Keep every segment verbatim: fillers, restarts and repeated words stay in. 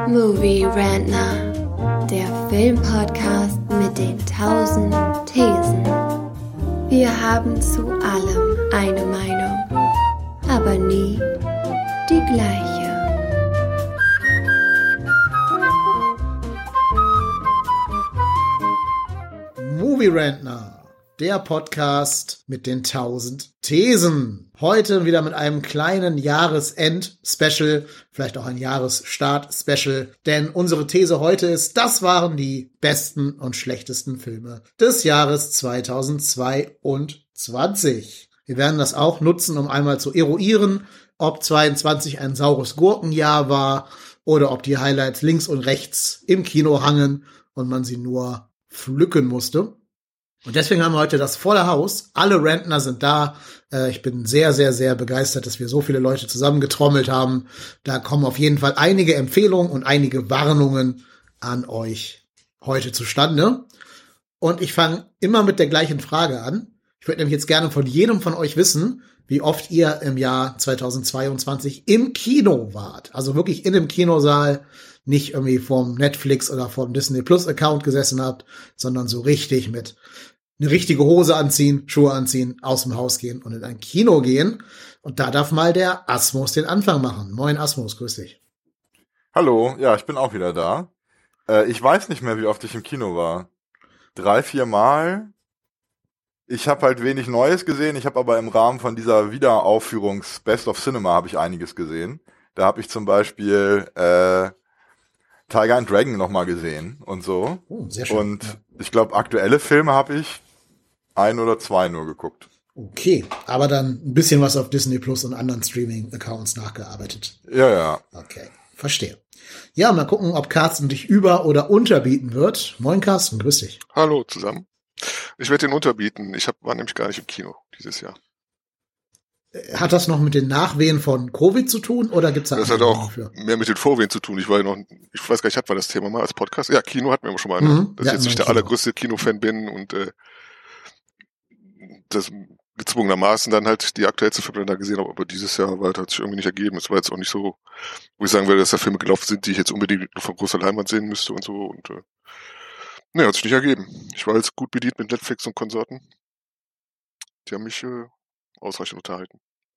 Movie Rantner, der Filmpodcast mit den tausend Thesen. Wir haben zu allem eine Meinung, aber nie die gleiche. Movie Rantner, der Podcast mit den tausend Thesen. Heute wieder mit einem kleinen Jahresend-Special, vielleicht auch ein Jahresstart-Special, denn unsere These heute ist, das waren die besten und schlechtesten Filme des Jahres zweitausendzweiundzwanzig. Wir werden das auch nutzen, um einmal zu eruieren, ob zweiundzwanzig ein saures Gurkenjahr war oder ob die Highlights links und rechts im Kino hangen und man sie nur pflücken musste. Und deswegen haben wir heute das volle Haus. Alle Rantner sind da. Äh, ich bin sehr, sehr, sehr begeistert, dass wir so viele Leute zusammengetrommelt haben. Da kommen auf jeden Fall einige Empfehlungen und einige Warnungen an euch heute zustande. Und ich fange immer mit der gleichen Frage an. Ich würde nämlich jetzt gerne von jedem von euch wissen, wie oft ihr im Jahr zweitausendzweiundzwanzig im Kino wart. Also wirklich in dem Kinosaal, nicht irgendwie vom Netflix oder vom Disney Plus Account gesessen habt, sondern so richtig mit eine richtige Hose anziehen, Schuhe anziehen, aus dem Haus gehen und in ein Kino gehen. Und da darf mal der Asmus den Anfang machen. Moin Asmus, grüß dich. Hallo, ja, ich bin auch wieder da. Äh, ich weiß nicht mehr, wie oft ich im Kino war. Drei, vier Mal. Ich habe halt wenig Neues gesehen. Ich habe aber im Rahmen von dieser Wiederaufführungs Best of Cinema habe ich einiges gesehen. Da habe ich zum Beispiel äh, Tiger and Dragon nochmal gesehen und so. Oh, sehr schön. Und ja. Ich glaube, aktuelle Filme habe ich ein oder zwei nur geguckt. Okay, aber dann ein bisschen was auf Disney Plus und anderen Streaming-Accounts nachgearbeitet. Ja, ja. Okay, verstehe. Ja, mal gucken, ob Carsten dich über- oder unterbieten wird. Moin Carsten, grüß dich. Hallo zusammen. Ich werde ihn unterbieten. Ich hab, war nämlich gar nicht im Kino dieses Jahr. Hat das noch mit den Nachwehen von Covid zu tun oder gibt's da Das hat auch für? mehr mit den Vorwehen zu tun. Ich war ja noch, ich weiß gar nicht, hatten wir das Thema mal als Podcast? Ja, Kino hatten wir schon mal, ne? Mhm, dass ich jetzt nicht der Kino. allergrößte Kinofan bin und äh, das gezwungenermaßen dann halt die aktuellste Filme da gesehen habe, aber dieses Jahr war, hat sich irgendwie nicht ergeben. Es war jetzt auch nicht so, wo ich sagen würde, dass da Filme gelaufen sind, die ich jetzt unbedingt von großer Leinwand sehen müsste und so und äh, ne, hat sich nicht ergeben. Ich war jetzt gut bedient mit Netflix und Konsorten. Die haben mich äh, ausreichend unterhalten.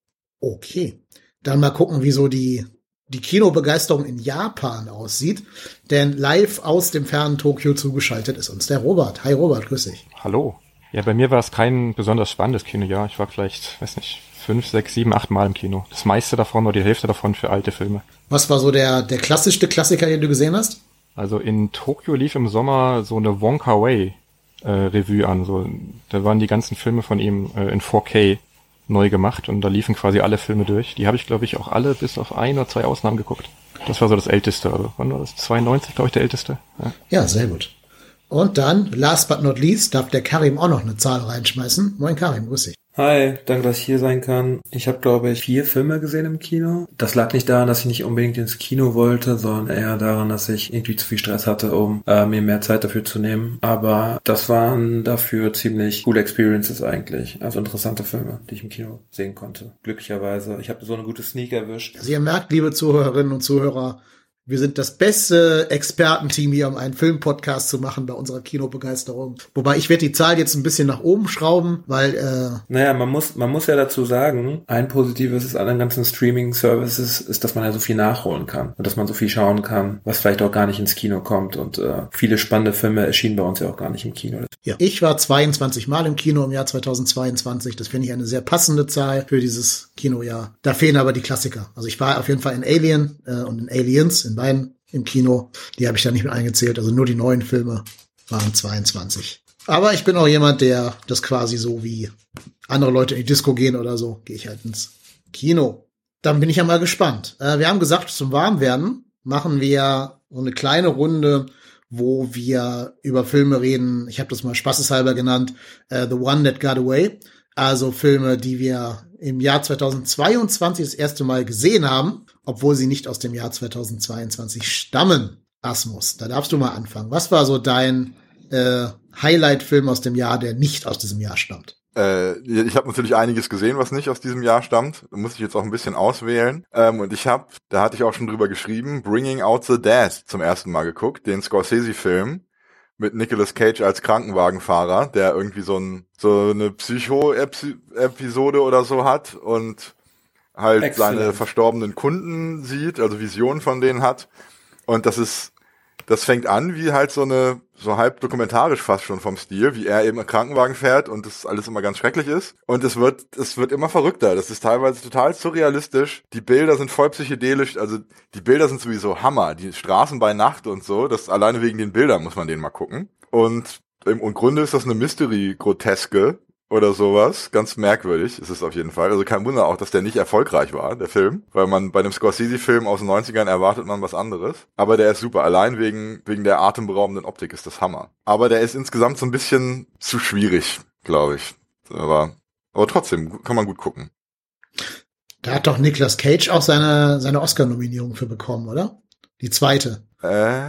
Okay, dann mal gucken, wie so die, die Kinobegeisterung in Japan aussieht. Denn live aus dem fernen Tokio zugeschaltet ist uns der Robert. Hi Robert, grüß dich. Hallo. Ja, bei mir war es kein besonders spannendes Kinojahr. Ich war vielleicht, weiß nicht, fünf, sechs, sieben, acht Mal im Kino. Das meiste davon oder die Hälfte davon für alte Filme. Was war so der, der klassischste Klassiker, den du gesehen hast? Also in Tokio lief im Sommer so eine Wong Kar-wai äh, Revue an. So, da waren die ganzen Filme von ihm äh, in vier K neu gemacht und da liefen quasi alle Filme durch. Die habe ich, glaube ich, auch alle bis auf ein oder zwei Ausnahmen geguckt. Das war so das Älteste. Also, wann war das? zweiundneunzig, glaube ich, der Älteste. Ja. Ja, sehr gut. Und dann, last but not least, darf der Karim auch noch eine Zahl reinschmeißen. Moin Karim, grüß dich. Hi, danke, dass ich hier sein kann. Ich habe, glaube ich, vier Filme gesehen im Kino. Das lag nicht daran, dass ich nicht unbedingt ins Kino wollte, sondern eher daran, dass ich irgendwie zu viel Stress hatte, um äh, mir mehr Zeit dafür zu nehmen. Aber das waren dafür ziemlich coole Experiences eigentlich. Also interessante Filme, die ich im Kino sehen konnte. Glücklicherweise. Ich habe so eine gute Sneak erwischt. Also ihr merkt, liebe Zuhörerinnen und Zuhörer, wir sind das beste Expertenteam hier, um einen Filmpodcast zu machen bei unserer Kinobegeisterung. Wobei ich werde die Zahl jetzt ein bisschen nach oben schrauben, weil äh Naja, man muss man muss ja dazu sagen, ein Positives ist an den ganzen Streaming-Services, ist, dass man ja so viel nachholen kann und dass man so viel schauen kann, was vielleicht auch gar nicht ins Kino kommt. Und äh, viele spannende Filme erschienen bei uns ja auch gar nicht im Kino. Ja, ich war zweiundzwanzig Mal im Kino im Jahr zweitausendzweiundzwanzig. Das finde ich eine sehr passende Zahl für dieses Kinojahr. Da fehlen aber die Klassiker. Also ich war auf jeden Fall in Alien äh, und in Aliens, in beiden im Kino. Die habe ich da nicht mehr eingezählt. Also nur die neuen Filme waren zweiundzwanzig. Aber ich bin auch jemand, der das quasi so wie andere Leute in die Disco gehen oder so, gehe ich halt ins Kino. Dann bin ich ja mal gespannt. Äh, wir haben gesagt, zum Warmwerden machen wir so eine kleine Runde, wo wir über Filme reden. Ich habe das mal spaßeshalber genannt, uh, The One That Got Away. Also Filme, die wir im Jahr zweitausendzweiundzwanzig das erste Mal gesehen haben, obwohl sie nicht aus dem Jahr zweitausendzweiundzwanzig stammen. Asmus, da darfst du mal anfangen. Was war so dein äh, Highlight-Film aus dem Jahr, der nicht aus diesem Jahr stammt? Äh, ich habe natürlich einiges gesehen, was nicht aus diesem Jahr stammt. Da muss ich jetzt auch ein bisschen auswählen. Ähm, und ich habe, da hatte ich auch schon drüber geschrieben, Bringing Out the Dead zum ersten Mal geguckt, den Scorsese-Film mit Nicolas Cage als Krankenwagenfahrer, der irgendwie so ein so eine Psycho-Episode oder so hat und halt Excellent. Seine verstorbenen Kunden sieht, also Visionen von denen hat. Und das ist Das fängt an wie halt so eine, so halb dokumentarisch fast schon vom Stil, wie er eben einen Krankenwagen fährt und das alles immer ganz schrecklich ist. Und es wird, es wird immer verrückter. Das ist teilweise total surrealistisch. Die Bilder sind voll psychedelisch, also die Bilder sind sowieso Hammer. Die Straßen bei Nacht und so, das alleine wegen den Bildern muss man den mal gucken. Und im Grunde ist das eine Mystery-Groteske oder sowas. Ganz merkwürdig ist es auf jeden Fall. Also kein Wunder auch, dass der nicht erfolgreich war, der Film. Weil man bei einem Scorsese-Film aus den neunzigern erwartet man was anderes. Aber der ist super. Allein wegen wegen der atemberaubenden Optik ist das Hammer. Aber der ist insgesamt so ein bisschen zu schwierig, glaube ich. Aber, aber trotzdem kann man gut gucken. Da hat doch Nicolas Cage auch seine seine Oscar-Nominierung für bekommen, oder? Die zweite. Äh,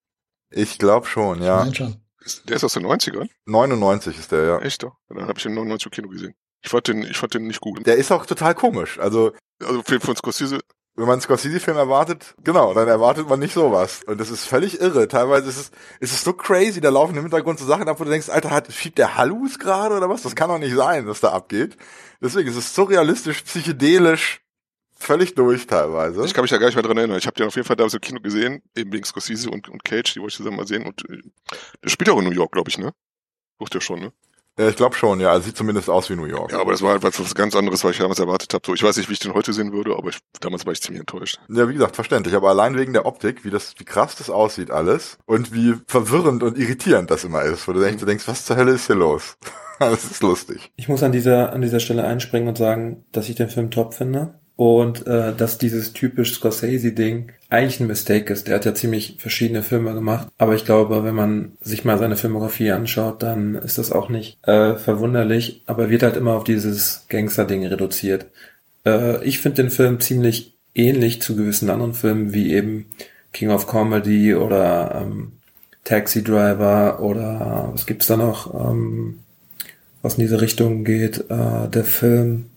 ich glaube schon, ja. Ich mein schon. Der ist aus den neunzigern? neunundneunzig ist der, ja. Echt doch? Dann habe ich den neunundneunzig im Kino gesehen. Ich fand den, ich fand den nicht gut. Der ist auch total komisch. Also, also Film von Scorsese. Wenn man einen Scorsese-Film erwartet, genau, dann erwartet man nicht sowas. Und das ist völlig irre. Teilweise ist es, ist es so crazy, da laufen im Hintergrund so Sachen ab, wo du denkst, Alter, hat, schiebt der Hallus gerade oder was? Das kann doch nicht sein, was da abgeht. Deswegen ist es so realistisch, psychedelisch, völlig durch teilweise. Ich kann mich da gar nicht mehr dran erinnern. Ich habe den auf jeden Fall damals im Kino gesehen, eben wegen Scorsese und, und Cage, die wollte ich zusammen mal sehen. Und äh, der spielt auch in New York, glaube ich, ne? Sucht ja schon, ne? Ja, ich glaube schon, ja. Also sieht zumindest aus wie New York. Ja, aber das war halt was, was ganz anderes, was ich damals erwartet habe. So, ich weiß nicht, wie ich den heute sehen würde, aber ich, damals war ich ziemlich enttäuscht. Ja, wie gesagt, verständlich. Aber allein wegen der Optik, wie das, wie krass das aussieht alles und wie verwirrend und irritierend das immer ist, wo du denkst, du denkst, was zur Hölle ist hier los? Das ist lustig. Ich muss an dieser, an dieser Stelle einspringen und sagen, dass ich den Film top finde. Und äh, dass dieses typisch Scorsese-Ding eigentlich ein Mistake ist. Der hat ja ziemlich verschiedene Filme gemacht. Aber ich glaube, wenn man sich mal seine Filmografie anschaut, dann ist das auch nicht äh, verwunderlich. Aber wird halt immer auf dieses Gangster-Ding reduziert. Äh, ich finde den Film ziemlich ähnlich zu gewissen anderen Filmen, wie eben King of Comedy oder ähm, Taxi Driver oder was gibt's da noch, ähm, was in diese Richtung geht. Äh, der Film,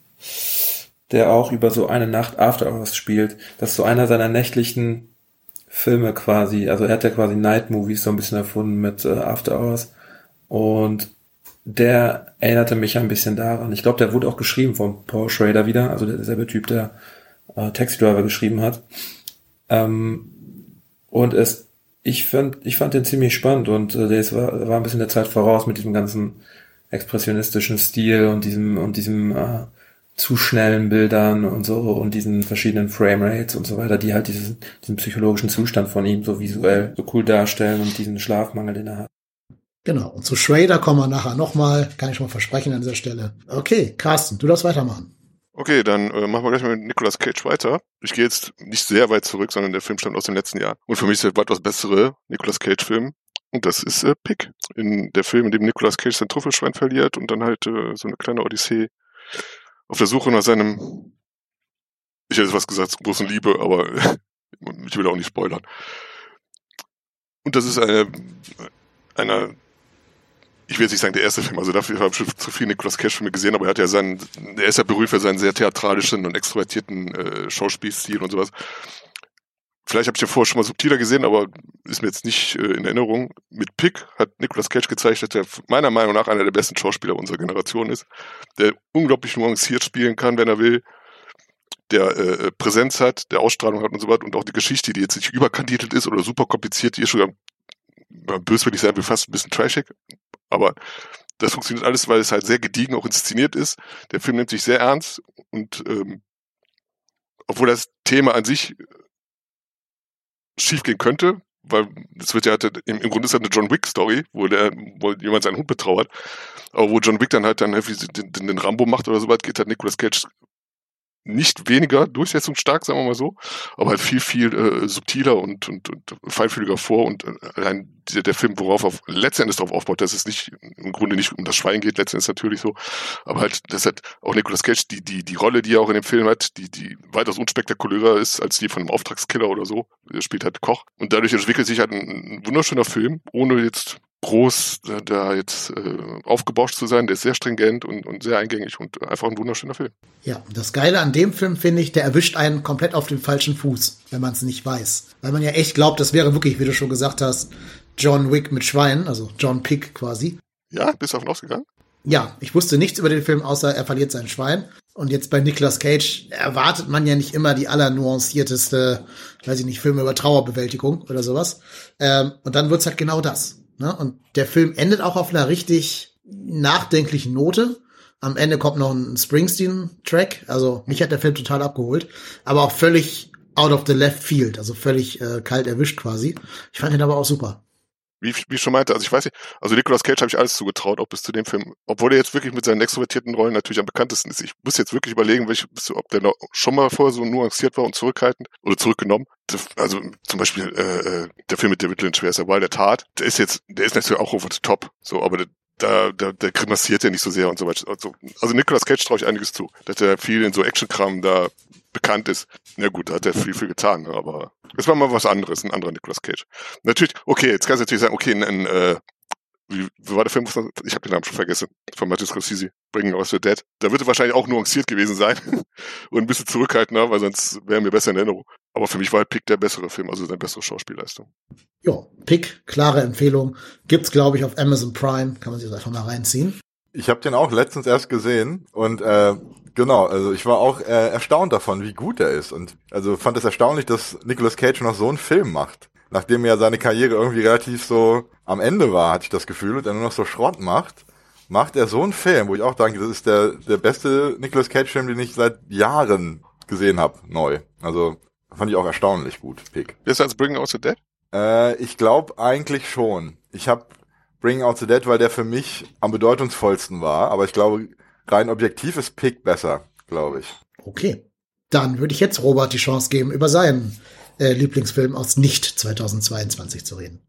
der auch über so eine Nacht After Hours spielt. Das ist so einer seiner nächtlichen Filme quasi. Also er hat ja quasi Night Movies so ein bisschen erfunden mit äh, After Hours. Und der erinnerte mich ein bisschen daran. Ich glaube, der wurde auch geschrieben von Paul Schrader wieder. Also derselbe Typ, der äh, Taxi Driver geschrieben hat. Ähm, und es, ich fand, ich fand den ziemlich spannend und äh, der ist, war, war ein bisschen der Zeit voraus mit diesem ganzen expressionistischen Stil und diesem, und diesem, äh, zu schnellen Bildern und so und diesen verschiedenen Framerates und so weiter, die halt diesen, diesen psychologischen Zustand von ihm so visuell so cool darstellen und diesen Schlafmangel, den er hat. Genau, und zu Schrader kommen wir nachher nochmal, kann ich schon mal versprechen an dieser Stelle. Okay, Carsten, du darfst weitermachen. Okay, dann äh, machen wir gleich mal mit Nicolas Cage weiter. Ich gehe jetzt nicht sehr weit zurück, sondern der Film stammt aus dem letzten Jahr. Und für mich ist der weitaus bessere Nicolas Cage-Film. Und das ist äh, Pig. In der Film, in dem Nicolas Cage sein Trüffelschwein verliert und dann halt äh, so eine kleine Odyssee auf der Suche nach seinem, ich hätte was gesagt, großen Liebe, aber ich will auch nicht spoilern. Und das ist eine, einer, ich will jetzt nicht sagen der erste Film, also dafür habe ich schon zu viel Nicolas Cage-Filme gesehen, aber er hat ja seinen, er ist ja berühmt für seinen sehr theatralischen und extrovertierten äh, Schauspielstil und sowas. Vielleicht habe ich den vorher schon mal subtiler gesehen, aber ist mir jetzt nicht äh, in Erinnerung. Mit Pig hat Nicolas Cage gezeigt, dass er meiner Meinung nach einer der besten Schauspieler unserer Generation ist, der unglaublich nuanciert spielen kann, wenn er will, der äh, Präsenz hat, der Ausstrahlung hat und so weiter und auch die Geschichte, die jetzt nicht überkandidelt ist oder super kompliziert, die ist schon, böswillig sein will, fast ein bisschen trashig, aber das funktioniert alles, weil es halt sehr gediegen auch inszeniert ist. Der Film nimmt sich sehr ernst und ähm, obwohl das Thema an sich schief gehen könnte, weil es wird ja halt, im, im Grunde ist halt eine John Wick Story, wo der, wo jemand seinen Hund betrauert, aber wo John Wick dann halt dann den, den, den Rambo macht oder so weit, geht halt Nicolas Cage nicht weniger durchsetzungsstark, sagen wir mal so, aber halt viel, viel äh, subtiler und, und, und feinfühliger vor und äh, allein der, der Film, worauf auf letztendlich darauf aufbaut, dass es nicht im Grunde nicht um das Schwein geht, letztendlich natürlich so, aber halt, das hat auch Nicolas Cage, die, die, die Rolle, die er auch in dem Film hat, die, die weitaus unspektakulärer ist als die von einem Auftragskiller oder so, er spielt halt Koch und dadurch entwickelt sich halt ein, ein wunderschöner Film, ohne jetzt groß, da, da jetzt äh, aufgebauscht zu sein. Der ist sehr stringent und, und sehr eingängig und einfach ein wunderschöner Film. Ja, das Geile an dem Film finde ich, der erwischt einen komplett auf den falschen Fuß, wenn man es nicht weiß. Weil man ja echt glaubt, das wäre wirklich, wie du schon gesagt hast, John Wick mit Schweinen, also John Pick quasi. Ja, bist du davon ausgegangen? Ja, ich wusste nichts über den Film, außer er verliert sein Schwein. Und jetzt bei Nicolas Cage erwartet man ja nicht immer die allernuancierteste, weiß ich nicht, Filme über Trauerbewältigung oder sowas. Ähm, und dann wird's halt genau das. Ne? Und der Film endet auch auf einer richtig nachdenklichen Note. Am Ende kommt noch ein Springsteen-Track. Also mich hat der Film total abgeholt. Aber auch völlig out of the left field. Also völlig äh, kalt erwischt quasi. Ich fand ihn aber auch super. Wie, wie ich schon meinte, also ich weiß nicht, also Nicolas Cage habe ich alles zugetraut, auch bis zu dem Film, obwohl er jetzt wirklich mit seinen extrovertierten Rollen natürlich am bekanntesten ist. Ich muss jetzt wirklich überlegen, welche, ob der noch schon mal vorher so nuanciert war und zurückhaltend oder zurückgenommen. Also zum Beispiel äh, der Film mit David Lynch, wer ist der Wild at Heart, der ist jetzt, der ist natürlich auch over the top, so, aber der, da, da, der grimassiert ja nicht so sehr und so weiter. Also, also Nicolas Cage traue ich einiges zu, dass er viel in so Actionkram da bekannt ist. Na gut, da hat er viel, viel getan, aber es war mal was anderes, ein anderer Nicolas Cage. Natürlich, okay, jetzt kannst du natürlich sagen, okay, ein, ein äh, wie, wie war der Film? Ich habe den Namen schon vergessen. Von Martin Scorsese, Bringing Us the Dead. Da wird er wahrscheinlich auch nuanciert gewesen sein und ein bisschen zurückhaltender, weil sonst wäre mir besser in Erinnerung. Aber für mich war halt Pick der bessere Film, also seine bessere Schauspielleistung. Ja, Pick, klare Empfehlung. Gibt's, glaube ich, auf Amazon Prime. Kann man sich das einfach mal reinziehen. Ich habe den auch letztens erst gesehen und äh, genau, also ich war auch äh, erstaunt davon, wie gut er ist. Und also fand es erstaunlich, dass Nicolas Cage noch so einen Film macht. Nachdem ja seine Karriere irgendwie relativ so am Ende war, hatte ich das Gefühl, und er nur noch so Schrott macht, macht er so einen Film, wo ich auch denke, das ist der der beste Nicolas Cage-Film, den ich seit Jahren gesehen habe, neu. Also fand ich auch erstaunlich gut, Pick. Besser als Bringing Out the Dead? Äh, ich glaube eigentlich schon. Ich habe Bringing Out the Dead, weil der für mich am bedeutungsvollsten war, aber ich glaube, rein objektiv ist Pick besser, glaube ich. Okay, dann würde ich jetzt Robert die Chance geben, über seinen äh, Lieblingsfilm aus nicht zweitausendzweiundzwanzig zu reden.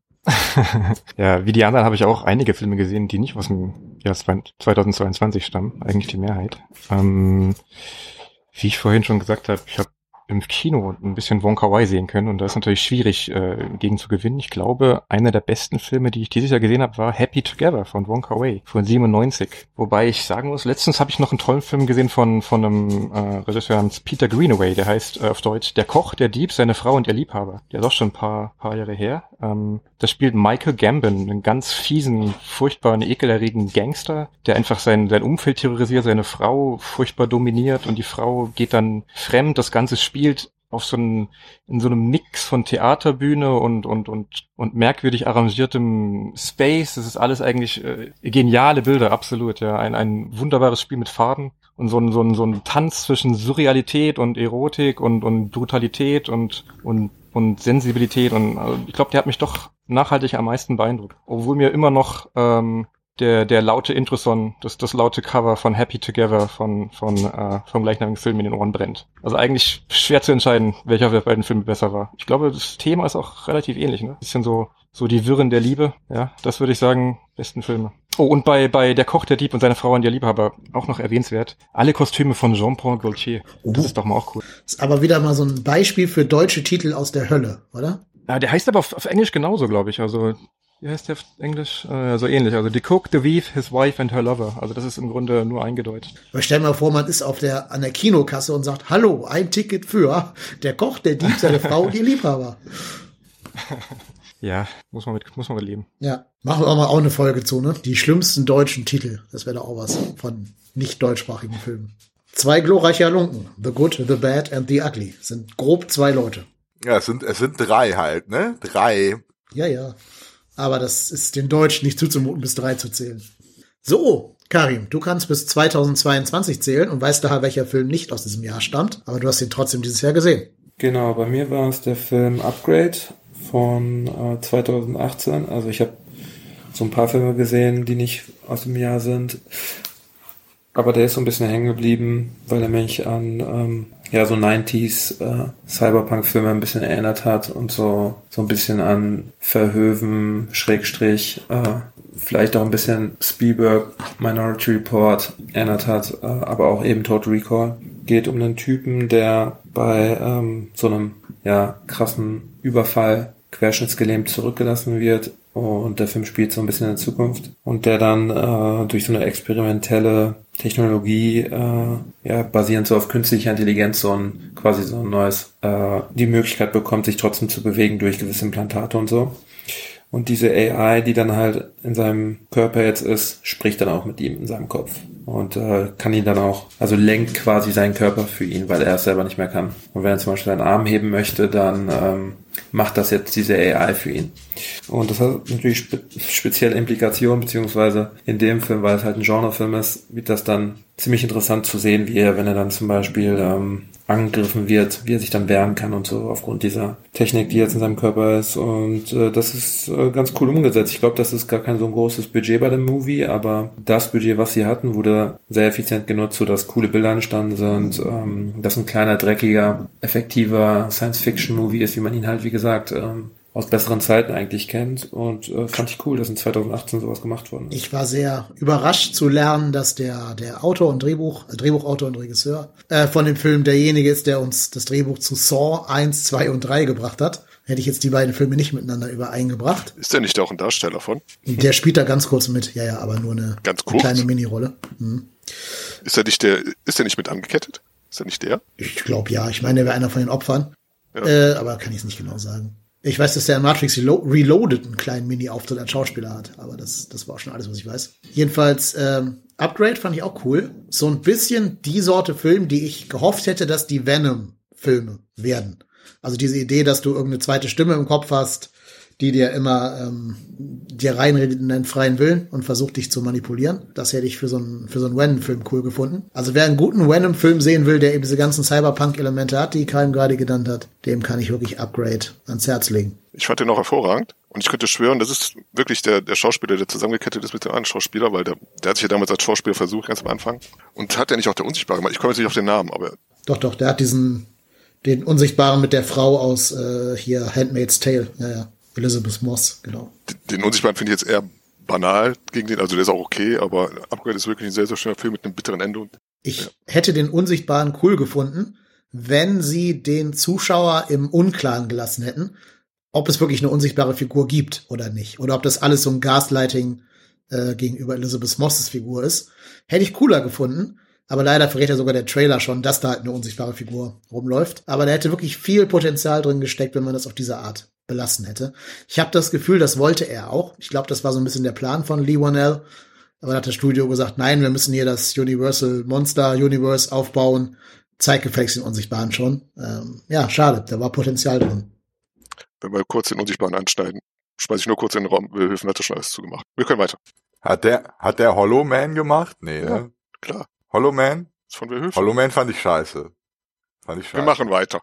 Ja, wie die anderen habe ich auch einige Filme gesehen, die nicht aus dem Jahr zweitausendzweiundzwanzig stammen, eigentlich die Mehrheit. Ähm, wie ich vorhin schon gesagt habe, ich habe im Kino ein bisschen Wong Kar-wai sehen können und da ist natürlich schwierig, äh, gegen zu gewinnen. Ich glaube, einer der besten Filme, die ich dieses Jahr gesehen habe, war Happy Together von Wong Kar-wai von siebenundneunzig. Wobei ich sagen muss, letztens habe ich noch einen tollen Film gesehen von von einem äh, Regisseur namens Peter Greenaway, der heißt äh, auf Deutsch Der Koch, der Dieb, seine Frau und ihr Liebhaber. Der ist auch schon ein paar paar Jahre her. Ähm, da spielt Michael Gambon, einen ganz fiesen, furchtbaren, ekelerregenden Gangster, der einfach sein sein Umfeld terrorisiert, seine Frau furchtbar dominiert und die Frau geht dann fremd. Das ganze Spiel auf so einem, in so einem Mix von Theaterbühne und, und, und, und merkwürdig arrangiertem Space. Das ist alles eigentlich äh, geniale Bilder, absolut, ja. Ein, ein wunderbares Spiel mit Farben und so ein, so ein, so ein Tanz zwischen Surrealität und Erotik und, und Brutalität und, und, und Sensibilität und also ich glaube, der hat mich doch nachhaltig am meisten beeindruckt. Obwohl mir immer noch, ähm, der der laute Intro-Song, das das laute Cover von Happy Together von von äh, vom gleichnamigen Film in den Ohren brennt. Also eigentlich schwer zu entscheiden, welcher der beiden Filme besser war. Ich glaube, das Thema ist auch relativ ähnlich, ne? Bisschen so so die Wirren der Liebe, ja, das würde ich sagen, besten Filme. Oh, und bei bei Der Koch, der Dieb und seine Frau und ihr Liebhaber auch noch erwähnenswert, alle Kostüme von Jean-Paul Gaultier. Oh. Das ist doch mal auch cool. Ist aber wieder mal so ein Beispiel für deutsche Titel aus der Hölle, oder? Ja, der heißt aber auf, auf Englisch genauso, glaube ich. Also wie heißt der auf Englisch? Äh, so ähnlich. Also The Cook, The Thief, His Wife and Her Lover. Also das ist im Grunde nur eingedeutet. Aber stell dir mal vor, man ist auf der, an der Kinokasse und sagt, hallo, ein Ticket für Der Koch, der Dieb, seine Frau und ihr Liebhaber. Ja, muss man mit, muss man mit leben. Ja, machen wir auch mal auch eine Folge zu, ne? Die schlimmsten deutschen Titel. Das wäre doch auch was von nicht deutschsprachigen Filmen. Zwei glorreiche Halunken. The Good, The Bad and The Ugly. Das sind grob zwei Leute. Ja, es sind, es sind drei halt, ne? Drei. Ja, ja. Aber das ist den Deutschen nicht zuzumuten, bis drei zu zählen. So, Karim, du kannst bis zweitausendzweiundzwanzig zählen und weißt daher, welcher Film nicht aus diesem Jahr stammt. Aber du hast ihn trotzdem dieses Jahr gesehen. Genau, bei mir war es der Film Upgrade von äh, zweitausendachtzehn. Also ich habe so ein paar Filme gesehen, die nicht aus dem Jahr sind. Aber der ist so ein bisschen hängen geblieben, weil er mich an ähm, ja so neunziger äh, Cyberpunk-Filme ein bisschen erinnert hat und so so ein bisschen an Verhoeven, Schrägstrich, äh, vielleicht auch ein bisschen Spielberg, Minority Report erinnert hat, äh, aber auch eben Total Recall. Geht um einen Typen, der bei ähm, so einem ja krassen Überfall querschnittsgelähmt zurückgelassen wird und der Film spielt so ein bisschen in der Zukunft und der dann äh, durch so eine experimentelle Technologie, äh, ja, basierend so auf künstlicher Intelligenz, so ein quasi so ein neues, äh, die Möglichkeit bekommt, sich trotzdem zu bewegen durch gewisse Implantate und so. Und diese A I, die dann halt in seinem Körper jetzt ist, spricht dann auch mit ihm in seinem Kopf. Und äh, kann ihn dann auch, also lenkt quasi seinen Körper für ihn, weil er es selber nicht mehr kann. Und wenn er zum Beispiel seinen Arm heben möchte, dann ähm, macht das jetzt diese A I für ihn. Und das hat natürlich spe- spezielle Implikationen, beziehungsweise in dem Film, weil es halt ein Genrefilm ist, wird das dann ziemlich interessant zu sehen, wie er, wenn er dann zum Beispiel ähm, angegriffen wird, wie er sich dann wehren kann und so aufgrund dieser Technik, die jetzt in seinem Körper ist. Und äh, das ist äh, ganz cool umgesetzt. Ich glaube, das ist gar kein so ein großes Budget bei dem Movie, aber das Budget, was sie hatten, wurde sehr effizient genutzt, sodass coole Bilder entstanden sind, ähm, dass ein kleiner, dreckiger, effektiver Science-Fiction-Movie ist, wie man ihn halt, wie gesagt, ähm, aus besseren Zeiten eigentlich kennt, und äh, fand ich cool, dass in zwanzig achtzehn sowas gemacht worden ist. Ich war sehr überrascht zu lernen, dass der der Autor und Drehbuch, äh, Drehbuchautor und Regisseur äh, von dem Film derjenige ist, der uns das Drehbuch zu Saw eins, zwei und drei gebracht hat. Hätte ich jetzt die beiden Filme nicht miteinander übereingebracht. Ist der nicht auch ein Darsteller von? Der spielt da ganz kurz mit, ja, ja, aber nur eine, ganz eine kleine Minirolle. Hm. Ist der nicht der, ist der nicht mit angekettet? Ist der nicht der? Ich glaube ja, ich meine, der wäre einer von den Opfern. Ja. Äh, aber kann ich es nicht genau sagen. Ich weiß, dass der in Matrix Reloaded einen kleinen Mini-Auftritt als Schauspieler hat, aber das, das war auch schon alles, was ich weiß. Jedenfalls, ähm, Upgrade fand ich auch cool. So ein bisschen die Sorte Film, die ich gehofft hätte, dass die Venom-Filme werden. Also diese Idee, dass du irgendeine zweite Stimme im Kopf hast, die dir immer ähm, dir reinredet in deinen freien Willen und versucht, dich zu manipulieren. Das hätte ich für so einen für so einen Venom-Film cool gefunden. Also wer einen guten Venom-Film sehen will, der eben diese ganzen Cyberpunk-Elemente hat, die Karim gerade genannt hat, dem kann ich wirklich Upgrade ans Herz legen. Ich fand den auch hervorragend. Und ich könnte schwören, das ist wirklich der, der Schauspieler, der zusammengekettet ist mit dem anderen Schauspieler, weil der, der hat sich ja damals als Schauspieler versucht, ganz am Anfang. Und hat der nicht auch der Unsichtbare gemacht? Ich komme jetzt nicht auf den Namen, aber... Doch, doch, der hat diesen, den Unsichtbaren mit der Frau aus äh, hier Handmaid's Tale. Ja, ja. Elizabeth Moss, genau. Den Unsichtbaren finde ich jetzt eher banal gegen den, also der ist auch okay, aber Upgrade ist wirklich ein sehr, sehr schöner Film mit einem bitteren Ende. Und, ich ja. hätte den Unsichtbaren cool gefunden, wenn sie den Zuschauer im Unklaren gelassen hätten, ob es wirklich eine unsichtbare Figur gibt oder nicht. Oder ob das alles so ein Gaslighting äh, gegenüber Elizabeth Mosses Figur ist. Hätte ich cooler gefunden. Aber leider verrät ja sogar der Trailer schon, dass da halt eine unsichtbare Figur rumläuft. Aber da hätte wirklich viel Potenzial drin gesteckt, wenn man das auf diese Art belassen hätte. Ich habe das Gefühl, das wollte er auch. Ich glaube, das war so ein bisschen der Plan von Leigh Whannell. Aber da hat das Studio gesagt, nein, wir müssen hier das Universal Monster Universe aufbauen. Zeig gefälligst den Unsichtbaren schon. Ähm, ja, schade, da war Potenzial drin. Wenn wir kurz den Unsichtbaren anschneiden, schmeiß ich nur kurz in den Raum. Wir helfen, hat das schon alles zugemacht. Wir können weiter. Hat der, hat der Hollow Man gemacht? Nee, ja, ne? Klar. Hollow Man? Das von Verhöfen. Hollow Man fand ich scheiße. Fand ich scheiße. Wir machen weiter.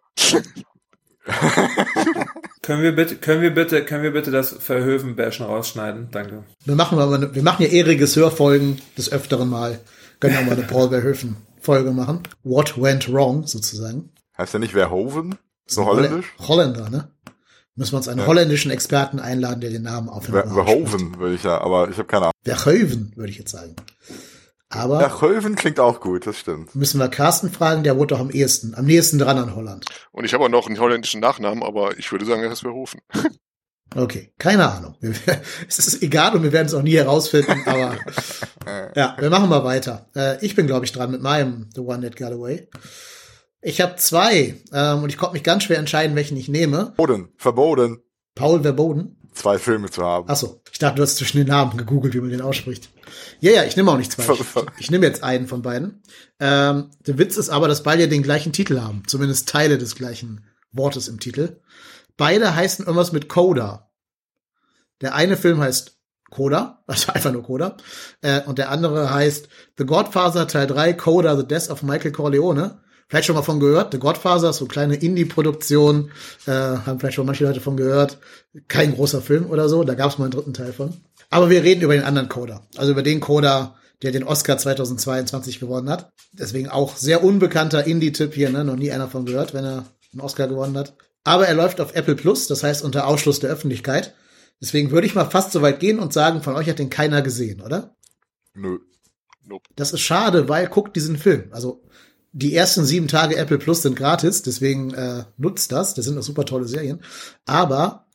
Können wir bitte, können wir bitte, können wir bitte das Verhöfen-Bashen rausschneiden? Danke. Wir machen aber, eine, wir machen ja eh Regisseurfolgen des Öfteren mal. Können wir mal eine Paul Verhoeven-Folge machen. What went wrong, sozusagen. Heißt der nicht Verhoeven? So holländisch? Holländer, ne? Müssen wir uns einen ja. holländischen Experten einladen, der den Namen aufhört. Verhoeven würde ich ja, aber ich habe keine Ahnung. Verhoeven, würde ich jetzt sagen. Aber Verhoeven klingt auch gut, das stimmt. Müssen wir Carsten fragen, der wohnt doch am ehesten, am nächsten dran an Holland. Und ich habe auch noch einen holländischen Nachnamen, aber ich würde sagen, er ist Verhoeven. Okay, keine Ahnung. Es ist egal und wir werden es auch nie herausfinden, aber ja, wir machen mal weiter. Ich bin, glaube ich, dran mit meinem The One That Got Away. Ich habe zwei ähm, und ich konnte mich ganz schwer entscheiden, welchen ich nehme. Verboten, verboten. Paul Verboten. Zwei Filme zu haben. Ach so, ich dachte, du hast zwischen den Namen gegoogelt, wie man den ausspricht. Ja, ja, ich nehme auch nicht zwei. Ich, ich nehme jetzt einen von beiden. Ähm, der Witz ist aber, dass beide den gleichen Titel haben. Zumindest Teile des gleichen Wortes im Titel. Beide heißen irgendwas mit Coda. Der eine Film heißt Coda, also einfach nur Coda. Äh, und der andere heißt The Godfather Teil drei, Coda, The Death of Michael Corleone. Vielleicht schon mal von gehört. The Godfather, so kleine Indie-Produktion, äh, haben vielleicht schon manche Leute von gehört. Kein großer Film oder so, da gab es mal einen dritten Teil von. Aber wir reden über den anderen Coda. Also über den Coda, der den Oscar zweitausendzweiundzwanzig gewonnen hat. Deswegen auch sehr unbekannter Indie-Tipp hier, ne? Noch nie einer von gehört, wenn er einen Oscar gewonnen hat. Aber er läuft auf Apple Plus, das heißt unter Ausschluss der Öffentlichkeit. Deswegen würde ich mal fast so weit gehen und sagen, von euch hat den keiner gesehen, oder? Nö. Nope. Das ist schade, weil guckt diesen Film. Also die ersten sieben Tage Apple Plus sind gratis, deswegen äh, nutzt das. Das sind noch super tolle Serien. Aber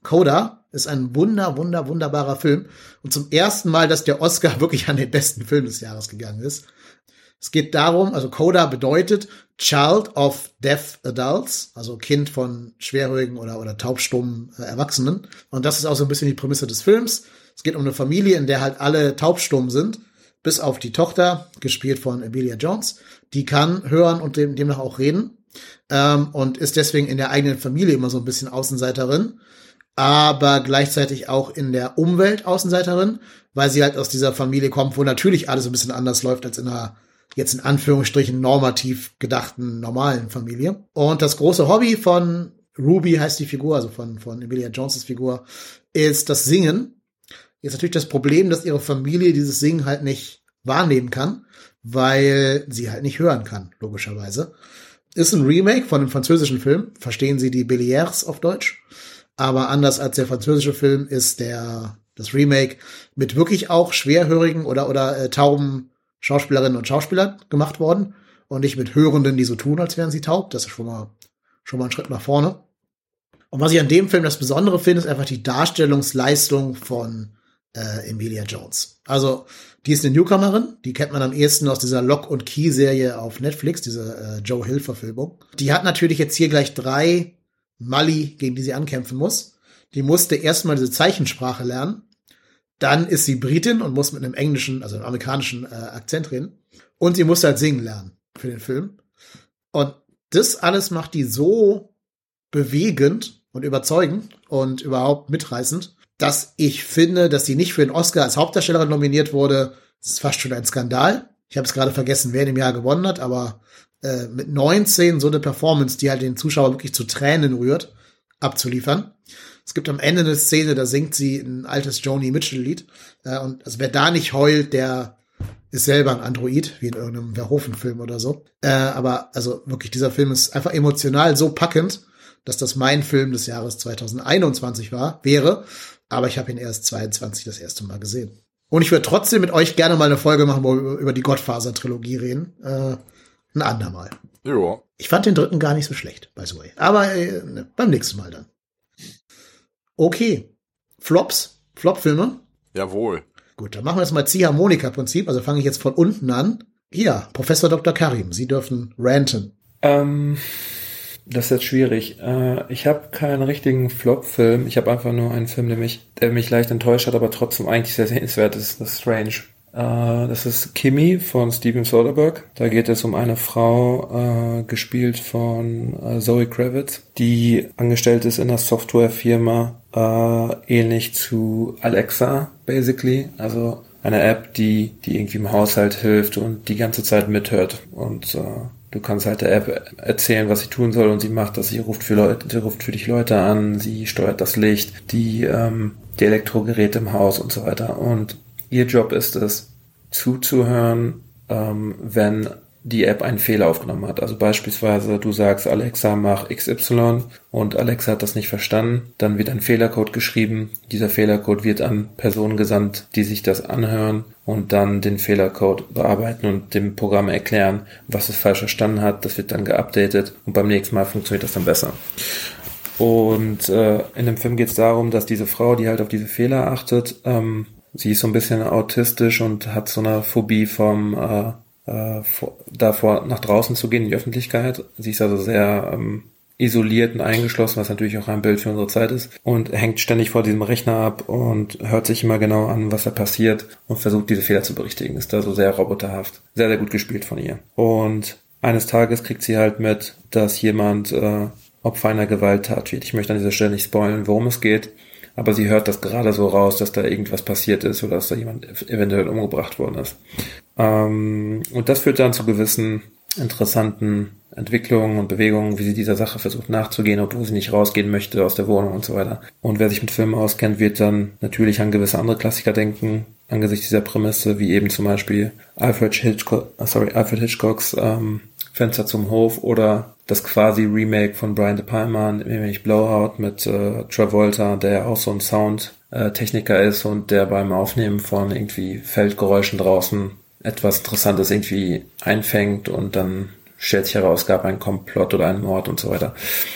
Coda ist ein wunder, wunder, wunderbarer Film. Und zum ersten Mal, dass der Oscar wirklich an den besten Film des Jahres gegangen ist. Es geht darum, also Coda bedeutet Child of Deaf Adults, also Kind von schwerhörigen oder, oder taubstummen äh, Erwachsenen. Und das ist auch so ein bisschen die Prämisse des Films. Es geht um eine Familie, in der halt alle taubstumm sind, bis auf die Tochter, gespielt von Emilia Jones. Die kann hören und dem, demnach auch reden. Ähm, und ist deswegen in der eigenen Familie immer so ein bisschen Außenseiterin, aber gleichzeitig auch in der Umwelt Außenseiterin, weil sie halt aus dieser Familie kommt, wo natürlich alles ein bisschen anders läuft als in einer, jetzt in Anführungsstrichen, normativ gedachten, normalen Familie. Und das große Hobby von Ruby, heißt die Figur, also von, von Emilia Jones' Figur, ist das Singen. Jetzt natürlich das Problem, dass ihre Familie dieses Singen halt nicht wahrnehmen kann, weil sie halt nicht hören kann, logischerweise. Ist ein Remake von einem französischen Film, verstehen Sie die Béliers auf Deutsch. Aber anders als der französische Film ist der das Remake mit wirklich auch schwerhörigen oder oder äh, tauben Schauspielerinnen und Schauspielern gemacht worden und nicht mit Hörenden, die so tun, als wären sie taub. Das ist schon mal schon mal ein Schritt nach vorne. Und was ich an dem Film das Besondere finde, ist einfach die Darstellungsleistung von äh, Emilia Jones. Also die ist eine Newcomerin, die kennt man am ehesten aus dieser Lock und Key Serie auf Netflix, diese äh, Joe Hill Verfilmung. Die hat natürlich jetzt hier gleich drei Mali, gegen die sie ankämpfen muss. Die musste erstmal diese Zeichensprache lernen. Dann ist sie Britin und muss mit einem englischen, also einem amerikanischen äh, Akzent reden. Und sie musste halt singen lernen für den Film. Und das alles macht die so bewegend und überzeugend und überhaupt mitreißend, dass ich finde, dass sie nicht für den Oscar als Hauptdarstellerin nominiert wurde. Das ist fast schon ein Skandal. Ich habe es gerade vergessen, wer in dem Jahr gewonnen hat, aber äh, mit neunzehn so eine Performance, die halt den Zuschauer wirklich zu Tränen rührt, abzuliefern. Es gibt am Ende eine Szene, da singt sie ein altes Joni Mitchell-Lied. Äh, und also wer da nicht heult, der ist selber ein Android, wie in irgendeinem Verhoeven-Film oder so. Äh, aber also wirklich, dieser Film ist einfach emotional so packend, dass das mein Film des Jahres zwanzig einundzwanzig war, wäre. Aber ich habe ihn erst zweiundzwanzig das erste Mal gesehen. Und ich würde trotzdem mit euch gerne mal eine Folge machen, wo wir über die Godfather-Trilogie reden. Äh, ein andermal. Jo. Ich fand den dritten gar nicht so schlecht, by the way. Aber äh, ne, beim nächsten Mal dann. Okay. Flops? Flop-Filme? Jawohl. Gut, dann machen wir das mal Ziehharmonika-Prinzip. Also fange ich jetzt von unten an. Ja, Professor Doktor Karim, Sie dürfen ranten. Ähm, das ist jetzt schwierig. Äh, ich habe keinen richtigen Flop-Film. Ich habe einfach nur einen Film, der mich, der mich leicht enttäuscht hat, aber trotzdem eigentlich sehr sehenswert ist. Das ist Strange. Äh, das ist Kimi von Steven Soderbergh. Da geht es um eine Frau, äh, gespielt von äh, Zoe Kravitz, die angestellt ist in einer Softwarefirma, äh, ähnlich zu Alexa, basically. Also eine App, die, die irgendwie im Haushalt hilft und die ganze Zeit mithört. Und äh, du kannst halt der App erzählen, was sie tun soll, und sie macht das. Sie ruft für Leute, sie ruft für dich Leute an, sie steuert das Licht, die, ähm, die Elektrogeräte im Haus und so weiter. Und ihr Job ist es, zuzuhören, ähm, wenn die App einen Fehler aufgenommen hat. Also beispielsweise du sagst, Alexa, mach X Y, und Alexa hat das nicht verstanden. Dann wird ein Fehlercode geschrieben. Dieser Fehlercode wird an Personen gesandt, die sich das anhören und dann den Fehlercode bearbeiten und dem Programm erklären, was es falsch verstanden hat. Das wird dann geupdatet und beim nächsten Mal funktioniert das dann besser. Und äh, in dem Film geht es darum, dass diese Frau, die halt auf diese Fehler achtet, ähm, sie ist so ein bisschen autistisch und hat so eine Phobie vom äh, äh, vor, davor, nach draußen zu gehen in die Öffentlichkeit. Sie ist also sehr ähm, isoliert und eingeschlossen, was natürlich auch ein Bild für unsere Zeit ist, und hängt ständig vor diesem Rechner ab und hört sich immer genau an, was da passiert, und versucht, diese Fehler zu berichtigen. Ist da so sehr roboterhaft. Sehr, sehr gut gespielt von ihr. Und eines Tages kriegt sie halt mit, dass jemand äh, Opfer einer Gewalttat wird. Ich möchte an dieser Stelle nicht spoilern, worum es geht, aber sie hört das gerade so raus, dass da irgendwas passiert ist oder dass da jemand eventuell umgebracht worden ist. Ähm, und das führt dann zu gewissen interessanten Entwicklungen und Bewegungen, wie sie dieser Sache versucht nachzugehen, obwohl sie nicht rausgehen möchte aus der Wohnung und so weiter. Und wer sich mit Filmen auskennt, wird dann natürlich an gewisse andere Klassiker denken, angesichts dieser Prämisse, wie eben zum Beispiel Alfred Hitchcock, sorry, Alfred Hitchcocks ähm, Fenster zum Hof oder das quasi Remake von Brian De Palma, nämlich Blowout mit äh, Travolta, der auch so ein Soundtechniker äh, ist und der beim Aufnehmen von irgendwie Feldgeräuschen draußen etwas Interessantes irgendwie einfängt, und dann stellt sich heraus, es gab einen Komplott oder einen Mord und so weiter.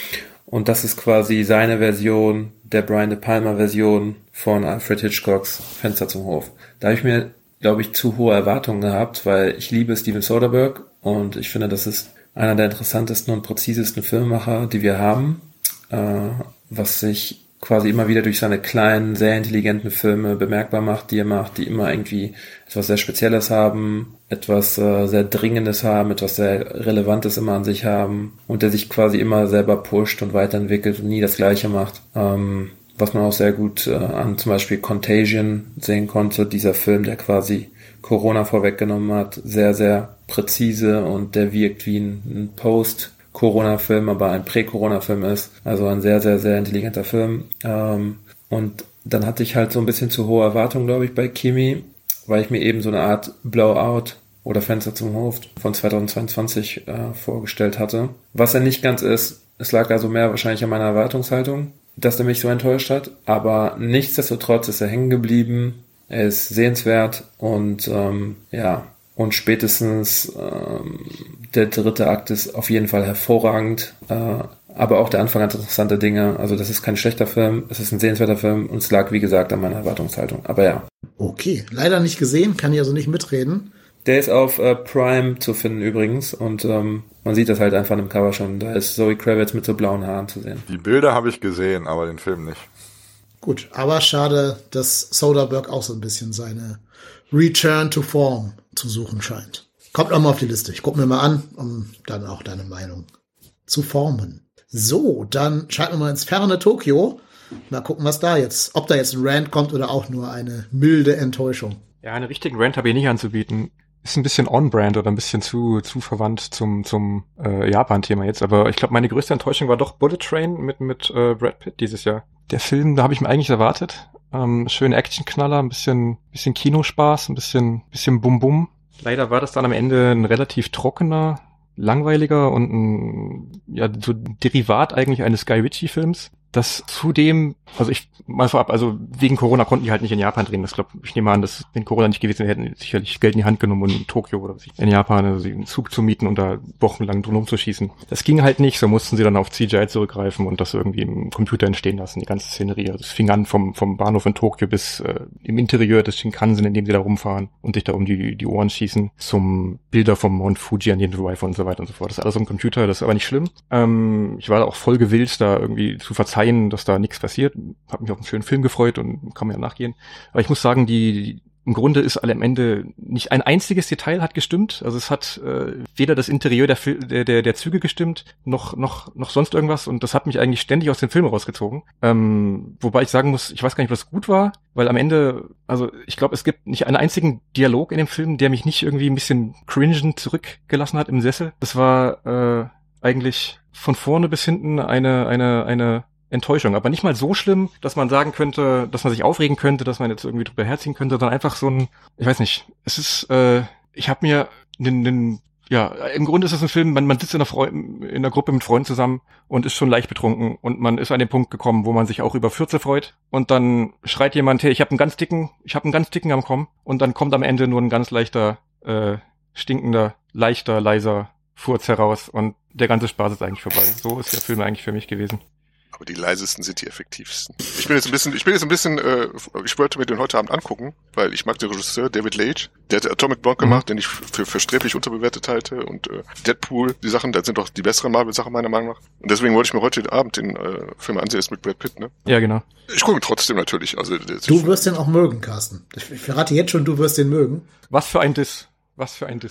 Und das ist quasi seine Version der Brian De Palma-Version von Alfred Hitchcocks Fenster zum Hof. Da habe ich mir, glaube ich, zu hohe Erwartungen gehabt, weil ich liebe Steven Soderbergh und ich finde, das ist einer der interessantesten und präzisesten Filmemacher, die wir haben, äh, was sich quasi immer wieder durch seine kleinen, sehr intelligenten Filme bemerkbar macht, die er macht, die immer irgendwie etwas sehr Spezielles haben, etwas äh, sehr Dringendes haben, etwas sehr Relevantes immer an sich haben und der sich quasi immer selber pusht und weiterentwickelt und nie das Gleiche macht. Ähm, was man auch sehr gut äh, an zum Beispiel Contagion sehen konnte, dieser Film, der quasi Corona vorweggenommen hat, sehr, sehr präzise und der wirkt wie ein, ein Post- Corona-Film, aber ein Prä-Corona-Film ist. Also ein sehr, sehr, sehr intelligenter Film. Ähm, und dann hatte ich halt so ein bisschen zu hohe Erwartungen, glaube ich, bei Kimi, weil ich mir eben so eine Art Blowout oder Fenster zum Hof von zweitausendzweiundzwanzig äh, vorgestellt hatte. Was er nicht ganz ist, es lag also mehr wahrscheinlich an meiner Erwartungshaltung, dass er mich so enttäuscht hat. Aber nichtsdestotrotz ist er hängen geblieben. Er ist sehenswert und ähm, ja, und spätestens ähm, der dritte Akt ist auf jeden Fall hervorragend, äh, aber auch der Anfang hat interessante Dinge. Also das ist kein schlechter Film, es ist ein sehenswerter Film und es lag, wie gesagt, an meiner Erwartungshaltung. Aber ja. Okay, leider nicht gesehen, kann ich also nicht mitreden. Der ist auf äh, Prime zu finden übrigens und ähm, man sieht das halt einfach im Cover schon. Da ist Zoe Kravitz mit so blauen Haaren zu sehen. Die Bilder habe ich gesehen, aber den Film nicht. Gut, aber schade, dass Soderbergh auch so ein bisschen seine Return to Form zu suchen scheint. Kommt auch mal auf die Liste. Ich gucke mir mal an, um dann auch deine Meinung zu formen. So, dann schalten wir mal ins ferne Tokio. Mal gucken, was da jetzt, ob da jetzt ein Rant kommt oder auch nur eine milde Enttäuschung. Ja, einen richtigen Rant habe ich nicht anzubieten. Ist ein bisschen on-brand oder ein bisschen zu zu verwandt zum zum äh, Japan-Thema jetzt. Aber ich glaube, meine größte Enttäuschung war doch Bullet Train mit mit äh, Brad Pitt dieses Jahr. Der Film, da habe ich mir eigentlich erwartet. Ähm, schöne Actionknaller, ein bisschen bisschen Kinospaß, ein bisschen bisschen Bum-Bum. Leider war das dann am Ende ein relativ trockener, langweiliger und ein ja so Derivat eigentlich eines Guy Ritchie-Films. Das zudem, also ich mal vorab, also wegen Corona konnten die halt nicht in Japan drehen. Das glaube ich nehme an, dass wenn Corona nicht gewesen wäre, hätten die sicherlich Geld in die Hand genommen und in Tokio oder in Japan also einen Zug zu mieten und da wochenlang drum rumzuschießen. Das ging halt nicht, so mussten sie dann auf C G I zurückgreifen und das irgendwie im Computer entstehen lassen, die ganze Szenerie. Also es fing an vom vom Bahnhof in Tokio bis äh, im Interieur des Shinkansen, in dem sie da rumfahren und sich da um die die Ohren schießen, zum Bilder vom Mount Fuji, an denen sie vorbeifahren und so weiter und so fort. Das ist alles am Computer, das ist aber nicht schlimm. Ähm, ich war da auch voll gewillt, da irgendwie zu verzeihen, dass da nichts passiert. Hab mich auf einen schönen Film gefreut und kann mir ja nachgehen. Aber ich muss sagen, die, die im Grunde ist alle am Ende nicht ein einziges Detail hat gestimmt. Also es hat äh, weder das Interieur der, der, der, der Züge gestimmt, noch, noch, noch sonst irgendwas. Und das hat mich eigentlich ständig aus dem Film rausgezogen. Ähm, wobei ich sagen muss, ich weiß gar nicht, was gut war, weil am Ende, also ich glaube, es gibt nicht einen einzigen Dialog in dem Film, der mich nicht irgendwie ein bisschen cringend zurückgelassen hat im Sessel. Das war äh, eigentlich von vorne bis hinten eine, eine, eine Enttäuschung, aber nicht mal so schlimm, dass man sagen könnte, dass man sich aufregen könnte, dass man jetzt irgendwie drüber herziehen könnte, sondern einfach so ein, ich weiß nicht, es ist, äh, ich habe mir einen, einen, ja, im Grunde ist es ein Film, man, man sitzt in einer, Freu- in einer Gruppe mit Freunden zusammen und ist schon leicht betrunken und man ist an den Punkt gekommen, wo man sich auch über Fürze freut und dann schreit jemand, hey, ich habe einen ganz dicken, ich habe einen ganz dicken am Kommen und dann kommt am Ende nur ein ganz leichter, äh, stinkender, leichter, leiser Furz heraus und der ganze Spaß ist eigentlich vorbei. So ist der Film eigentlich für mich gewesen. Aber die leisesten sind die effektivsten. Ich bin jetzt ein bisschen, ich bin jetzt ein bisschen, äh, ich wollte mir den heute Abend angucken, weil ich mag den Regisseur David Leitch. Der hat Atomic Blonde gemacht, mhm. den ich für, für sträflich unterbewertet halte und äh, Deadpool, die Sachen, das sind doch die besseren Marvel-Sachen meiner Meinung nach. Und deswegen wollte ich mir heute Abend den äh, Film ansehen, ist mit Brad Pitt, ne? Ja, genau. Ich gucke ihn trotzdem natürlich. Also du wirst den auch mögen, Carsten. Ich verrate jetzt schon, du wirst den mögen. Was für ein Diss. Was für ein Diss.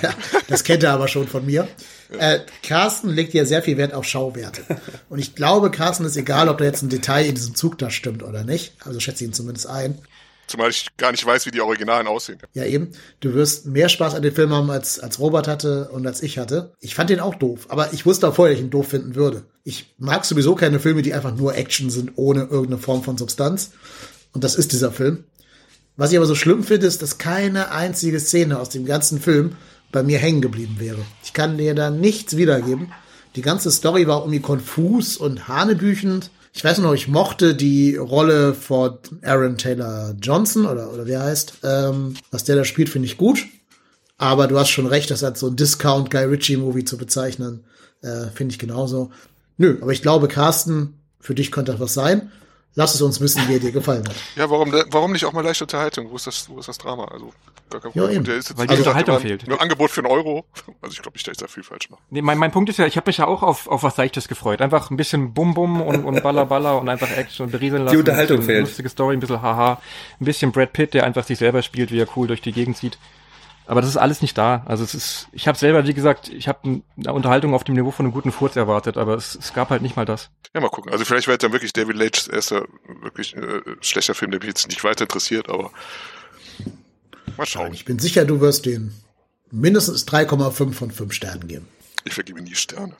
Das kennt er aber schon von mir. Äh, Carsten legt ja sehr viel Wert auf Schauwerte. Und ich glaube, Carsten ist egal, ob da jetzt ein Detail in diesem Zug da stimmt oder nicht. Also schätze ihn zumindest ein. Zumal ich gar nicht weiß, wie die Originalen aussehen. Ja, eben. Du wirst mehr Spaß an dem Film haben, als, als Robert hatte und als ich hatte. Ich fand den auch doof. Aber ich wusste auch vorher, dass ich ihn doof finden würde. Ich mag sowieso keine Filme, die einfach nur Action sind, ohne irgendeine Form von Substanz. Und das ist dieser Film. Was ich aber so schlimm finde, ist, dass keine einzige Szene aus dem ganzen Film bei mir hängen geblieben wäre. Ich kann dir da nichts wiedergeben. Die ganze Story war irgendwie konfus und hanebüchend. Ich weiß noch, ich mochte die Rolle von Aaron Taylor Johnson oder, oder wie er heißt. Ähm, was der da spielt, finde ich gut. Aber du hast schon recht, das als so ein Discount-Guy Ritchie-Movie zu bezeichnen, äh, finde ich genauso. Nö, aber ich glaube, Carsten, für dich könnte das was sein. Lass es uns wissen, wie er dir gefallen hat. Ja, warum, warum nicht auch mal leichte Unterhaltung? Wo ist das, wo ist das Drama? Also, gar kein Ja, Problem. eben. Der ist jetzt, Weil die also, Unterhaltung man, fehlt. Ein Angebot für einen Euro. Also ich glaube nicht, dass ich da viel falsch mache. Nee, mein, mein Punkt ist ja, ich habe mich ja auch auf, auf was Leichtes gefreut. Einfach ein bisschen Bum-Bum und, und Baller-Baller und einfach Action und berieseln lassen. Die Unterhaltung ein bisschen fehlt. Lustige Story, ein bisschen Haha. Ein bisschen Brad Pitt, der einfach sich selber spielt, wie er cool durch die Gegend zieht. Aber das ist alles nicht da. Also es ist, ich habe selber, wie gesagt, ich habe eine Unterhaltung auf dem Niveau von einem guten Furz erwartet, aber es, es gab halt nicht mal das. Ja, mal gucken. Also vielleicht wird dann wirklich David Leitchs erster wirklich äh, schlechter Film, der mich jetzt nicht weiter interessiert, aber mal schauen. Ich bin sicher, du wirst dem mindestens drei Komma fünf von fünf Sternen geben. Ich vergebe nie Sterne.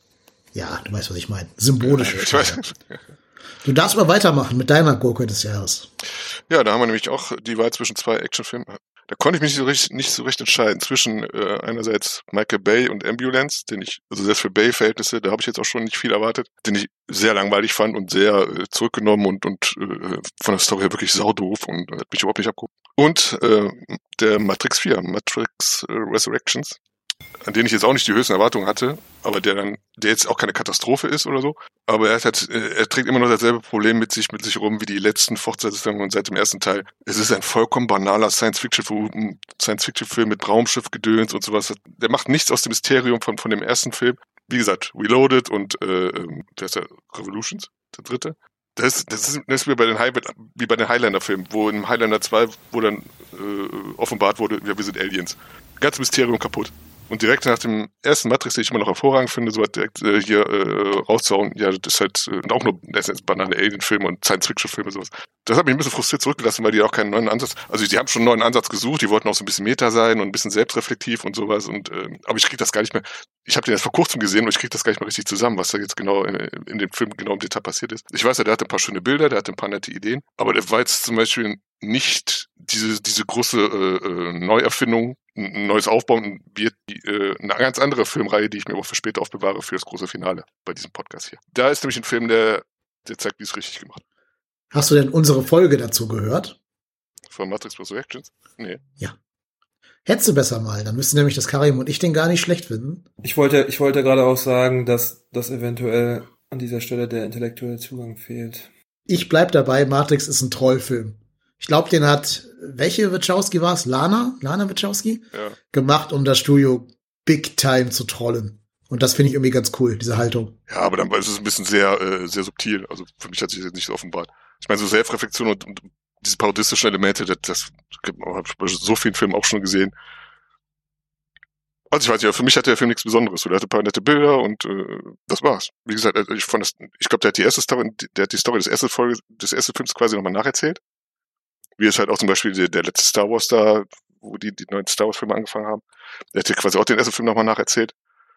Ja, du weißt, was ich meine. Symbolische Ich Sterne. weiß. Du darfst mal weitermachen mit deiner Gurke des Jahres. Ja, da haben wir nämlich auch die Wahl zwischen zwei Actionfilmen. Da konnte ich mich nicht so recht, nicht so recht entscheiden zwischen äh, einerseits Michael Bay und Ambulance, den ich, also selbst für Bay-Verhältnisse, da habe ich jetzt auch schon nicht viel erwartet, den ich sehr langweilig fand und sehr äh, zurückgenommen und und äh, von der Story her wirklich saudoof und hat mich überhaupt nicht abgeholt. Und äh, der Matrix vier, Matrix äh, Resurrections, an den ich jetzt auch nicht die höchsten Erwartungen hatte, aber der dann, der jetzt auch keine Katastrophe ist oder so, aber er hat, er trägt immer noch dasselbe Problem mit sich, mit sich rum wie die letzten Fortsetzungen seit dem ersten Teil. Es ist ein vollkommen banaler Science-Fiction-Film, Science-Fiction-Film mit Raumschiff-Gedöns und sowas. Der macht nichts aus dem Mysterium von, von dem ersten Film. Wie gesagt, Reloaded und, äh, wer ist der? Revolutions, der dritte. Das ist, das ist, das ist wie bei den, High, wie bei den Highlander-Filmen, wo in Highlander zwei, wo dann äh, offenbart wurde, ja, wir sind Aliens. Ganz Mysterium kaputt. Und direkt nach dem ersten Matrix, den ich immer noch hervorragend finde, so hat direkt äh, hier äh, rauszuhauen, ja, das ist halt äh, auch nur, das ist banale Alien-Filme und Science-Fiction-Filme sowas. Das hat mich ein bisschen frustriert zurückgelassen, weil die auch keinen neuen Ansatz, also die haben schon einen neuen Ansatz gesucht, die wollten auch so ein bisschen Meta sein und ein bisschen selbstreflektiv und sowas und äh, aber ich krieg das gar nicht mehr, ich habe den jetzt vor kurzem gesehen und ich krieg das gar nicht mehr richtig zusammen, was da jetzt genau in, in dem Film genau im Detail passiert ist. Ich weiß ja, der hatte ein paar schöne Bilder, der hatte ein paar nette Ideen, aber der war jetzt zum Beispiel nicht diese diese große äh, Neuerfindung, ein neues Aufbauen, wird äh, eine ganz andere Filmreihe, die ich mir auch für später aufbewahre für das große Finale bei diesem Podcast hier. Da ist nämlich ein Film, der, der zeigt, wie es richtig gemacht. Hast du denn unsere Folge dazu gehört? Von Matrix Resurrections? Nee. Ja. Hättest du besser mal, dann müsste nämlich das Karim und ich den gar nicht schlecht finden. Ich wollte, ich wollte gerade auch sagen, dass, dass eventuell an dieser Stelle der intellektuelle Zugang fehlt. Ich bleib dabei, Matrix ist ein Trollfilm. Ich glaube, den hat, welche Wachowski war es? Lana? Lana Wachowski? Ja. Gemacht, um das Studio big time zu trollen. Und das finde ich irgendwie ganz cool, diese Haltung. Ja, aber dann ist es ein bisschen sehr, äh, sehr subtil. Also für mich hat sich das jetzt nicht so offenbart. Ich meine, so Selbstreflexion und, und diese parodistischen Elemente, das, das habe ich bei so vielen Filmen auch schon gesehen. Also ich weiß nicht, für mich hat der Film nichts Besonderes. Der hatte ein paar nette Bilder und äh, das war's. Wie gesagt, ich fand das, ich glaube, der hat die erste Story, der hat die Story des ersten Folge, des ersten Films quasi nochmal nacherzählt. Wie es halt auch zum Beispiel der, der letzte Star Wars da, wo die die neuen Star Wars Filme angefangen haben. Der hat ja quasi auch den ersten Film nochmal nacherzählt.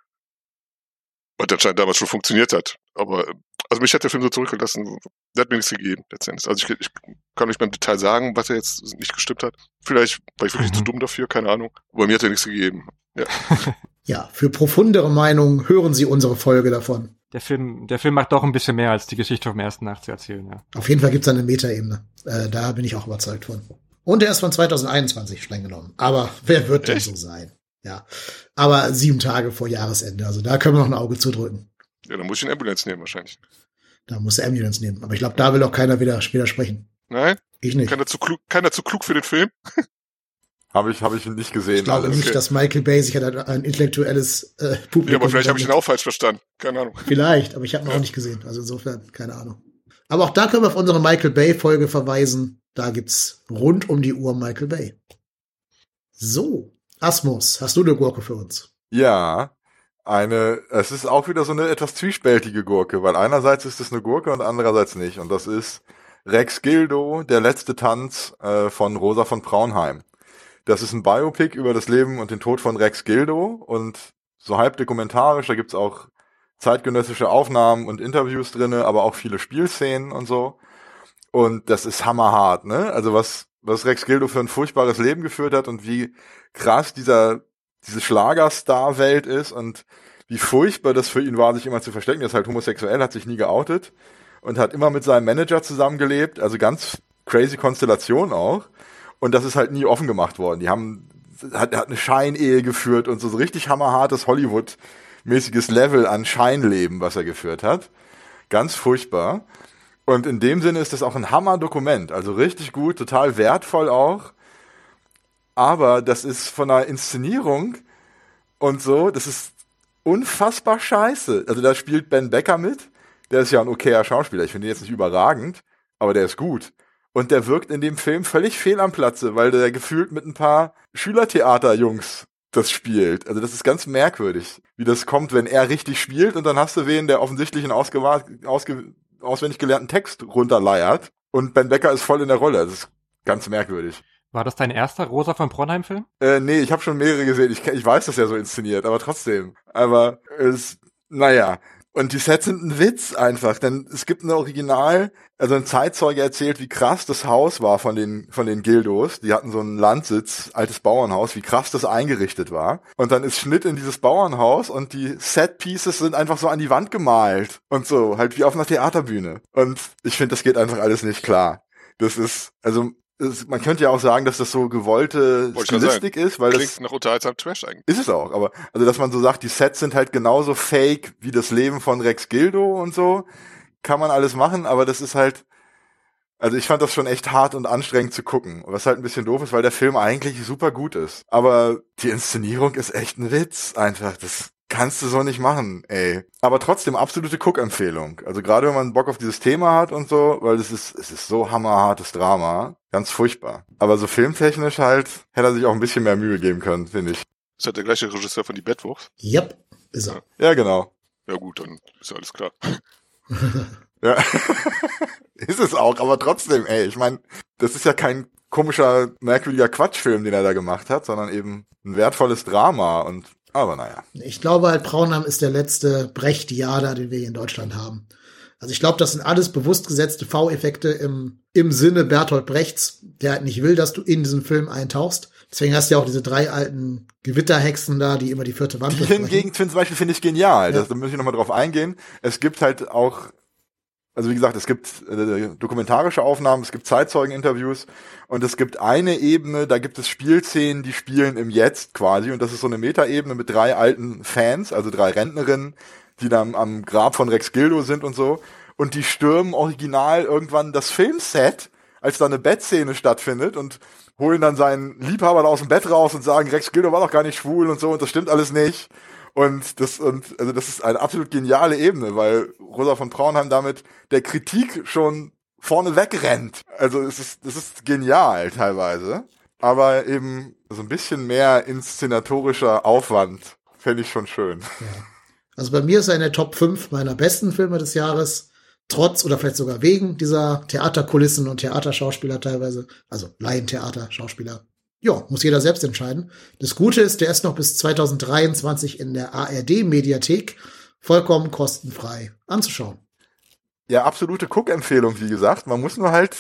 Was anscheinend damals schon funktioniert hat. Aber also mich hat der Film so zurückgelassen, der hat mir nichts gegeben letztendlich. Also ich, ich kann nicht beim Detail sagen, was er jetzt nicht gestimmt hat. Vielleicht war ich wirklich mhm. zu dumm dafür, keine Ahnung. Aber mir hat er nichts gegeben. Ja. Ja, für profundere Meinungen hören Sie unsere Folge davon. Der Film, der Film macht doch ein bisschen mehr, als die Geschichte vom ersten nachzuerzählen, ja. Auf jeden Fall gibt's eine Metaebene. Äh, da bin ich auch überzeugt von. Und er ist von zwanzig einundzwanzig streng genommen. Aber wer wird denn so sein? Ja. Aber sieben Tage vor Jahresende. Also da können wir noch ein Auge zudrücken. Ja, dann muss ich eine Ambulance nehmen wahrscheinlich. Da muss er Ambulance nehmen. Aber ich glaube, da will auch keiner wieder widersprechen. Nein? Ich nicht. Keiner zu klug, keiner zu klug für den Film? Habe ich, habe ich nicht gesehen. Ich glaube alles. nicht, Okay. dass Michael Bay sich ein, ein intellektuelles äh, Publikum... Ja, aber vielleicht habe ich ihn auch falsch verstanden. Keine Ahnung. Vielleicht, aber ich habe ihn auch nicht gesehen. Also insofern, keine Ahnung. Aber auch da können wir auf unsere Michael Bay-Folge verweisen. Da gibt's rund um die Uhr Michael Bay. So, Asmus, hast du eine Gurke für uns? Ja, eine, es ist auch wieder so eine etwas zwiespältige Gurke, weil einerseits ist es eine Gurke und andererseits nicht. Und das ist Rex Gildo, der letzte Tanz äh, von Rosa von Braunheim. Das ist ein Biopic über das Leben und den Tod von Rex Gildo und so halb dokumentarisch. Da gibt's auch zeitgenössische Aufnahmen und Interviews drinne, aber auch viele Spielszenen und so. Und das ist hammerhart, ne? Also was was Rex Gildo für ein furchtbares Leben geführt hat und wie krass dieser diese Schlagerstar-Welt ist und wie furchtbar das für ihn war, sich immer zu verstecken. Er ist halt homosexuell, hat sich nie geoutet und hat immer mit seinem Manager zusammengelebt. Also ganz crazy Konstellation auch. Und das ist halt nie offen gemacht worden. Die haben, hat, hat eine Scheinehe geführt und so, so richtig hammerhartes Hollywood, mäßiges Level an Scheinleben, was er geführt hat. Ganz furchtbar. Und in dem Sinne ist das auch ein Hammer-Dokument. Also richtig gut, total wertvoll auch. Aber das ist von der Inszenierung und so, das ist unfassbar scheiße. Also da spielt Ben Becker mit. Der ist ja ein okayer Schauspieler. Ich finde ihn jetzt nicht überragend, aber der ist gut. Und der wirkt in dem Film völlig fehl am Platze, weil der gefühlt mit ein paar Schülertheater-Jungs das spielt. Also das ist ganz merkwürdig, wie das kommt, wenn er richtig spielt und dann hast du wen, der offensichtlich einen ausgewa- ausge- auswendig gelernten Text runterleiert und Ben Becker ist voll in der Rolle. Das ist ganz merkwürdig. War das dein erster Rosa von Bronheim-Film? Äh, nee, ich habe schon mehrere gesehen. Ich, ich weiß, dass er so inszeniert, aber trotzdem. Aber es, naja. Und die Sets sind ein Witz einfach, denn es gibt ein Original, also ein Zeitzeuge erzählt, wie krass das Haus war von den von den Gildos. Die hatten so einen Landsitz, altes Bauernhaus, wie krass das eingerichtet war. Und dann ist Schnitt in dieses Bauernhaus und die Set-Pieces sind einfach so an die Wand gemalt und so, halt wie auf einer Theaterbühne. Und ich finde, das geht einfach alles nicht klar. Das ist, also Es, man könnte ja auch sagen, dass das so gewollte Stilistik ist, weil Klingt das nach unterhaltsamem Trash eigentlich. ist es auch, aber also dass man so sagt, die Sets sind halt genauso fake wie das Leben von Rex Gildo und so, kann man alles machen, aber das ist halt, also ich fand das schon echt hart und anstrengend zu gucken, was halt ein bisschen doof ist, weil der Film eigentlich super gut ist, aber die Inszenierung ist echt ein Witz, einfach, das kannst du so nicht machen, ey. Aber trotzdem absolute Guck-Empfehlung. Also gerade wenn man Bock auf dieses Thema hat und so, weil es ist, es ist so hammerhartes Drama. Ganz furchtbar. Aber so filmtechnisch halt, hätte er sich auch ein bisschen mehr Mühe geben können, finde ich. Ist halt der gleiche Regisseur von Die Bettwurfs? Yep, ist er. Ja, genau. Ja gut, dann ist ja alles klar. Ja. Ist es auch, aber trotzdem, ey, ich meine, das ist ja kein komischer, merkwürdiger Quatschfilm, den er da gemacht hat, sondern eben ein wertvolles Drama und aber naja. Ich glaube halt, Bronheim ist der letzte Brecht-Jada, den wir hier in Deutschland haben. Also ich glaube, das sind alles bewusst gesetzte V-Effekte im, im Sinne Bertolt Brechts, der halt nicht will, dass du in diesen Film eintauchst. Deswegen hast du ja auch diese drei alten Gewitterhexen da, die immer die vierte Wand Die hingegen zum Beispiel finde ich genial. Ja. Das, da muss ich nochmal drauf eingehen. Es gibt halt auch, also wie gesagt, es gibt äh, dokumentarische Aufnahmen, es gibt Zeitzeugeninterviews und es gibt eine Ebene, da gibt es Spielszenen, die spielen im Jetzt quasi und das ist so eine Metaebene mit drei alten Fans, also drei Rentnerinnen, die dann am Grab von Rex Gildo sind und so und die stürmen original irgendwann das Filmset, als da eine Bettszene stattfindet und holen dann seinen Liebhaber da aus dem Bett raus und sagen, Rex Gildo war doch gar nicht schwul und so und das stimmt alles nicht. Und das, und, also das ist eine absolut geniale Ebene, weil Rosa von Braunheim damit der Kritik schon vorne wegrennt. Also es ist, das ist genial teilweise. Aber eben so ein bisschen mehr inszenatorischer Aufwand fände ich schon schön. Ja. Also bei mir ist er in der Top fünf meiner besten Filme des Jahres. Trotz oder vielleicht sogar wegen dieser Theaterkulissen und Theaterschauspieler teilweise. Also Laientheater-Schauspieler. Ja, muss jeder selbst entscheiden. Das Gute ist, der ist noch bis zwanzig dreiundzwanzig in der A R D-Mediathek vollkommen kostenfrei anzuschauen. Ja, absolute Guck-Empfehlung, wie gesagt. Man muss nur halt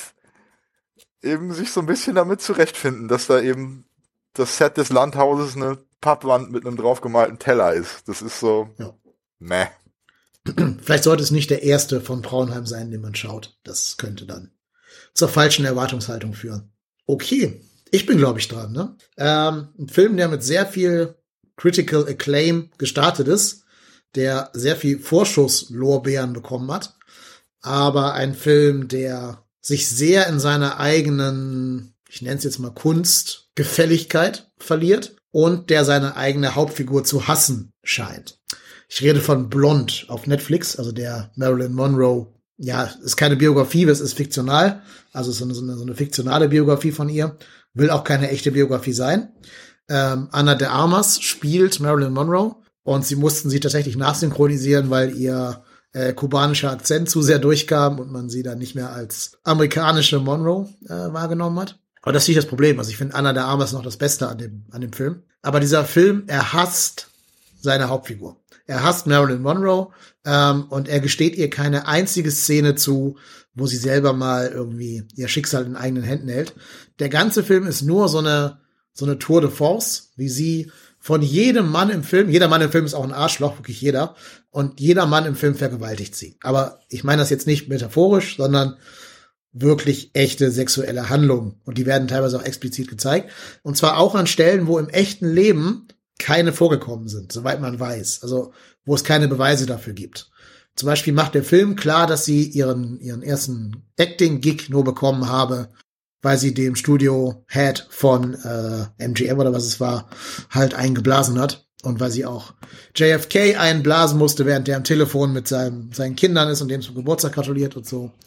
eben sich so ein bisschen damit zurechtfinden, dass da eben das Set des Landhauses eine Pappwand mit einem draufgemalten Teller ist. Das ist so, ja. Meh. Vielleicht sollte es nicht der erste von Braunheim sein, den man schaut. Das könnte dann zur falschen Erwartungshaltung führen. Okay. Ich bin, glaube ich, dran, ne? Ähm, ein Film, der mit sehr viel Critical Acclaim gestartet ist, der sehr viel Vorschusslorbeeren bekommen hat, aber ein Film, der sich sehr in seiner eigenen, ich nenne es jetzt mal Kunstgefälligkeit verliert und der seine eigene Hauptfigur zu hassen scheint. Ich rede von Blond auf Netflix, also der Marilyn Monroe. Ja, ist keine Biografie, es ist fiktional, also so eine, so eine, so eine fiktionale Biografie von ihr. Will auch keine echte Biografie sein. Ähm, Ana de Armas spielt Marilyn Monroe und sie mussten sie tatsächlich nachsynchronisieren, weil ihr äh, kubanischer Akzent zu sehr durchkam und man sie dann nicht mehr als amerikanische Monroe äh, wahrgenommen hat. Aber das ist nicht das Problem. Also ich finde Ana de Armas noch das Beste an dem, an dem Film. Aber dieser Film, er hasst seine Hauptfigur. Er hasst Marilyn Monroe ähm, und er gesteht ihr keine einzige Szene zu, wo sie selber mal irgendwie ihr Schicksal in eigenen Händen hält. Der ganze Film ist nur so eine so eine Tour de force, wie sie von jedem Mann im Film, jeder Mann im Film ist auch ein Arschloch, wirklich jeder, und jeder Mann im Film vergewaltigt sie. Aber ich meine das jetzt nicht metaphorisch, sondern wirklich echte sexuelle Handlungen. Und die werden teilweise auch explizit gezeigt. Und zwar auch an Stellen, wo im echten Leben keine vorgekommen sind, soweit man weiß. Also, wo es keine Beweise dafür gibt. Zum Beispiel macht der Film klar, dass sie ihren, ihren ersten Acting-Gig nur bekommen habe, weil sie dem Studio-Head von äh, M G M oder was es war, halt eingeblasen hat. Und weil sie auch J F K einblasen musste, während der am Telefon mit seinem, seinen Kindern ist und dem zum Geburtstag gratuliert und so.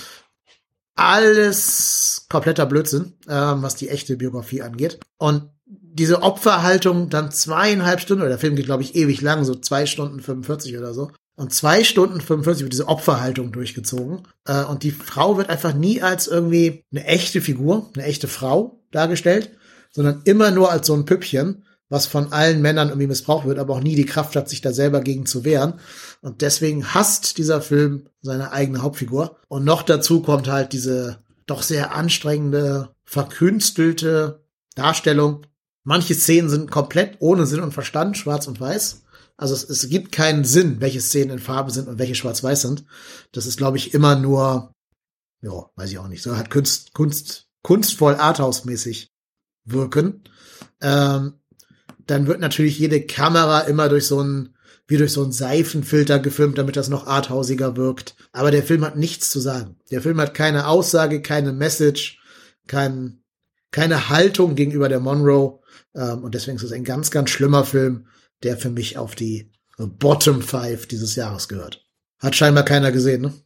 Alles kompletter Blödsinn, ähm, was die echte Biografie angeht. Und diese Opferhaltung dann zweieinhalb Stunden, oder der Film geht, glaube ich, ewig lang, so zwei Stunden fünfundvierzig oder so. Und zwei Stunden fünfundvierzig wird diese Opferhaltung durchgezogen. Äh, und die Frau wird einfach nie als irgendwie eine echte Figur, eine echte Frau dargestellt, sondern immer nur als so ein Püppchen, was von allen Männern irgendwie missbraucht wird, aber auch nie die Kraft hat, sich da selber gegen zu wehren. Und deswegen hasst dieser Film seine eigene Hauptfigur. Und noch dazu kommt halt diese doch sehr anstrengende, verkünstelte Darstellung. Manche Szenen sind komplett ohne Sinn und Verstand, schwarz und weiß. Also es, es gibt keinen Sinn, welche Szenen in Farbe sind und welche schwarz-weiß sind. Das ist, glaube ich, immer nur, ja, weiß ich auch nicht, so halt Kunst, Kunst, kunstvoll Arthouse-mäßig wirken. Ähm, dann wird natürlich jede Kamera immer durch so einen, wie durch so einen Seifenfilter gefilmt, damit das noch arthausiger wirkt. Aber der Film hat nichts zu sagen. Der Film hat keine Aussage, keine Message, kein, keine Haltung gegenüber der Monroe. Ähm, und deswegen ist es ein ganz, ganz schlimmer Film, der für mich auf die Bottom Five dieses Jahres gehört. Hat scheinbar keiner gesehen, ne?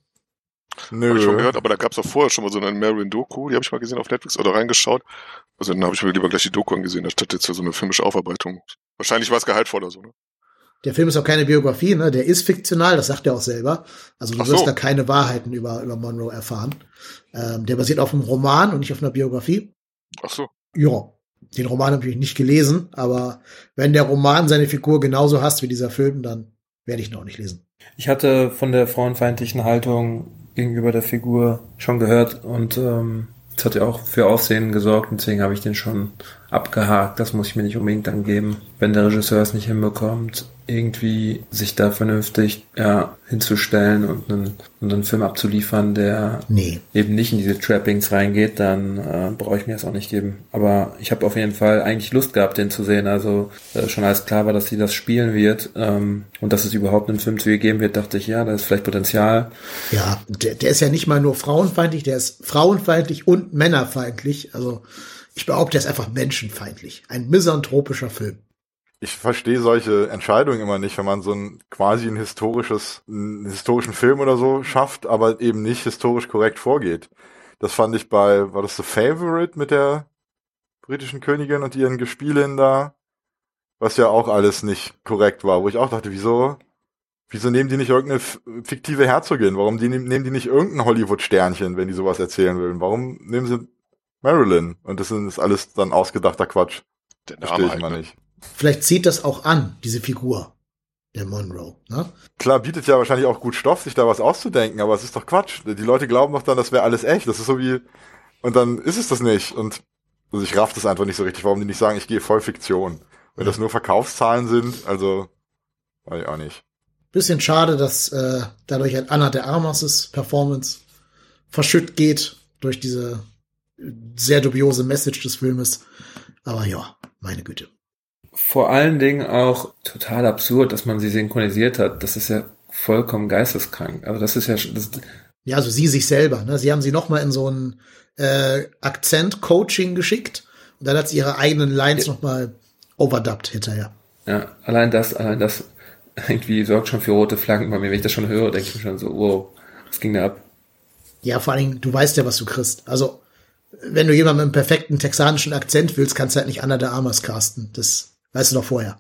Nö. Hab ich schon gehört, aber da gab's auch vorher schon mal so eine Marion-Doku, die habe ich mal gesehen auf Netflix oder reingeschaut. Also dann habe ich mir lieber gleich die Doku angesehen, anstatt jetzt so eine filmische Aufarbeitung. Wahrscheinlich war es gehaltvoller so, ne? Der Film ist auch keine Biografie, ne? Der ist fiktional, das sagt er auch selber. Also du Ach so. wirst da keine Wahrheiten über, über Monroe erfahren. Ähm, der basiert auf einem Roman und nicht auf einer Biografie. Ach so. Ja, den Roman habe ich nicht gelesen, aber wenn der Roman seine Figur genauso hasst wie dieser Film, dann werde ich ihn auch nicht lesen. Ich hatte von der frauenfeindlichen Haltung gegenüber der Figur schon gehört und ähm, das hat ja auch für Aufsehen gesorgt, deswegen habe ich den schon abgehakt. Das muss ich mir nicht unbedingt angeben, wenn der Regisseur es nicht hinbekommt, irgendwie sich da vernünftig ja, hinzustellen und einen, und einen Film abzuliefern, der nee. eben nicht in diese Trappings reingeht, dann äh, brauche ich mir das auch nicht geben. Aber ich habe auf jeden Fall eigentlich Lust gehabt, den zu sehen. Also äh, schon als klar war, dass sie das spielen wird ähm, und dass es überhaupt einen Film zu ihr geben wird, dachte ich, ja, da ist vielleicht Potenzial. Ja, der, der ist ja nicht mal nur frauenfeindlich, der ist frauenfeindlich und männerfeindlich. Also ich behaupte, der ist einfach menschenfeindlich. Ein misanthropischer Film. Ich verstehe solche Entscheidungen immer nicht, wenn man so ein quasi ein historisches, einen historischen Film oder so schafft, aber eben nicht historisch korrekt vorgeht. Das fand ich bei, war das The Favourite mit der britischen Königin und ihren Gespielinnen da, was ja auch alles nicht korrekt war, wo ich auch dachte, wieso, wieso nehmen die nicht irgendeine fiktive Herzogin? Warum die, nehmen die nicht irgendein Hollywood-Sternchen, wenn die sowas erzählen wollen? Warum nehmen sie Marilyn? Und das ist alles dann ausgedachter Quatsch. Der Verstehe Name ich halt, mal ne? nicht. Vielleicht zieht das auch an, diese Figur der Monroe, ne? Klar, bietet ja wahrscheinlich auch gut Stoff, sich da was auszudenken, aber es ist doch Quatsch. Die Leute glauben doch dann, das wäre alles echt. Das ist so wie, und dann ist es das nicht. Und also ich raff das einfach nicht so richtig, warum die nicht sagen, ich gehe voll Fiktion. Wenn das nur Verkaufszahlen sind, also weiß ich auch nicht. Bisschen schade, dass äh, dadurch ein Anna de Armas' Performance verschütt geht durch diese sehr dubiose Message des Filmes. Aber ja, meine Güte. Vor allen Dingen auch total absurd, dass man sie synchronisiert hat. Das ist ja vollkommen geisteskrank. Also das ist ja... Das ja, also sie sich selber. Ne? Sie haben sie noch mal in so ein äh, Akzent-Coaching geschickt und dann hat sie ihre eigenen Lines ja. noch mal overdubbt hinterher. Ja, allein das, allein das irgendwie sorgt schon für rote Flaggen bei mir. Wenn ich das schon höre, denke ich mir schon so, wow, was ging da ab? Ja, vor allen Dingen, du weißt ja, was du kriegst. Also, wenn du jemanden mit einem perfekten texanischen Akzent willst, kannst du halt nicht Anna de Armas casten. Das weißt du doch vorher.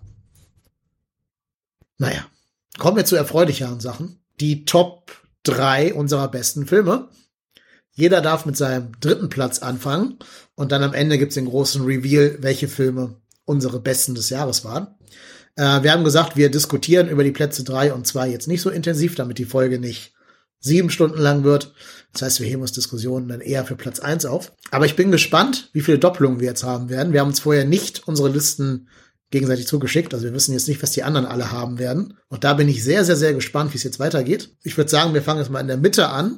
Naja, kommen wir zu erfreulicheren Sachen. Die Top drei unserer besten Filme. Jeder darf mit seinem dritten Platz anfangen und dann am Ende gibt's den großen Reveal, welche Filme unsere besten des Jahres waren. Äh, wir haben gesagt, wir diskutieren über die Plätze drei und zwei jetzt nicht so intensiv, damit die Folge nicht sieben Stunden lang wird. Das heißt, wir heben uns Diskussionen dann eher für Platz eins auf. Aber ich bin gespannt, wie viele Doppelungen wir jetzt haben werden. Wir haben uns vorher nicht unsere Listen gegenseitig zugeschickt. Also wir wissen jetzt nicht, was die anderen alle haben werden. Und da bin ich sehr, sehr, sehr gespannt, wie es jetzt weitergeht. Ich würde sagen, wir fangen jetzt mal in der Mitte an.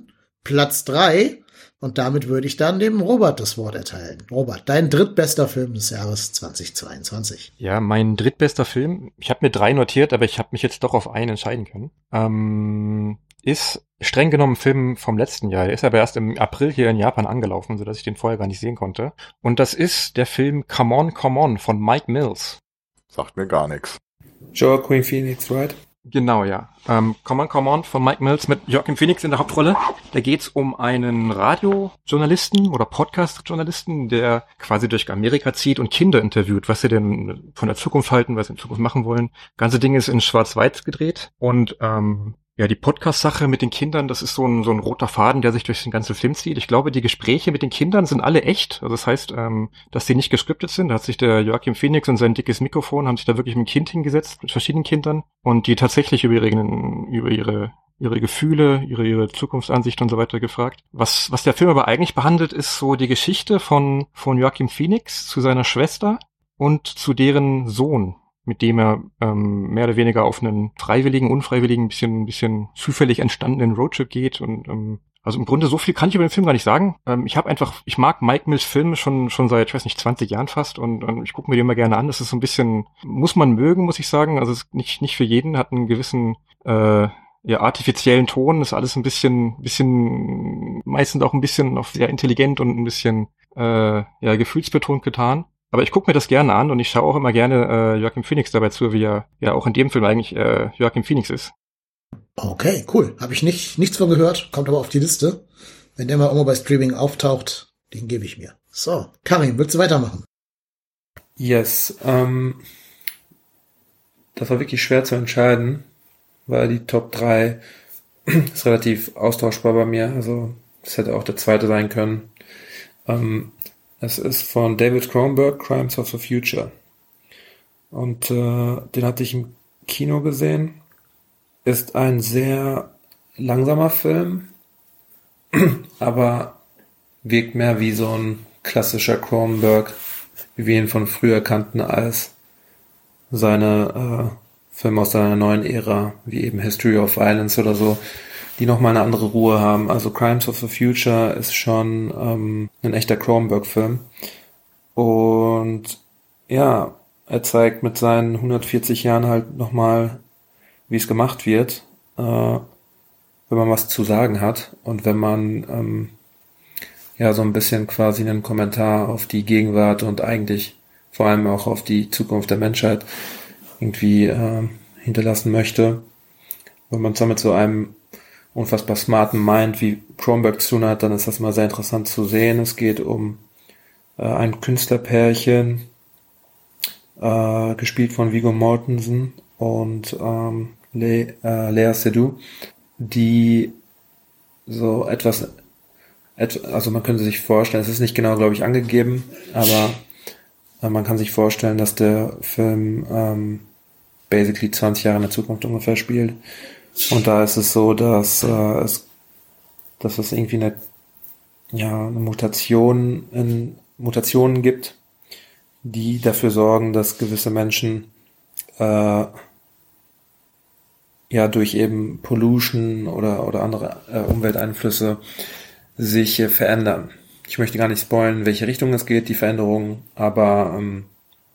Platz drei. Und damit würde ich dann dem Robert das Wort erteilen. Robert, dein drittbester Film des Jahres zweitausendzweiundzwanzig. Ja, mein drittbester Film, ich habe mir drei notiert, aber ich habe mich jetzt doch auf einen entscheiden können, ähm, ist streng genommen ein Film vom letzten Jahr. Der ist aber erst im April hier in Japan angelaufen, sodass ich den vorher gar nicht sehen konnte. Und das ist der Film Come On, Come On von Mike Mills. Sagt mir gar nichts. Joaquin Phoenix, right? Genau, ja. Ähm, Come On, Come On von Mike Mills mit Joaquin Phoenix in der Hauptrolle. Da geht's um einen Radiojournalisten oder Podcast-Journalisten, der quasi durch Amerika zieht und Kinder interviewt, was sie denn von der Zukunft halten, was sie in Zukunft machen wollen. Das ganze Ding ist in Schwarz-Weiß gedreht und ähm, ja, die Podcast-Sache mit den Kindern, das ist so ein so ein roter Faden, der sich durch den ganzen Film zieht. Ich glaube, die Gespräche mit den Kindern sind alle echt. Also das heißt, ähm, dass die nicht gescriptet sind. Da hat sich der Joaquin Phoenix und sein dickes Mikrofon, haben sich da wirklich mit einem Kind hingesetzt, mit verschiedenen Kindern. Und die tatsächlich über ihre, über ihre, ihre Gefühle, ihre, ihre Zukunftsansicht und so weiter gefragt. Was, was der Film aber eigentlich behandelt, ist so die Geschichte von, von Joaquin Phoenix zu seiner Schwester und zu deren Sohn, mit dem er ähm, mehr oder weniger auf einen freiwilligen, unfreiwilligen, bisschen bisschen zufällig entstandenen Roadtrip geht. Und ähm, also im Grunde so viel kann ich über den Film gar nicht sagen. Ähm, ich habe einfach, ich mag Mike Mills Filme schon schon seit, ich weiß nicht, zwanzig Jahren fast und, und ich gucke mir die immer gerne an. Das ist so ein bisschen, muss man mögen, muss ich sagen. Also es ist nicht nicht für jeden, hat einen gewissen äh, ja artifiziellen Ton. Ist alles ein bisschen bisschen meistens auch ein bisschen auf sehr intelligent und ein bisschen äh, ja gefühlsbetont getan. Aber ich gucke mir das gerne an und ich schaue auch immer gerne äh, Joaquin Phoenix dabei zu, wie er ja auch in dem Film eigentlich äh, Joaquin Phoenix ist. Okay, cool. Habe ich nicht nichts von gehört, kommt aber auf die Liste. Wenn der mal irgendwo bei Streaming auftaucht, den gebe ich mir. So, Karin, willst du weitermachen? Yes. Ähm, das war wirklich schwer zu entscheiden, weil die Top drei ist relativ austauschbar bei mir. Also das hätte auch der zweite sein können. Ähm, Es ist von David Cronenberg, Crimes of the Future. Und äh, den hatte ich im Kino gesehen. Ist ein sehr langsamer Film, aber wirkt mehr wie so ein klassischer Cronenberg, wie wir ihn von früher kannten, als seine äh, Filme aus seiner neuen Ära, wie eben History of Violence oder so, die nochmal eine andere Ruhe haben. Also Crimes of the Future ist schon ähm, ein echter Cronenberg-Film. Und ja, er zeigt mit seinen hundertvierzig Jahren halt nochmal, wie es gemacht wird, äh, wenn man was zu sagen hat und wenn man ähm, ja so ein bisschen quasi einen Kommentar auf die Gegenwart und eigentlich vor allem auch auf die Zukunft der Menschheit irgendwie äh, hinterlassen möchte. Wenn man zwar mit so einem unfassbar smarten Mind wie Cronenberg zu tun hat, dann ist das mal sehr interessant zu sehen. Es geht um äh, ein Künstlerpärchen, äh, gespielt von Viggo Mortensen und ähm, Le, äh, Lea Seydoux, die so etwas, et, also man könnte sich vorstellen, es ist nicht genau, glaube ich, angegeben, aber äh, man kann sich vorstellen, dass der Film ähm, basically zwanzig Jahre in der Zukunft ungefähr spielt. Und da ist es so, dass äh, es, dass es irgendwie eine, ja, eine Mutation in Mutationen gibt, die dafür sorgen, dass gewisse Menschen äh, ja durch eben Pollution oder oder andere äh, Umwelteinflüsse sich äh, verändern. Ich möchte gar nicht spoilen, in welche Richtung es geht, die Veränderung, aber ähm,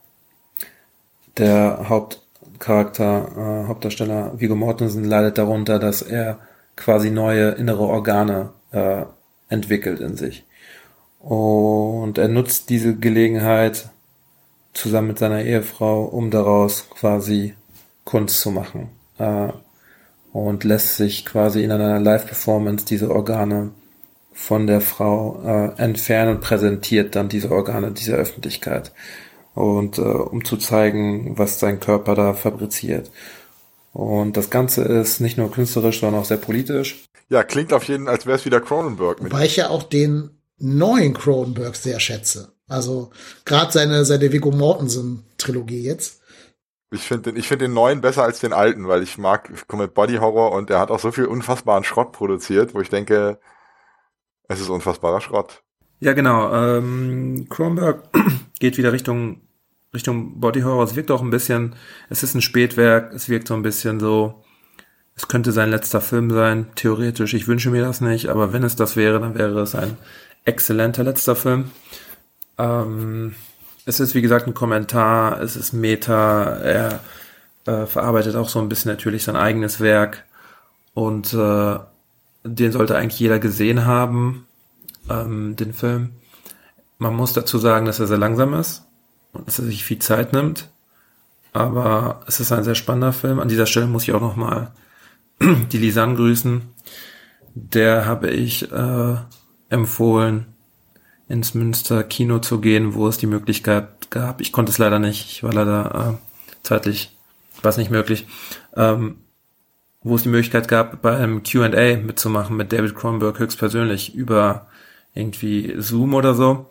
der Hauptcharakter, äh, Hauptdarsteller Viggo Mortensen leidet darunter, dass er quasi neue innere Organe äh, entwickelt in sich. Und er nutzt diese Gelegenheit zusammen mit seiner Ehefrau, um daraus quasi Kunst zu machen. Äh, und lässt sich quasi in einer Live-Performance diese Organe von der Frau äh, entfernen und präsentiert dann diese Organe dieser Öffentlichkeit. Und äh, um zu zeigen, was sein Körper da fabriziert. Und das Ganze ist nicht nur künstlerisch, sondern auch sehr politisch. Ja, klingt auf jeden Fall, als wäre es wieder Cronenberg. Wobei ich ja auch den neuen Cronenberg sehr schätze. Also gerade seine, seine Viggo Mortensen-Trilogie jetzt. Ich finde den, ich finde den neuen besser als den alten, weil ich mag, ich komme mit Body Horror und er hat auch so viel unfassbaren Schrott produziert, wo ich denke, es ist unfassbarer Schrott. Ja, genau. Ähm, Cronenberg geht wieder Richtung Richtung Body Horror. Es wirkt auch ein bisschen, es ist ein Spätwerk, es wirkt so ein bisschen so, Es könnte sein letzter Film sein, theoretisch. Ich wünsche mir das nicht, aber wenn es das wäre, dann wäre es ein exzellenter letzter Film. Ähm, es ist, wie gesagt, ein Kommentar, es ist Meta, er äh, verarbeitet auch so ein bisschen natürlich sein eigenes Werk und äh, den sollte eigentlich jeder gesehen haben, ähm, den Film. Man muss dazu sagen, dass er sehr langsam ist und dass er sich viel Zeit nimmt, aber es ist ein sehr spannender Film. An dieser Stelle muss ich auch nochmal die Lisanne grüßen. Der habe ich äh, empfohlen, ins Münster Kino zu gehen, wo es die Möglichkeit gab. Ich konnte es leider nicht. Ich war leider äh, zeitlich, war es nicht möglich. Ähm, wo es die Möglichkeit gab, bei einem Q and A mitzumachen mit David Cronenberg höchstpersönlich über irgendwie Zoom oder so.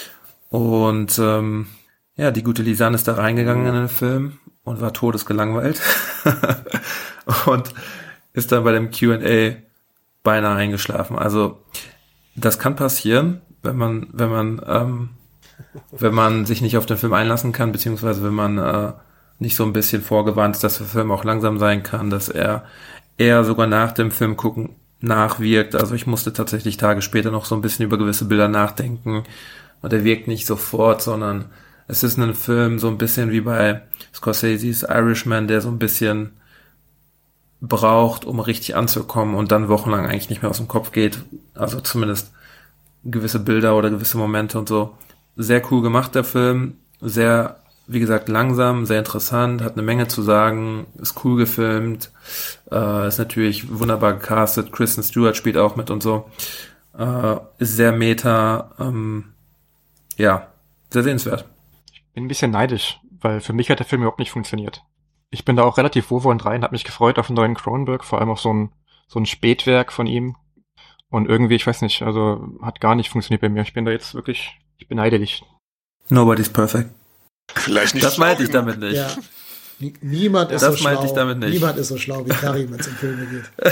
Und ähm, ja, die gute Lisanne ist da reingegangen in den Film und war todesgelangweilt. Und ist dann bei dem Q and A beinahe eingeschlafen. Also das kann passieren, wenn man, wenn man, ähm, wenn man sich nicht auf den Film einlassen kann, beziehungsweise wenn man äh, nicht so ein bisschen vorgewarnt ist, dass der Film auch langsam sein kann, dass er eher sogar nach dem Film gucken nachwirkt. Also ich musste tatsächlich Tage später noch so ein bisschen über gewisse Bilder nachdenken und er wirkt nicht sofort, sondern es ist ein Film so ein bisschen wie bei Scorseses Irishman, der so ein bisschen braucht, um richtig anzukommen und dann wochenlang eigentlich nicht mehr aus dem Kopf geht. Also zumindest gewisse Bilder oder gewisse Momente und so. Sehr cool gemacht, der Film. Sehr, wie gesagt, langsam, sehr interessant, hat eine Menge zu sagen, ist cool gefilmt, äh, ist natürlich wunderbar gecastet, Kristen Stewart spielt auch mit und so. Äh, ist sehr meta, ähm, ja, sehr sehenswert. Ich bin ein bisschen neidisch, weil für mich hat der Film überhaupt nicht funktioniert. Ich bin da auch relativ wohlwollend rein, habe mich gefreut auf den neuen Cronenberg, vor allem auf so ein so ein Spätwerk von ihm. Und irgendwie, ich weiß nicht, also hat gar nicht funktioniert bei mir. Ich bin da jetzt wirklich, ich beneide dich. Nobody's perfect. Vielleicht nicht. Das meinte ich damit nicht. Ja. Niemand ist das so meinte schlau. Ich damit nicht. Niemand ist so schlau wie Karim, wenn es um Filme geht.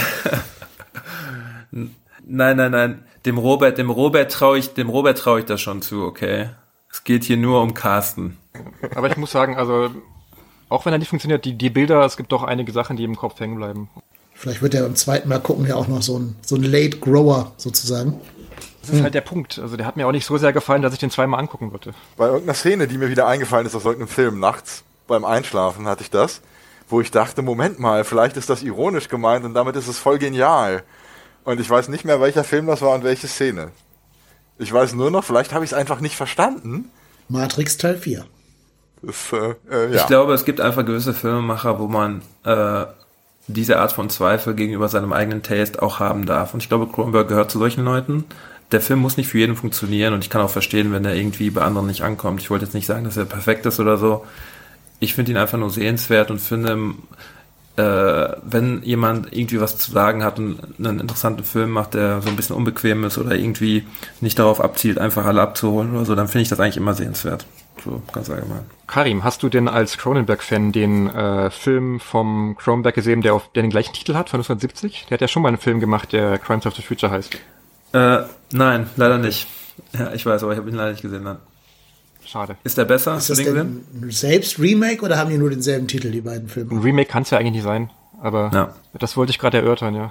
Nein, nein, nein. Dem Robert, dem Robert traue ich, dem Robert traue ich das schon zu, okay? Es geht hier nur um Carsten. Aber ich muss sagen, also auch wenn er nicht funktioniert, die, die Bilder, es gibt doch einige Sachen, die im Kopf hängen bleiben. Vielleicht wird er beim zweiten Mal gucken ja auch noch so ein, so ein Late Grower sozusagen. Das ist hm. halt der Punkt. Also der hat mir auch nicht so sehr gefallen, dass ich den zweimal angucken würde. Bei irgendeiner Szene, die mir wieder eingefallen ist aus irgendeinem Film, nachts beim Einschlafen hatte ich das, wo ich dachte, Moment mal, vielleicht ist das ironisch gemeint und damit ist es voll genial. Und ich weiß nicht mehr, welcher Film das war und welche Szene. Ich weiß nur noch, vielleicht habe ich es einfach nicht verstanden. Matrix Teil vier. Das, äh, äh, ja. Ich glaube, es gibt einfach gewisse Filmemacher, wo man äh, diese Art von Zweifel gegenüber seinem eigenen Taste auch haben darf. Und ich glaube, Cronenberg gehört zu solchen Leuten. Der Film muss nicht für jeden funktionieren und ich kann auch verstehen, wenn er irgendwie bei anderen nicht ankommt. Ich wollte jetzt nicht sagen, dass er perfekt ist oder so. Ich finde ihn einfach nur sehenswert und finde, äh, wenn jemand irgendwie was zu sagen hat und einen interessanten Film macht, der so ein bisschen unbequem ist oder irgendwie nicht darauf abzielt, einfach alle abzuholen oder so, dann finde ich das eigentlich immer sehenswert. So, ganz allgemein. Karim, hast du denn als Cronenberg-Fan den äh, Film vom Cronenberg gesehen, der, auf, der den gleichen Titel hat, von neunzehnhundertsiebzig? Der hat ja schon mal einen Film gemacht, der Crimes of the Future heißt. Äh, nein, leider nicht. Ja, ich weiß, aber ich habe ihn leider nicht gesehen. Nein. Schade. Ist der besser? Ist das denn selbst Remake oder haben die nur denselben Titel, die beiden Filme? Ein Remake kann es ja eigentlich nicht sein, aber ja. Das wollte ich gerade erörtern, ja.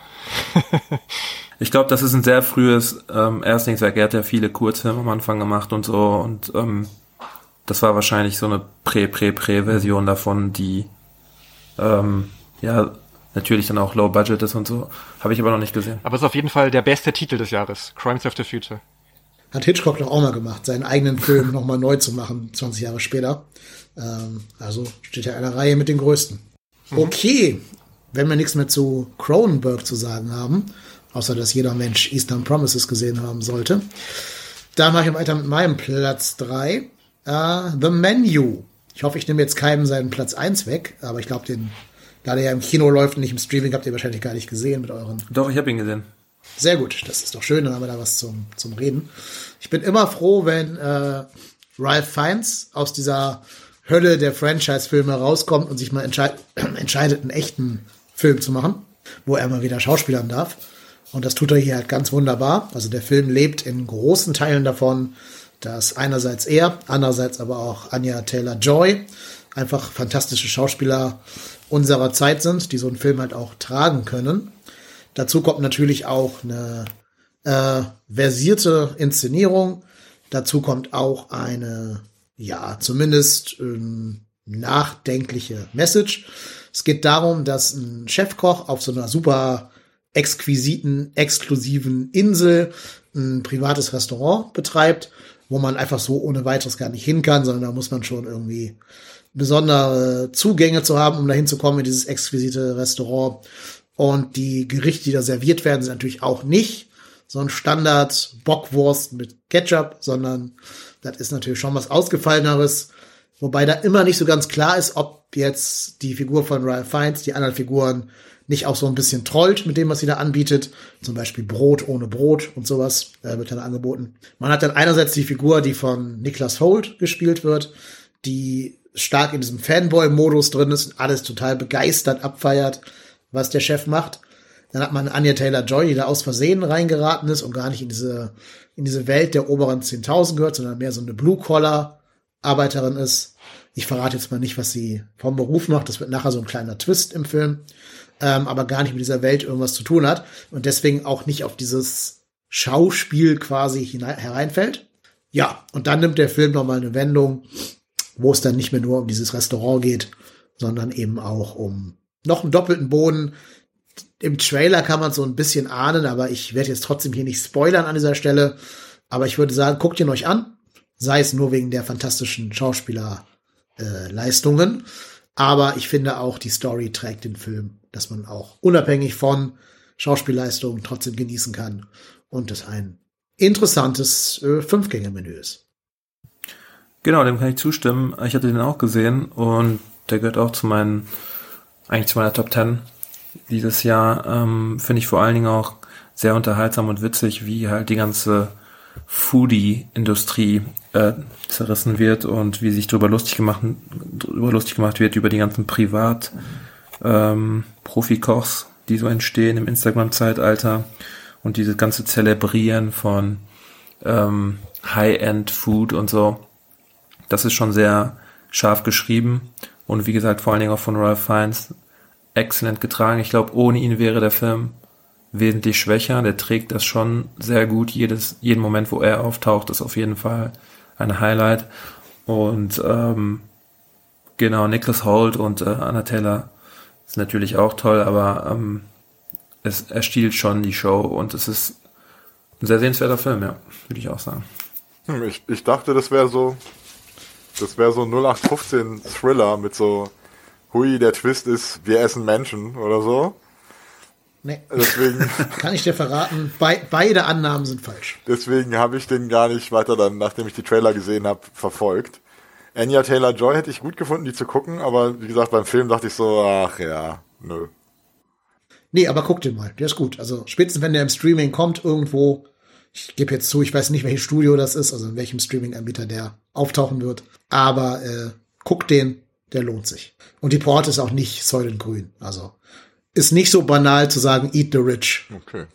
Ich glaube, das ist ein sehr frühes ähm, Erstlingswerk. Er hat ja viele Kurzfilme am Anfang gemacht und so und ähm, das war wahrscheinlich so eine Prä-Prä-Prä-Version davon, die ähm, ja natürlich dann auch Low Budget ist und so. Habe ich aber noch nicht gesehen. Aber es ist auf jeden Fall der beste Titel des Jahres. Crimes of the Future. Hat Hitchcock doch auch mal gemacht, seinen eigenen Film nochmal neu zu machen, zwanzig Jahre später. Ähm, also steht ja eine Reihe mit den Größten. Okay, wenn wir nichts mehr zu Cronenberg zu sagen haben, außer dass jeder Mensch Eastern Promises gesehen haben sollte, dann mache ich weiter mit meinem Platz drei. Uh, The Menu. Ich hoffe, ich nehme jetzt keinem seinen Platz eins weg, aber ich glaube, den, da der ja im Kino läuft und nicht im Streaming, habt ihr wahrscheinlich gar nicht gesehen mit euren... Doch, ich habe ihn gesehen. Sehr gut, das ist doch schön, dann haben wir da was zum, zum Reden. Ich bin immer froh, wenn äh, Ralph Fiennes aus dieser Hölle der Franchise-Filme rauskommt und sich mal entscheid- entscheidet, einen echten Film zu machen, wo er mal wieder schauspielern darf. Und das tut er hier halt ganz wunderbar. Also der Film lebt in großen Teilen davon, dass einerseits er, andererseits aber auch Anya Taylor-Joy einfach fantastische Schauspieler unserer Zeit sind, die so einen Film halt auch tragen können. Dazu kommt natürlich auch eine äh, versierte Inszenierung. Dazu kommt auch eine, ja, zumindest ähm, nachdenkliche Message. Es geht darum, dass ein Chefkoch auf so einer super exquisiten, exklusiven Insel ein privates Restaurant betreibt, wo man einfach so ohne weiteres gar nicht hin kann, sondern da muss man schon irgendwie besondere Zugänge zu haben, um da hinzukommen in dieses exquisite Restaurant. Und die Gerichte, die da serviert werden, sind natürlich auch nicht so ein Standard Bockwurst mit Ketchup, sondern das ist natürlich schon was Ausgefalleneres. Wobei da immer nicht so ganz klar ist, ob jetzt die Figur von Ralph Fiennes die anderen Figuren nicht auch so ein bisschen trollt mit dem, was sie da anbietet. Zum Beispiel Brot ohne Brot und sowas äh, wird dann angeboten. Man hat dann einerseits die Figur, die von Nicholas Hoult gespielt wird, die stark in diesem Fanboy-Modus drin ist und alles total begeistert abfeiert, was der Chef macht. Dann hat man Anya Taylor-Joy, die da aus Versehen reingeraten ist und gar nicht in diese, in diese Welt der oberen zehntausend gehört, sondern mehr so eine Blue-Collar-Arbeiterin ist. Ich verrate jetzt mal nicht, was sie vom Beruf macht. Das wird nachher so ein kleiner Twist im Film. Ähm, aber gar nicht mit dieser Welt irgendwas zu tun hat. Und deswegen auch nicht auf dieses Schauspiel quasi hinein, hereinfällt. Ja, und dann nimmt der Film nochmal eine Wendung, wo es dann nicht mehr nur um dieses Restaurant geht, sondern eben auch um noch einen doppelten Boden. Im Trailer kann man so ein bisschen ahnen, aber ich werde jetzt trotzdem hier nicht spoilern an dieser Stelle. Aber ich würde sagen, guckt ihn euch an. Sei es nur wegen der fantastischen Schauspielerleistungen. Äh, aber ich finde auch, die Story trägt den Film, dass man auch unabhängig von Schauspielleistungen trotzdem genießen kann. Und es ein interessantes äh, Fünf-Gänge-Menü ist. Genau, dem kann ich zustimmen. Ich hatte den auch gesehen und der gehört auch zu meinen, eigentlich zu meiner Top Ten dieses Jahr. Ähm, finde ich vor allen Dingen auch sehr unterhaltsam und witzig, wie halt die ganze Foodie-Industrie äh, zerrissen wird und wie sich darüber lustig gemacht, darüber lustig gemacht wird, über die ganzen Privat- ähm, Profikochs, die so entstehen im Instagram-Zeitalter und dieses ganze Zelebrieren von ähm, High-End-Food und so. Das ist schon sehr scharf geschrieben und wie gesagt, vor allen Dingen auch von Ralph Fiennes exzellent getragen. Ich glaube, ohne ihn wäre der Film wesentlich schwächer. Der trägt das schon sehr gut. Jedes, jeden Moment, wo er auftaucht, ist auf jeden Fall ein Highlight. Und ähm, genau, Nicholas Hoult und äh, Anya Taylor ist natürlich auch toll, aber ähm, es, er stiehlt schon die Show und es ist ein sehr sehenswerter Film, ja, würde ich auch sagen. Hm, ich, ich dachte, das wäre so, das wäre so null acht fünfzehn Thriller mit so, hui, der Twist ist, wir essen Menschen oder so. Nee. Deswegen kann ich dir verraten, be- beide Annahmen sind falsch. Deswegen habe ich den gar nicht weiter dann, nachdem ich die Trailer gesehen habe, verfolgt. Anya Taylor-Joy hätte ich gut gefunden, die zu gucken, aber wie gesagt, beim Film dachte ich so, ach ja, nö. Nee, aber guck den mal, der ist gut. Also spätestens, wenn der im Streaming kommt, irgendwo, ich gebe jetzt zu, ich weiß nicht, welches Studio das ist, also in welchem Streaming-Anbieter der auftauchen wird, aber äh, guck den, der lohnt sich. Und die Pointe ist auch nicht säulengrün, also ist nicht so banal zu sagen, eat the rich. Okay.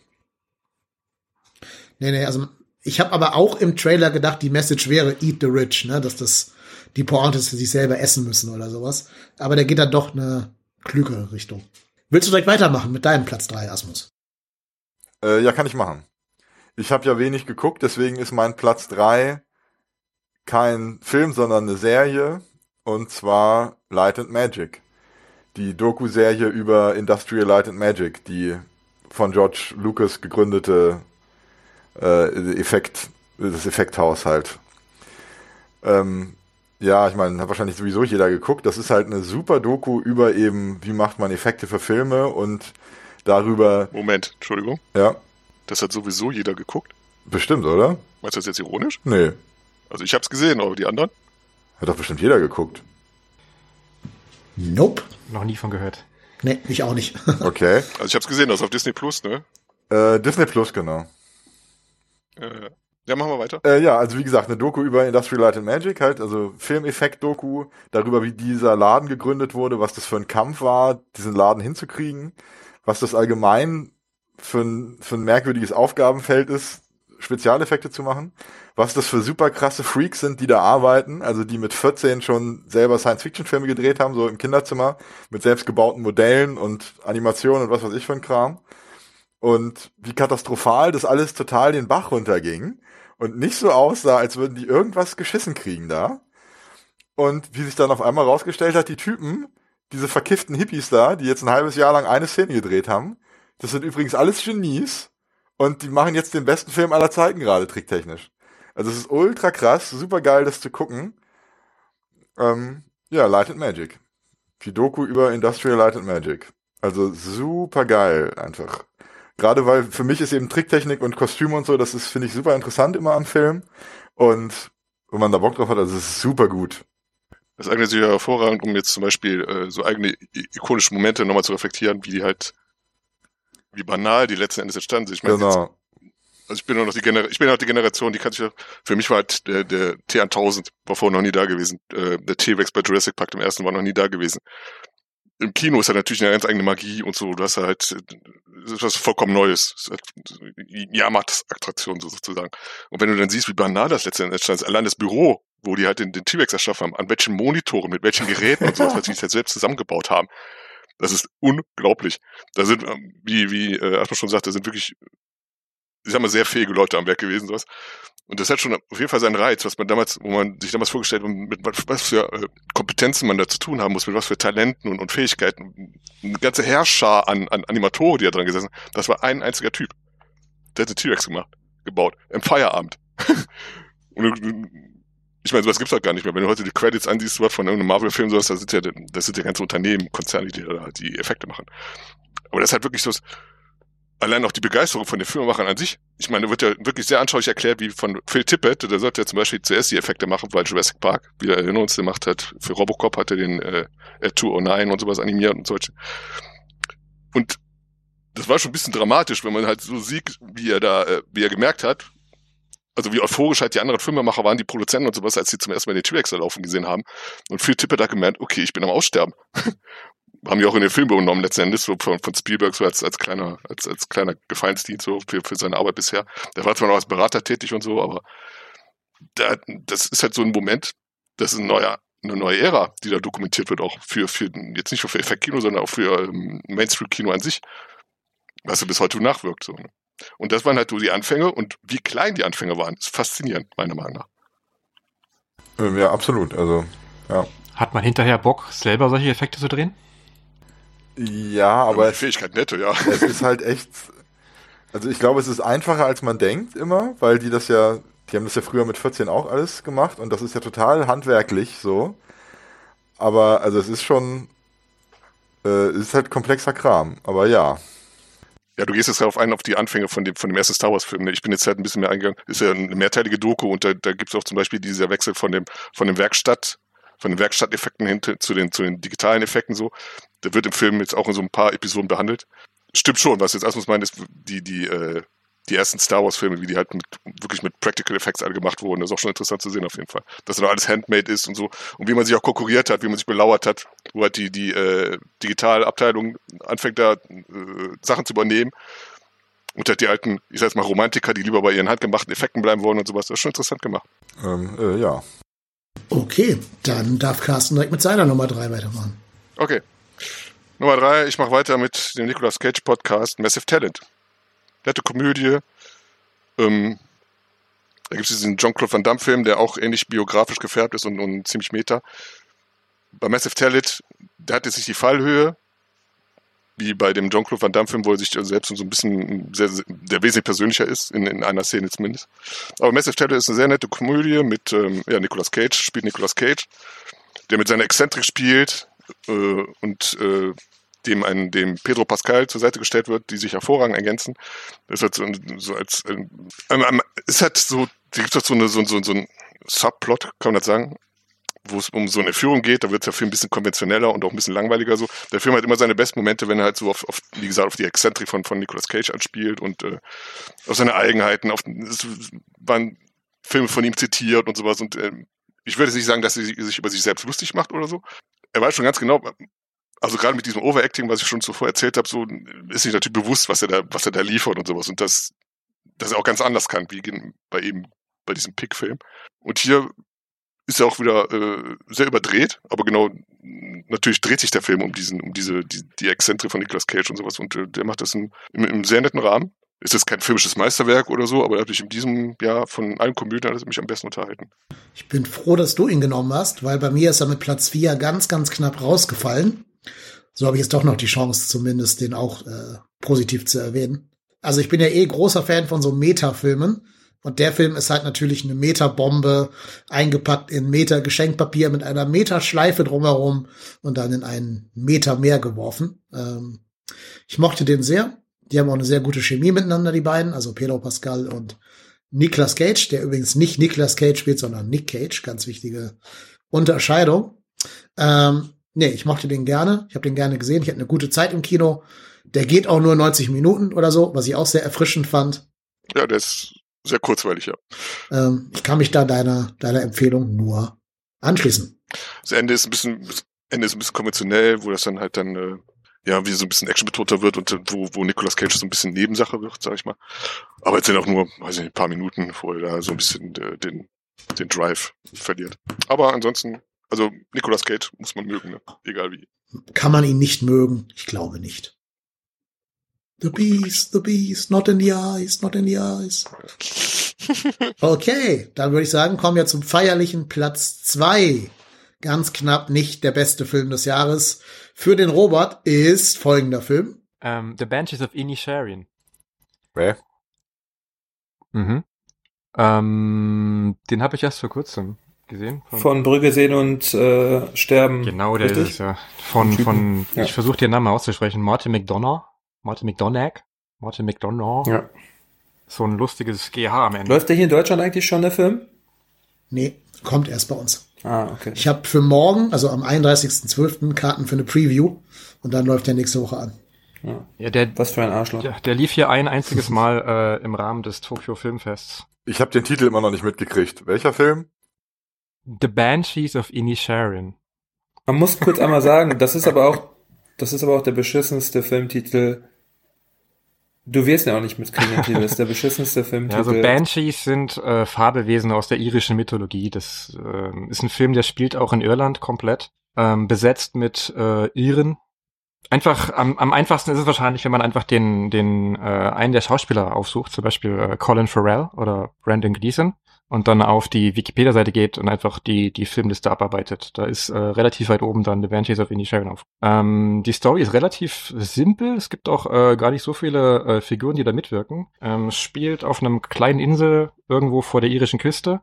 Nee, nee, also ich habe aber auch im Trailer gedacht, die Message wäre eat the rich, ne, dass das die Pointe ist, für sich selber essen müssen oder sowas. Aber der geht dann doch eine klügere Richtung. Willst du direkt weitermachen mit deinem Platz drei, Asmus? Äh, ja, kann ich machen. Ich habe ja wenig geguckt, deswegen ist mein Platz drei kein Film, sondern eine Serie. Und zwar Light and Magic. Die Doku-Serie über Industrial Light and Magic, die von George Lucas gegründete äh, Effekt, das Effekthaus halt. Ähm, ja, ich meine, hat wahrscheinlich sowieso jeder geguckt. Das ist halt eine super Doku über eben, wie macht man Effekte für Filme und darüber... Moment, Entschuldigung. Ja. Das hat sowieso jeder geguckt? Bestimmt, oder? Meinst du das jetzt ironisch? Nee. Also ich hab's gesehen, aber die anderen? Hat doch bestimmt jeder geguckt. Nope. Noch nie von gehört. Nee, ich auch nicht. Okay. Also ich hab's gesehen, das ist auf Disney Plus, ne? Äh, Disney Plus, genau. Äh, ja, machen wir weiter. Äh, ja, also wie gesagt, eine Doku über Industrial Light and Magic halt, also Filmeffekt-Doku, darüber, wie dieser Laden gegründet wurde, was das für ein Kampf war, diesen Laden hinzukriegen, was das allgemein für ein, für ein merkwürdiges Aufgabenfeld ist, Spezialeffekte zu machen. Was das für super krasse Freaks sind, die da arbeiten, also die mit vierzehn schon selber Science-Fiction-Filme gedreht haben, so im Kinderzimmer, mit selbstgebauten Modellen und Animationen und was weiß ich für ein Kram. Und wie katastrophal das alles total den Bach runterging und nicht so aussah, als würden die irgendwas geschissen kriegen da. Und wie sich dann auf einmal rausgestellt hat, die Typen, diese verkifften Hippies da, die jetzt ein halbes Jahr lang eine Szene gedreht haben, das sind übrigens alles Genies und die machen jetzt den besten Film aller Zeiten gerade, tricktechnisch. Also es ist ultra krass, super geil, das zu gucken. Ähm, ja, Light and Magic. Die Doku über Industrial Light and Magic. Also super geil einfach. Gerade weil für mich ist eben Tricktechnik und Kostüme und so, das ist, finde ich, super interessant immer am Film. Und wenn man da Bock drauf hat, also es ist super gut. Das eignet sich ja hervorragend, um jetzt zum Beispiel äh, so eigene ikonische Momente nochmal zu reflektieren, wie die halt, wie banal die letzten Endes entstanden sind. Ich meine, genau. Jetzt, also ich bin noch die Gener- ich bin noch die Generation, die kann sich ja, für mich war halt der, der T tausend, war vorher noch nie da gewesen. Äh, der T-Rex bei Jurassic Park im ersten war noch nie da gewesen. Im Kino ist halt natürlich eine ganz eigene Magie und so, du hast halt, das ist was vollkommen Neues. Das ist halt Jahrmarktsattraktion so sozusagen. Und wenn du dann siehst, wie banal das letztendlich entstanden ist, allein das Büro, wo die halt den, den T-Rex erschaffen haben, an welchen Monitoren, mit welchen Geräten und sowas, was die sich halt selbst zusammengebaut haben. Das ist unglaublich. Da sind, wie, wie äh, Asper schon sagt, da sind wirklich, ich sag mal, sehr fähige Leute am Werk gewesen, sowas. Und das hat schon auf jeden Fall seinen Reiz, was man damals, wo man sich damals vorgestellt hat, mit was für äh, Kompetenzen man da zu tun haben muss, mit was für Talenten und, und Fähigkeiten. Eine ganze Heerschar an, an Animatoren, die da dran gesessen haben. Das war ein einziger Typ. Der hat den T-Rex gemacht, gebaut. Im Feierabend. Und ich meine, sowas gibt's halt gar nicht mehr. Wenn du heute die Credits ansiehst, von irgendeinem Marvel-Film, sowas, das sind ja, das sind ja ganze Unternehmen, Konzerne, die da die Effekte machen. Aber das ist halt wirklich so, allein auch die Begeisterung von den Filmemachern an sich. Ich meine, da wird ja wirklich sehr anschaulich erklärt, wie von Phil Tippett, der sollte ja zum Beispiel zuerst die Effekte machen, weil Jurassic Park, wie wir erinnern uns, der macht hat, für Robocop hat er den äh, zweihundertneun und sowas animiert und solche. Und das war schon ein bisschen dramatisch, wenn man halt so sieht, wie er da, äh, wie er gemerkt hat, also wie euphorisch halt die anderen Filmemacher waren, die Produzenten und sowas, als sie zum ersten Mal den T-Rex da laufen gesehen haben. Und Phil Tippett hat gemerkt, okay, ich bin am Aussterben. Haben die auch in den Film übernommen letzten Endes, so von, von Spielberg, so als, als kleiner, als, als kleiner Gefallensdienst, so für, für seine Arbeit bisher. Der war zwar noch als Berater tätig und so, aber da, das ist halt so ein Moment, das ist ein neuer, eine neue Ära, die da dokumentiert wird, auch für, für, jetzt nicht nur für Effektkino, sondern auch für ähm, Mainstream-Kino an sich, was so bis heute nachwirkt, so, ne? Und das waren halt so die Anfänge und wie klein die Anfänge waren, ist faszinierend, meiner Meinung nach. Ähm, ja, absolut, also, ja. Hat man hinterher Bock, selber solche Effekte zu drehen? Ja, aber ja, die Fähigkeit nette, ja. Es ist halt echt, also ich glaube, es ist einfacher, als man denkt immer, weil die das ja, die haben das ja früher mit vierzehn auch alles gemacht und das ist ja total handwerklich so. Aber, also es ist schon, äh, es ist halt komplexer Kram, aber ja. Ja, du gehst jetzt darauf ein, auf die Anfänge von dem, von dem ersten Star Wars Film. Ich bin jetzt halt ein bisschen mehr eingegangen. Ist ja eine mehrteilige Doku und da, da gibt es auch zum Beispiel dieser Wechsel von dem, von dem Werkstatt, von den Werkstatteffekten hin zu den, zu den digitalen Effekten so. Der wird im Film jetzt auch in so ein paar Episoden behandelt. Stimmt schon, was jetzt erstmal meint, ist, die, die, äh, die ersten Star Wars Filme, wie die halt mit, wirklich mit Practical Effects alle gemacht wurden. Das ist auch schon interessant zu sehen auf jeden Fall. Dass dann alles handmade ist und so. Und wie man sich auch konkurriert hat, wie man sich belauert hat, wo halt die, die, äh, Digitalabteilung anfängt da, äh, Sachen zu übernehmen. Und halt die alten, ich sag jetzt mal Romantiker, die lieber bei ihren handgemachten Effekten bleiben wollen und sowas. Das ist schon interessant gemacht. Ähm, äh, ja. Okay, dann darf Carsten direkt mit seiner Nummer drei weitermachen. Okay. Nummer drei, ich mache weiter mit dem Nicolas Cage Podcast Massive Talent. Nette Komödie. Ähm, da gibt es diesen Jean-Claude Van Damme Film, der auch ähnlich biografisch gefärbt ist und, und ziemlich meta. Bei Massive Talent, der hat jetzt nicht die Fallhöhe, wie bei dem Jean-Claude Van Damme Film, wo er sich selbst so ein bisschen, sehr, der wesentlich persönlicher ist, in, in einer Szene zumindest. Aber Massive Talent ist eine sehr nette Komödie mit, ähm, ja, Nicolas Cage, spielt Nicolas Cage, der mit seiner Exzentrik spielt, äh, und, äh, dem ein, dem Pedro Pascal zur Seite gestellt wird, die sich hervorragend ergänzen. Das ist halt so, so als, ähm, ähm, ist halt so, da gibt es halt so eine, so, so, so ein Subplot, kann man das sagen, wo es um so eine Entführung geht, da wird der Film ein bisschen konventioneller und auch ein bisschen langweiliger so. Der Film hat immer seine besten Momente, wenn er halt so auf, auf wie gesagt, auf die Exzentrik von, von Nicolas Cage anspielt und äh, auf seine Eigenheiten, auf, es waren Filme von ihm zitiert und sowas und äh, ich würde jetzt nicht sagen, dass er sich über sich selbst lustig macht oder so. Er weiß schon ganz genau, also gerade mit diesem Overacting, was ich schon zuvor erzählt habe, so ist sich natürlich bewusst, was er da, was er da liefert und sowas. Und das, dass er auch ganz anders kann, wie bei eben bei diesem Pick-Film. Und hier ist er auch wieder äh, sehr überdreht, aber genau, natürlich dreht sich der Film um diesen, um diese, die, die Exzentrik von Nicolas Cage und sowas und äh, der macht das in, im, im sehr netten Rahmen. Ist jetzt kein filmisches Meisterwerk oder so, aber er hat mich in diesem Jahr von allen Komödien hat er mich am besten unterhalten. Ich bin froh, dass du ihn genommen hast, weil bei mir ist er mit Platz vier ganz, ganz knapp rausgefallen. So habe ich jetzt doch noch die Chance, zumindest den auch äh, positiv zu erwähnen. Also ich bin ja eh großer Fan von so Meta-Filmen. Und der Film ist halt natürlich eine Metabombe, eingepackt in Meta-Geschenkpapier mit einer Meta-Schleife drumherum und dann in einen Meta-Meer geworfen. Ähm, ich mochte den sehr. Die haben auch eine sehr gute Chemie miteinander, die beiden. Also Pedro Pascal und Nicolas Cage, der übrigens nicht Nicolas Cage spielt, sondern Nick Cage. Ganz wichtige Unterscheidung. Ähm, nee, ich mochte den gerne. Ich habe den gerne gesehen. Ich hatte eine gute Zeit im Kino. Der geht auch nur neunzig Minuten oder so, was ich auch sehr erfrischend fand. Ja, der ist sehr kurzweilig, ja. Ähm, ich kann mich da deiner, deiner Empfehlung nur anschließen. Das Ende ist ein bisschen, das Ende ist ein bisschen konventionell, wo das dann halt dann, äh, ja, wie so ein bisschen actionbetonter wird und wo, wo Nicolas Cage so ein bisschen Nebensache wird, sag ich mal. Aber jetzt sind auch nur, weiß ich nicht, ein paar Minuten, wo er da so ein bisschen äh, den, den Drive verliert. Aber ansonsten, also Nicolas Cage muss man mögen, ne? Egal wie. Kann man ihn nicht mögen? Ich glaube nicht. The beast, the beast, not in the eyes, not in the eyes. Okay, dann würde ich sagen, kommen wir zum feierlichen Platz zwei. Ganz knapp nicht der beste Film des Jahres. Für den Robert ist folgender Film. Um, The Banshees of Inisherin. Wer? Mhm. Ähm, den habe ich erst vor kurzem gesehen. Von, von Brügge sehen und äh, sterben. Genau, der richtig? Ist es ja. Von, von ja. Ich versuche den Namen auszusprechen. Martin McDonagh. Martin McDonagh. Martin McDonagh. Ja. So ein lustiges G H am Ende. Läuft der hier in Deutschland eigentlich schon, der Film? Nee, kommt erst bei uns. Ah, okay. Ich habe für morgen, also am einunddreißigsten zwölften Karten für eine Preview und dann läuft der nächste Woche an. Ja, ja der, was für ein Arschloch. Der, der lief hier ein einziges Mal äh, im Rahmen des Tokyo Filmfests. Ich habe den Titel immer noch nicht mitgekriegt. Welcher Film? The Banshees of Inisherin. Man muss kurz einmal sagen, das ist aber auch Das ist aber auch der beschissenste Filmtitel. Du wirst ja auch nicht mitkriegen, den Titel. Das ist der beschissenste Filmtitel. Ja, also Banshees sind äh, Fabelwesen aus der irischen Mythologie. Das äh, ist ein Film, der spielt auch in Irland komplett. Ähm, besetzt mit äh, Iren. Einfach, am, am einfachsten ist es wahrscheinlich, wenn man einfach den, den äh, einen der Schauspieler aufsucht, zum Beispiel äh, Colin Farrell oder Brendan Gleeson, und dann auf die Wikipedia-Seite geht und einfach die die Filmliste abarbeitet. Da ist äh, relativ weit oben dann The Banshees of Inisherin auf. Ähm, die Story ist relativ simpel. Es gibt auch äh, gar nicht so viele äh, Figuren, die da mitwirken. Ähm, es spielt auf einem kleinen Insel irgendwo vor der irischen Küste.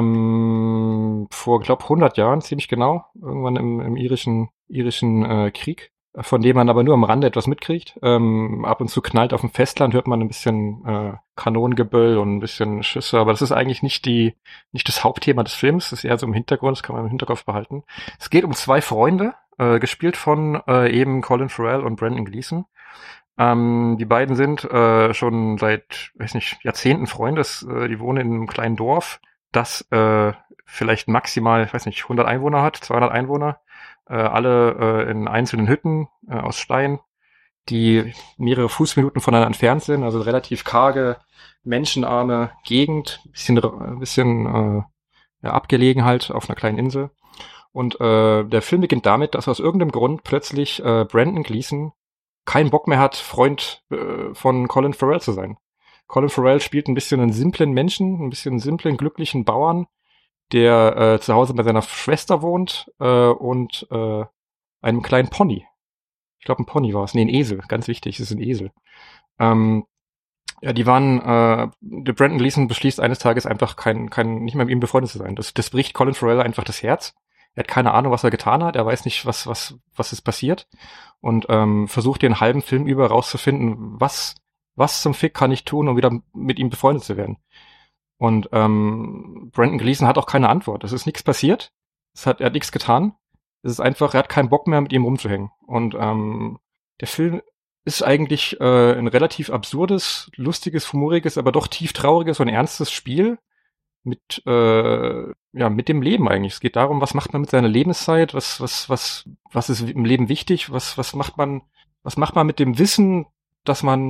Ähm, vor, glaub, hundert Jahren, ziemlich genau. Irgendwann im, im irischen irischen äh, Krieg, von dem man aber nur am Rande etwas mitkriegt. Ähm, ab und zu knallt auf dem Festland, hört man ein bisschen äh, Kanonengeböll und ein bisschen Schüsse, aber das ist eigentlich nicht die nicht das Hauptthema des Films, das ist eher so im Hintergrund, das kann man im Hinterkopf behalten. Es geht um zwei Freunde, äh, gespielt von äh, eben Colin Farrell und Brendan Gleeson. Ähm, die beiden sind äh, schon seit, weiß nicht, Jahrzehnten Freunde, das, äh, die wohnen in einem kleinen Dorf, das äh, vielleicht maximal, ich weiß nicht, hundert Einwohner hat, zweihundert Einwohner. Äh, alle äh, in einzelnen Hütten äh, aus Stein, die mehrere Fußminuten voneinander entfernt sind, also relativ karge, menschenarme Gegend, bisschen, bisschen äh, ja, abgelegen halt auf einer kleinen Insel. Und äh, der Film beginnt damit, dass aus irgendeinem Grund plötzlich äh, Brendan Gleeson keinen Bock mehr hat, Freund äh, von Colin Farrell zu sein. Colin Farrell spielt ein bisschen einen simplen Menschen, ein bisschen einen simplen, glücklichen Bauern, der äh, zu Hause bei seiner Schwester wohnt äh, und äh, einem kleinen Pony. Ich glaube, ein Pony war es. Nee, ein Esel. Ganz wichtig, es ist ein Esel. Ähm, ja, die waren, äh, der Brendan Gleeson beschließt eines Tages einfach kein, kein, nicht mehr mit ihm befreundet zu sein. Das, das bricht Colin Farrell einfach das Herz. Er hat keine Ahnung, was er getan hat. Er weiß nicht, was, was, was ist passiert. Und ähm, versucht den halben Film über rauszufinden, was, was zum Fick kann ich tun, um wieder mit ihm befreundet zu werden. Und ähm, Brendan Gleeson hat auch keine Antwort. Es ist nichts passiert. Es hat, er hat nichts getan. Es ist einfach, er hat keinen Bock mehr, mit ihm rumzuhängen. Und ähm, der Film ist eigentlich äh, ein relativ absurdes, lustiges, humoriges, aber doch tief trauriges und ernstes Spiel mit äh, ja mit dem Leben eigentlich. Es geht darum, was macht man mit seiner Lebenszeit, was was was was ist im Leben wichtig, was was macht man was macht man mit dem Wissen, dass man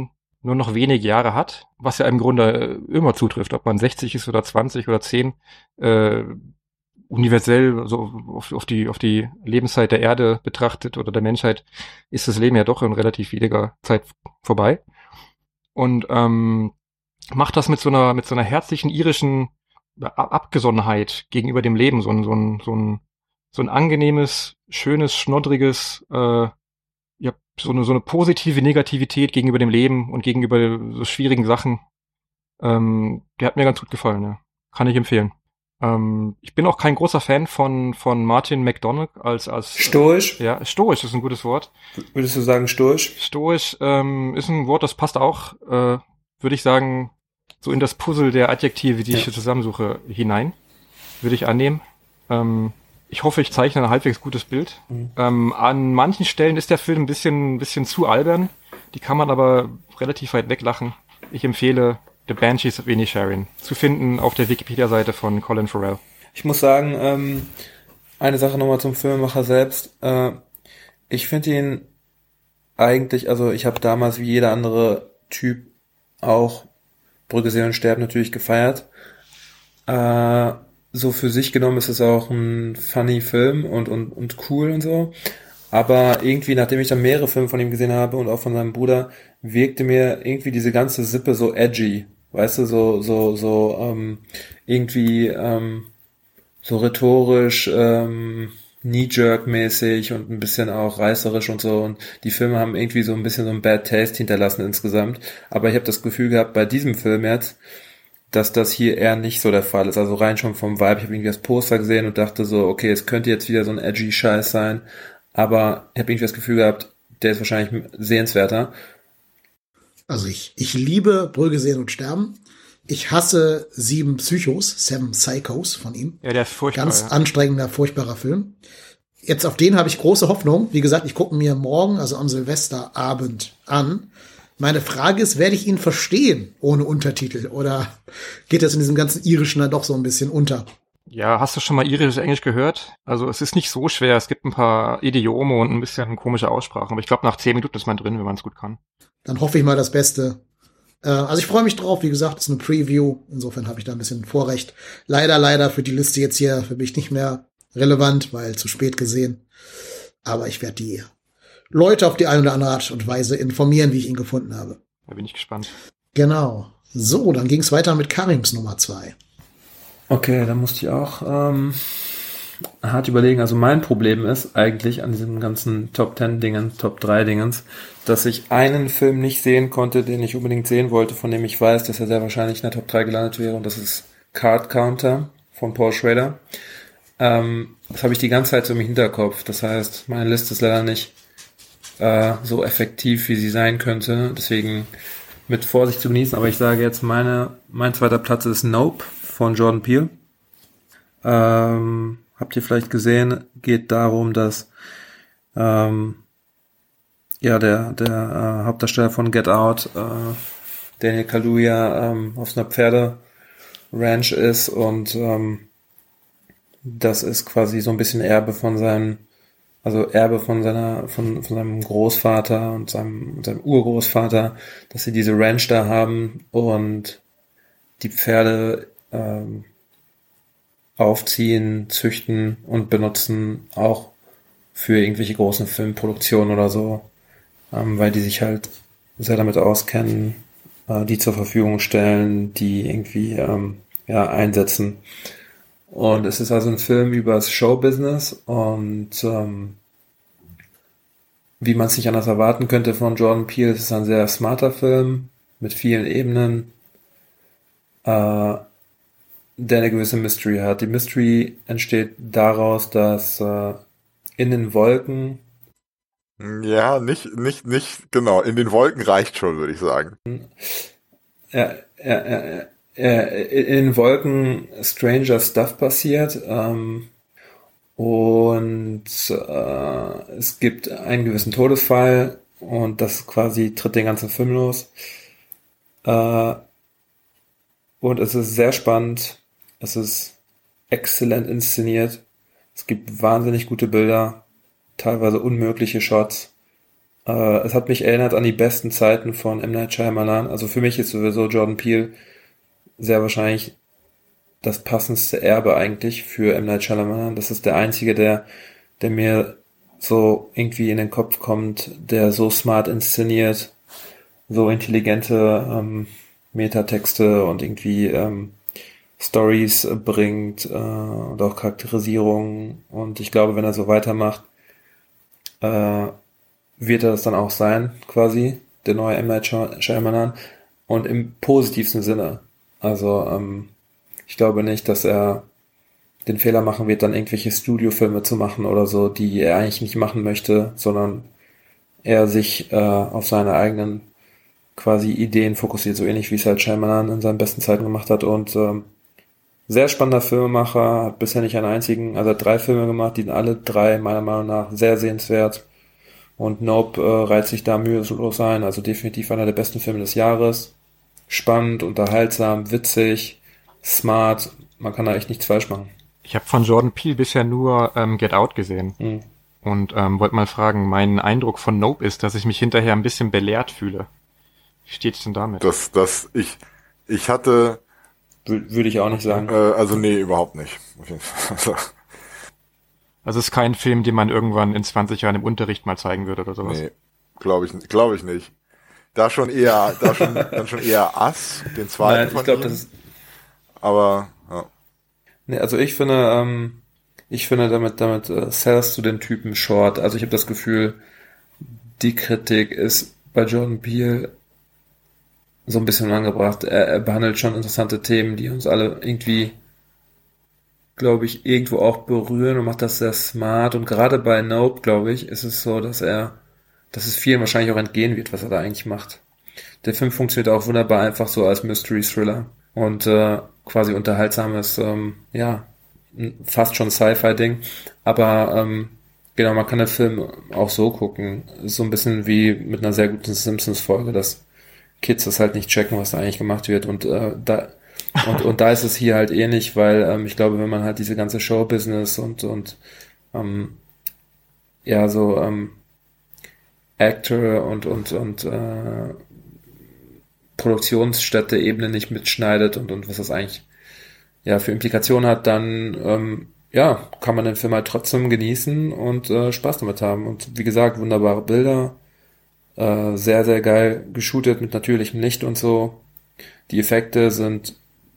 nur noch wenige Jahre hat, was ja im Grunde immer zutrifft, ob man sechzig ist oder zwanzig oder zehn, äh, universell so auf, auf die auf die Lebenszeit der Erde betrachtet oder der Menschheit, ist das Leben ja doch in relativ weniger Zeit vorbei. Und ähm, macht das mit so einer mit so einer herzlichen irischen Abgesonnenheit gegenüber dem Leben, so ein so ein so ein so ein angenehmes, schönes, schnoddriges, äh, ja, so eine so eine positive Negativität gegenüber dem Leben und gegenüber so schwierigen Sachen. Ähm, der hat mir ganz gut gefallen, ja. Kann ich empfehlen. Ähm, ich bin auch kein großer Fan von von Martin McDonagh als als Stoisch? Äh, ja, stoisch ist ein gutes Wort. Würdest du sagen stoisch? Stoisch ähm, ist ein Wort, das passt auch, äh, würde ich sagen, so in das Puzzle der Adjektive, die ja. ich hier zusammensuche, hinein. Würde ich annehmen. Ähm, ich hoffe, ich zeichne ein halbwegs gutes Bild. Mhm. Ähm, an manchen Stellen ist der Film ein bisschen, ein bisschen zu albern. Die kann man aber relativ weit weglachen. Ich empfehle The Banshees of Inisherin zu finden auf der Wikipedia-Seite von Colin Farrell. Ich muss sagen, ähm, eine Sache nochmal zum Filmemacher selbst. Äh, ich finde ihn eigentlich, also ich habe damals wie jeder andere Typ auch Brügge, Sehen und Sterben natürlich gefeiert. Äh, so für sich genommen ist es auch ein funny Film und, und, und cool und so. Aber irgendwie, nachdem ich dann mehrere Filme von ihm gesehen habe und auch von seinem Bruder, wirkte mir irgendwie diese ganze Sippe so edgy. Weißt du, so, so, so, ähm, irgendwie, ähm, so rhetorisch, ähm, knee-jerk-mäßig und ein bisschen auch reißerisch und so. Und die Filme haben irgendwie so ein bisschen so ein Bad Taste hinterlassen insgesamt. Aber ich habe das Gefühl gehabt, bei diesem Film jetzt, dass das hier eher nicht so der Fall ist. Also rein schon vom Vibe. Ich habe irgendwie das Poster gesehen und dachte so, okay, es könnte jetzt wieder so ein edgy Scheiß sein. Aber ich habe irgendwie das Gefühl gehabt, der ist wahrscheinlich sehenswerter. Also ich, ich liebe Brügge, Sehen und Sterben. Ich hasse Sieben Psychos, Seven Psychos von ihm. Ja, der ist furchtbar. Ganz ja. anstrengender, furchtbarer Film. Jetzt auf den habe ich große Hoffnung. Wie gesagt, ich gucke mir morgen, also am Silvesterabend, an. Meine Frage ist, werde ich ihn verstehen ohne Untertitel? Oder geht das in diesem ganzen Irischen dann doch so ein bisschen unter? Ja, hast du schon mal irisches Englisch gehört? Also es ist nicht so schwer. Es gibt ein paar Idiome und ein bisschen komische Aussprachen. Aber ich glaube, nach zehn Minuten ist man drin, wenn man es gut kann. Dann hoffe ich mal das Beste. Äh, also ich freue mich drauf. Wie gesagt, es ist eine Preview. Insofern habe ich da ein bisschen Vorrecht. Leider, leider für die Liste jetzt hier für mich nicht mehr relevant, weil zu spät gesehen. Aber ich werde die Leute auf die eine oder andere Art und Weise informieren, wie ich ihn gefunden habe. Da bin ich gespannt. Genau. So, dann ging es weiter mit Karims Nummer zwei. Okay, da musste ich auch ähm, hart überlegen. Also mein Problem ist eigentlich an diesem ganzen Top Ten Dingens, Top drei Dingens, dass ich einen Film nicht sehen konnte, den ich unbedingt sehen wollte, von dem ich weiß, dass er sehr wahrscheinlich in der Top drei gelandet wäre, und das ist Card Counter von Paul Schrader. Ähm, das habe ich die ganze Zeit so im Hinterkopf. Das heißt, meine Liste ist leider nicht äh, so effektiv, wie sie sein könnte. Deswegen mit Vorsicht zu genießen. Aber ich sage jetzt, meine mein zweiter Platz ist Nope von Jordan Peele. Ähm, habt ihr vielleicht gesehen, geht darum, dass ähm, ja der der äh, Hauptdarsteller von Get Out, äh, Daniel Kaluuya, ähm, auf so einer Pferderanch ist, und ähm, das ist quasi so ein bisschen Erbe von seinem, also Erbe von seiner, von, von seinem Großvater und seinem, seinem Urgroßvater, dass sie diese Ranch da haben und die Pferde ähm, aufziehen, züchten und benutzen, auch für irgendwelche großen Filmproduktionen oder so, ähm, weil die sich halt sehr damit auskennen, äh, die zur Verfügung stellen, die irgendwie ähm, ja einsetzen. Und es ist also ein Film über das Showbusiness und ähm, wie man es nicht anders erwarten könnte von Jordan Peele, es ist ein sehr smarter Film mit vielen Ebenen, äh, der eine gewisse Mystery hat. Die Mystery entsteht daraus, dass äh, in den Wolken Ja, nicht, nicht, nicht, genau, in den Wolken reicht schon, würde ich sagen. Ja, ja, ja, ja, in den Wolken Stranger Stuff passiert, ähm, und äh, es gibt einen gewissen Todesfall, und das quasi tritt den ganzen Film los. Äh, und es ist sehr spannend, es ist exzellent inszeniert, es gibt wahnsinnig gute Bilder, teilweise unmögliche Shots. Äh, es hat mich erinnert an die besten Zeiten von M. Night Shyamalan. Also für mich ist sowieso Jordan Peele sehr wahrscheinlich das passendste Erbe eigentlich für M. Night Shyamalan. Das ist der einzige, der, der mir so irgendwie in den Kopf kommt, der so smart inszeniert, so intelligente ähm, Metatexte und irgendwie ähm, Stories äh, bringt äh, und auch Charakterisierung. Und ich glaube, wenn er so weitermacht, äh, wird er das dann auch sein, quasi, der neue M. Night Shyamalan. Und im positivsten Sinne. Also ähm, ich glaube nicht, dass er den Fehler machen wird, dann irgendwelche Studiofilme zu machen oder so, die er eigentlich nicht machen möchte, sondern er sich äh, auf seine eigenen quasi Ideen fokussiert, so ähnlich wie es halt Shyamalan in seinen besten Zeiten gemacht hat. Und ähm, sehr spannender Filmemacher, hat bisher nicht einen einzigen, also hat drei Filme gemacht, die sind alle drei meiner Meinung nach sehr sehenswert. Und Nope äh, reiht sich da mühelos ein, also definitiv einer der besten Filme des Jahres. Spannend, unterhaltsam, witzig, smart, man kann da echt nichts falsch machen. Ich habe von Jordan Peele bisher nur ähm, Get Out gesehen Mhm. und ähm, wollte mal fragen, mein Eindruck von Nope ist, dass ich mich hinterher ein bisschen belehrt fühle. Wie steht's denn damit? Das, das, ich, ich hatte, Wür- Würde ich auch nicht sagen. äh, also nee, überhaupt nicht. Auf jeden Fall. Also, Also es ist kein Film, den man irgendwann in zwanzig Jahren im Unterricht mal zeigen würde oder sowas. nee, glaube ich, glaube ich nicht. Da schon eher, da schon, dann schon eher Ass, den zweiten Nein, von ich glaube, ihm. das ist, Aber, ja. nee, also ich finde, ähm, ich finde damit, damit äh, sellst du den Typen short. Also ich habe das Gefühl, die Kritik ist bei Jordan Peele so ein bisschen angebracht. Er, er behandelt schon interessante Themen, die uns alle irgendwie, glaube ich, irgendwo auch berühren und macht das sehr smart. Und gerade bei Nope, glaube ich, ist es so, dass er, dass es vielen wahrscheinlich auch entgehen wird, was er da eigentlich macht. Der Film funktioniert auch wunderbar einfach so als Mystery-Thriller und äh, quasi unterhaltsames, ähm, ja, fast schon Sci-Fi-Ding. Aber ähm, genau, man kann den Film auch so gucken. So ein bisschen wie mit einer sehr guten Simpsons-Folge, dass Kids das halt nicht checken, was da eigentlich gemacht wird. Und äh, da und, und da ist es hier halt ähnlich, weil ähm, ich glaube, wenn man halt diese ganze Show-Business und und ähm, ja, so ähm, Actor und und und äh, Produktionsstätte-Ebene nicht mitschneidet und und was das eigentlich ja für Implikationen hat, dann ähm, ja, kann man den Film halt trotzdem genießen und äh, Spaß damit haben. Und wie gesagt, wunderbare Bilder, äh, sehr, sehr geil geshootet mit natürlichem Licht und so. Die Effekte sind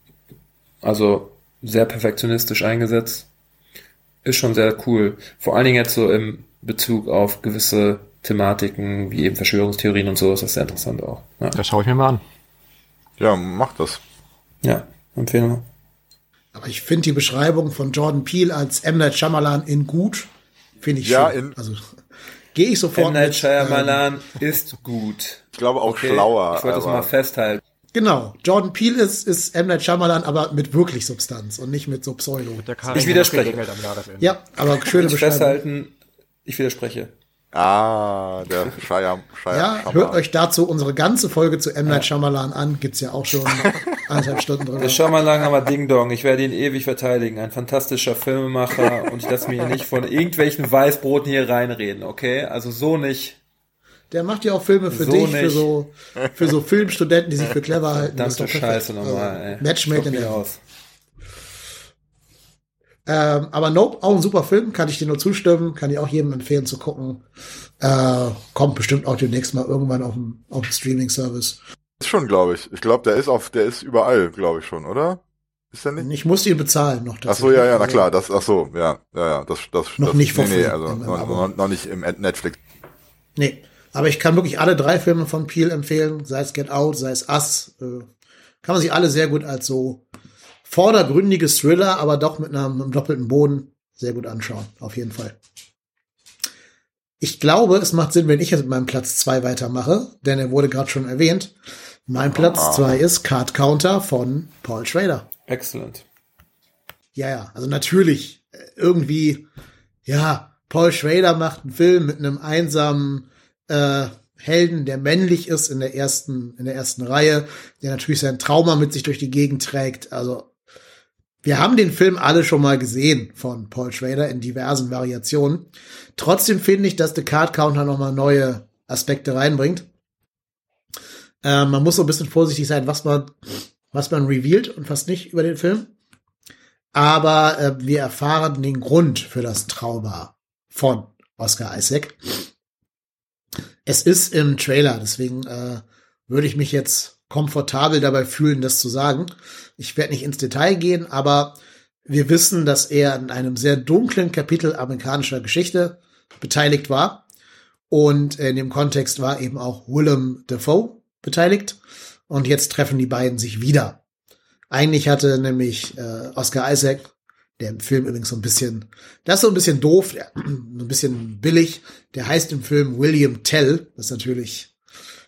also sehr perfektionistisch eingesetzt. Ist schon sehr cool. Vor allen Dingen jetzt so im Bezug auf gewisse Thematiken, wie eben Verschwörungstheorien und so, ist das sehr interessant auch. Ja, Das schaue ich mir mal an. Ja, mach das. ja, Empfehlung. Aber ich finde die Beschreibung von Jordan Peele als M. Night Shyamalan in gut, finde ich Ja, schön. in- Also gehe ich sofort M. Night mit. Shyamalan ist gut. Ich glaube auch Okay? schlauer. Ich wollte das aber mal festhalten. Genau, Jordan Peele ist, ist M. Night Shyamalan, aber mit wirklich Substanz und nicht mit so Pseudo. Ich widerspreche. Ja, aber schöne Ich Beschreibung. festhalten, ich widerspreche. Ah, der Scheier, Scheier. Ja, hört euch dazu unsere ganze Folge zu M. Night Shyamalan an. Gibt's ja auch schon anderthalb Stunden Der drin. Shyamalan aber Ding Dong, ich werde ihn ewig verteidigen. Ein fantastischer Filmemacher und ich lasse mir hier nicht von irgendwelchen Weißbroten hier reinreden, okay? Also so nicht. Der macht ja auch Filme für So dich, für nicht. so, für so Filmstudenten, die sich für clever halten. Das ist Verdammte doch perfekt. Scheiße nochmal, ey. Also, Match made Stopp in mich heaven. aus. Ähm, aber Nope, auch ein super Film, kann ich dir nur zustimmen, kann ich auch jedem empfehlen zu gucken. Äh, kommt bestimmt auch demnächst mal irgendwann auf dem, auf dem Streaming-Service. Ist schon, glaube ich. Ich glaube, der ist auf, der ist überall, glaube ich schon, oder? Ist der nicht? Ich musste ihn bezahlen noch. Ach so, ja, ja, na Also, klar, das, ach so, ja, ja, ja, das, das, Noch das, nicht for nee, nee, free also im- im noch, Abo. noch, noch nicht im Netflix. Nee, aber ich kann wirklich alle drei Filme von Peele empfehlen, sei es Get Out, sei es Us. Äh, kann man sich alle sehr gut als so vordergründiges Thriller, aber doch mit einem, einem doppelten Boden sehr gut anschauen, auf jeden Fall. Ich glaube, es macht Sinn, wenn ich jetzt mit meinem Platz zwei weitermache, denn er wurde gerade schon erwähnt. Mein Platz zwei ist Card Counter von Paul Schrader. Excellent. Ja, ja, also natürlich äh, irgendwie, ja, Paul Schrader macht einen Film mit einem einsamen äh, Helden, der männlich ist in der ersten, in der ersten Reihe, der natürlich sein Trauma mit sich durch die Gegend trägt. Also wir haben den Film alle schon mal gesehen von Paul Schrader in diversen Variationen. Trotzdem finde ich, dass The Card Counter nochmal neue Aspekte reinbringt. Äh, man muss so ein bisschen vorsichtig sein, was man, was man revealt und was nicht über den Film. Aber äh, wir erfahren den Grund für das Trauma von Oscar Isaac. Es ist im Trailer, deswegen äh, würde ich mich jetzt komfortabel dabei fühlen, das zu sagen. Ich werde nicht ins Detail gehen, aber wir wissen, dass er in einem sehr dunklen Kapitel amerikanischer Geschichte beteiligt war. Und in dem Kontext war eben auch Willem Dafoe beteiligt. Und jetzt treffen die beiden sich wieder. Eigentlich hatte nämlich äh, Oscar Isaac, der im Film übrigens so ein bisschen, das ist so ein bisschen doof, der, ein bisschen billig, der heißt im Film William Tell. Das ist natürlich,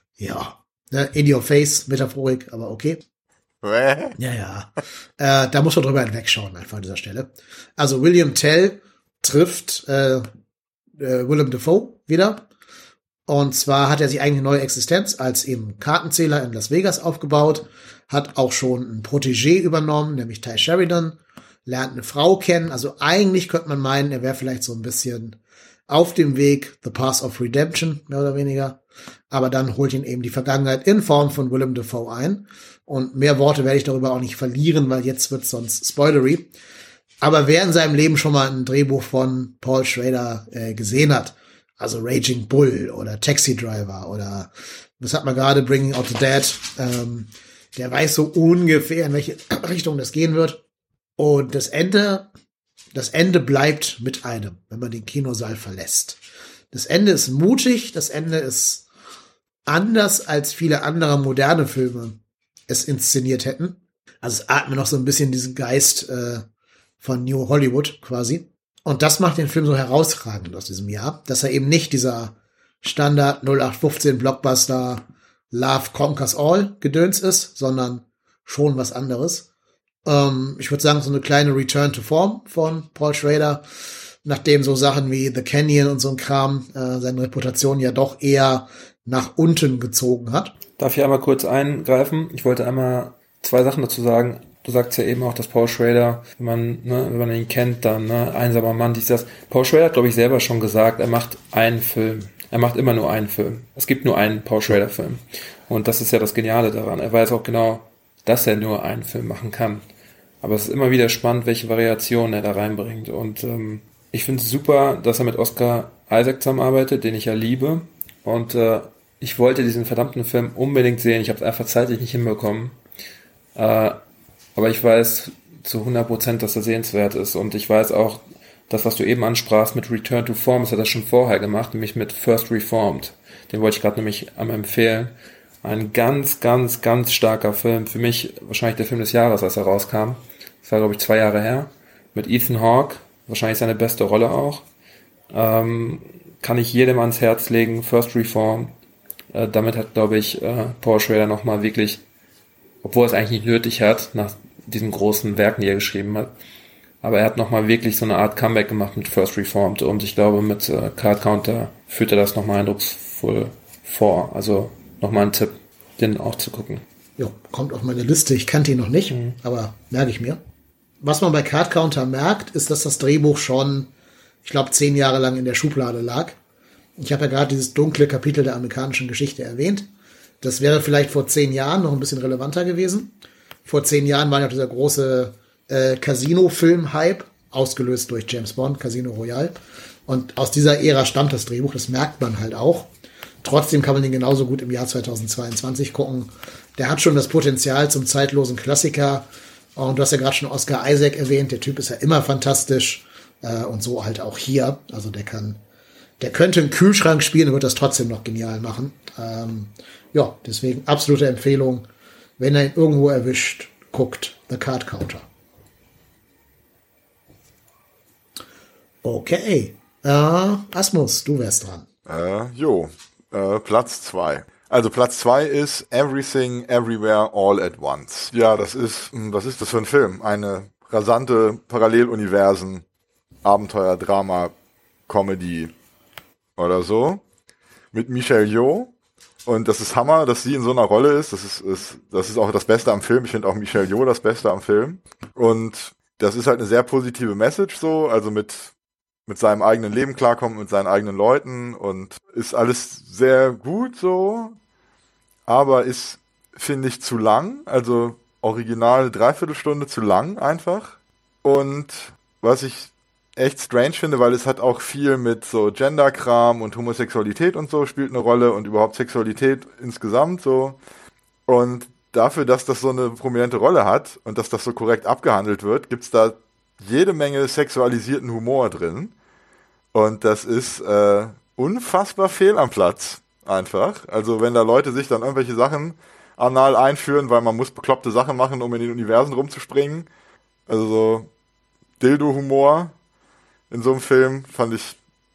ja, ne, in your face, Metaphorik, aber okay. Ja, ja. Äh, da muss man drüber hinwegschauen, einfach an dieser Stelle. Also William Tell trifft äh, äh, Willem Dafoe wieder. Und zwar hat er sich eigentlich eine neue Existenz als eben Kartenzähler in Las Vegas aufgebaut, hat auch schon einen Protégé übernommen, nämlich Ty Sheridan, lernt eine Frau kennen. Also eigentlich könnte man meinen, er wäre vielleicht so ein bisschen auf dem Weg, The Path of Redemption, mehr oder weniger. Aber dann holt ihn eben die Vergangenheit in Form von Willem Dafoe ein. Und mehr Worte werde ich darüber auch nicht verlieren, weil jetzt wird es sonst spoilery. Aber wer in seinem Leben schon mal ein Drehbuch von Paul Schrader äh, gesehen hat, also Raging Bull oder Taxi Driver oder was hat man gerade, Bringing Out the Dead, ähm, der weiß so ungefähr, in welche Richtung das gehen wird. Und das Ende, das Ende bleibt mit einem, wenn man den Kinosaal verlässt. Das Ende ist mutig, das Ende ist anders als viele andere moderne Filme es inszeniert hätten. Also es atmet noch so ein bisschen diesen Geist äh, von New Hollywood quasi. Und das macht den Film so herausragend aus diesem Jahr, dass er eben nicht dieser Standard null acht fünfzehn Blockbuster Love Conquers All Gedöns ist, sondern schon was anderes. Ähm, ich würde sagen, so eine kleine Return to Form von Paul Schrader, nachdem so Sachen wie The Canyon und so ein Kram äh, seine Reputation ja doch eher nach unten gezogen hat. Darf ich einmal kurz eingreifen? Ich wollte einmal zwei Sachen dazu sagen. Du sagst ja eben auch, dass Paul Schrader, wenn man, ne, wenn man ihn kennt, dann, ne, einsamer Mann, dies, das. Paul Schrader hat, glaube ich, selber schon gesagt, er macht einen Film. Er macht immer nur einen Film. Es gibt nur einen Paul Schrader-Film. Und das ist ja das Geniale daran. Er weiß auch genau, dass er nur einen Film machen kann. Aber es ist immer wieder spannend, welche Variationen er da reinbringt. Und ähm, ich finde es super, dass er mit Oscar Isaac zusammenarbeitet, den ich ja liebe. Und äh, ich wollte diesen verdammten Film unbedingt sehen. Ich habe es einfach zeitlich nicht hinbekommen. Äh, aber ich weiß zu hundert Prozent, dass er sehenswert ist. Und ich weiß auch, das, was du eben ansprachst mit Return to Form, das hat er schon vorher gemacht, nämlich mit First Reformed. Den wollte ich gerade nämlich einmal empfehlen. Ein ganz, ganz, ganz starker Film. Für mich wahrscheinlich der Film des Jahres, als er rauskam. Das war, glaube ich, zwei Jahre her. Mit Ethan Hawke. Wahrscheinlich seine beste Rolle auch. Ähm, kann ich jedem ans Herz legen. First Reformed. Äh, damit hat, glaube ich, äh, Paul Schrader nochmal wirklich, obwohl er es eigentlich nicht nötig hat, nach diesen großen Werken, die er geschrieben hat, aber er hat nochmal wirklich so eine Art Comeback gemacht mit First Reformed und ich glaube, mit äh, Card Counter führt er das nochmal eindrucksvoll vor. Also nochmal ein Tipp, den auch zu gucken. Ja, kommt auf meine Liste. Ich kannte ihn noch nicht, mhm. aber merke ich mir. Was man bei Card Counter merkt, ist, dass das Drehbuch schon, ich glaube, zehn Jahre lang in der Schublade lag. Ich habe ja gerade dieses dunkle Kapitel der amerikanischen Geschichte erwähnt. Das wäre vielleicht vor zehn Jahren noch ein bisschen relevanter gewesen. Vor zehn Jahren war ja dieser große äh, Casino-Film-Hype, ausgelöst durch James Bond, Casino Royale. Und aus dieser Ära stammt das Drehbuch, das merkt man halt auch. Trotzdem kann man den genauso gut im Jahr zweitausendzweiundzwanzig gucken. Der hat schon das Potenzial zum zeitlosen Klassiker. Und du hast ja gerade schon Oscar Isaac erwähnt. Der Typ ist ja immer fantastisch. Äh, und so halt auch hier. Also der kann, der könnte einen Kühlschrank spielen und wird das trotzdem noch genial machen. Ähm, ja, deswegen absolute Empfehlung. Wenn er ihn irgendwo erwischt, guckt The Card Counter. Okay. Äh, Asmus, du wärst dran. Äh, jo. Äh, Platz zwei. Also Platz zwei ist Everything, Everywhere, All at Once. Ja, das ist, was ist das für ein Film? Eine rasante Paralleluniversen, Abenteuer, Drama, Comedy oder so. Mit Michelle Yeoh. Und das ist Hammer, dass sie in so einer Rolle ist. Das ist, ist das ist auch das Beste am Film. Ich finde auch Michelle Yeoh das Beste am Film. Und das ist halt eine sehr positive Message so, also mit mit seinem eigenen Leben klarkommt, mit seinen eigenen Leuten und ist alles sehr gut so, aber ist, finde ich, zu lang, also original eine Dreiviertelstunde zu lang einfach. Und was ich echt strange finde, weil es hat auch viel mit so Gender-Kram und Homosexualität und so spielt eine Rolle und überhaupt Sexualität insgesamt so. Und dafür, dass das so eine prominente Rolle hat und dass das so korrekt abgehandelt wird, gibt's da jede Menge sexualisierten Humor drin. Und das ist äh, unfassbar fehl am Platz, einfach. Also wenn da Leute sich dann irgendwelche Sachen anal einführen, weil man muss bekloppte Sachen machen, um in den Universen rumzuspringen. Also so Dildo-Humor in so einem Film fand ich,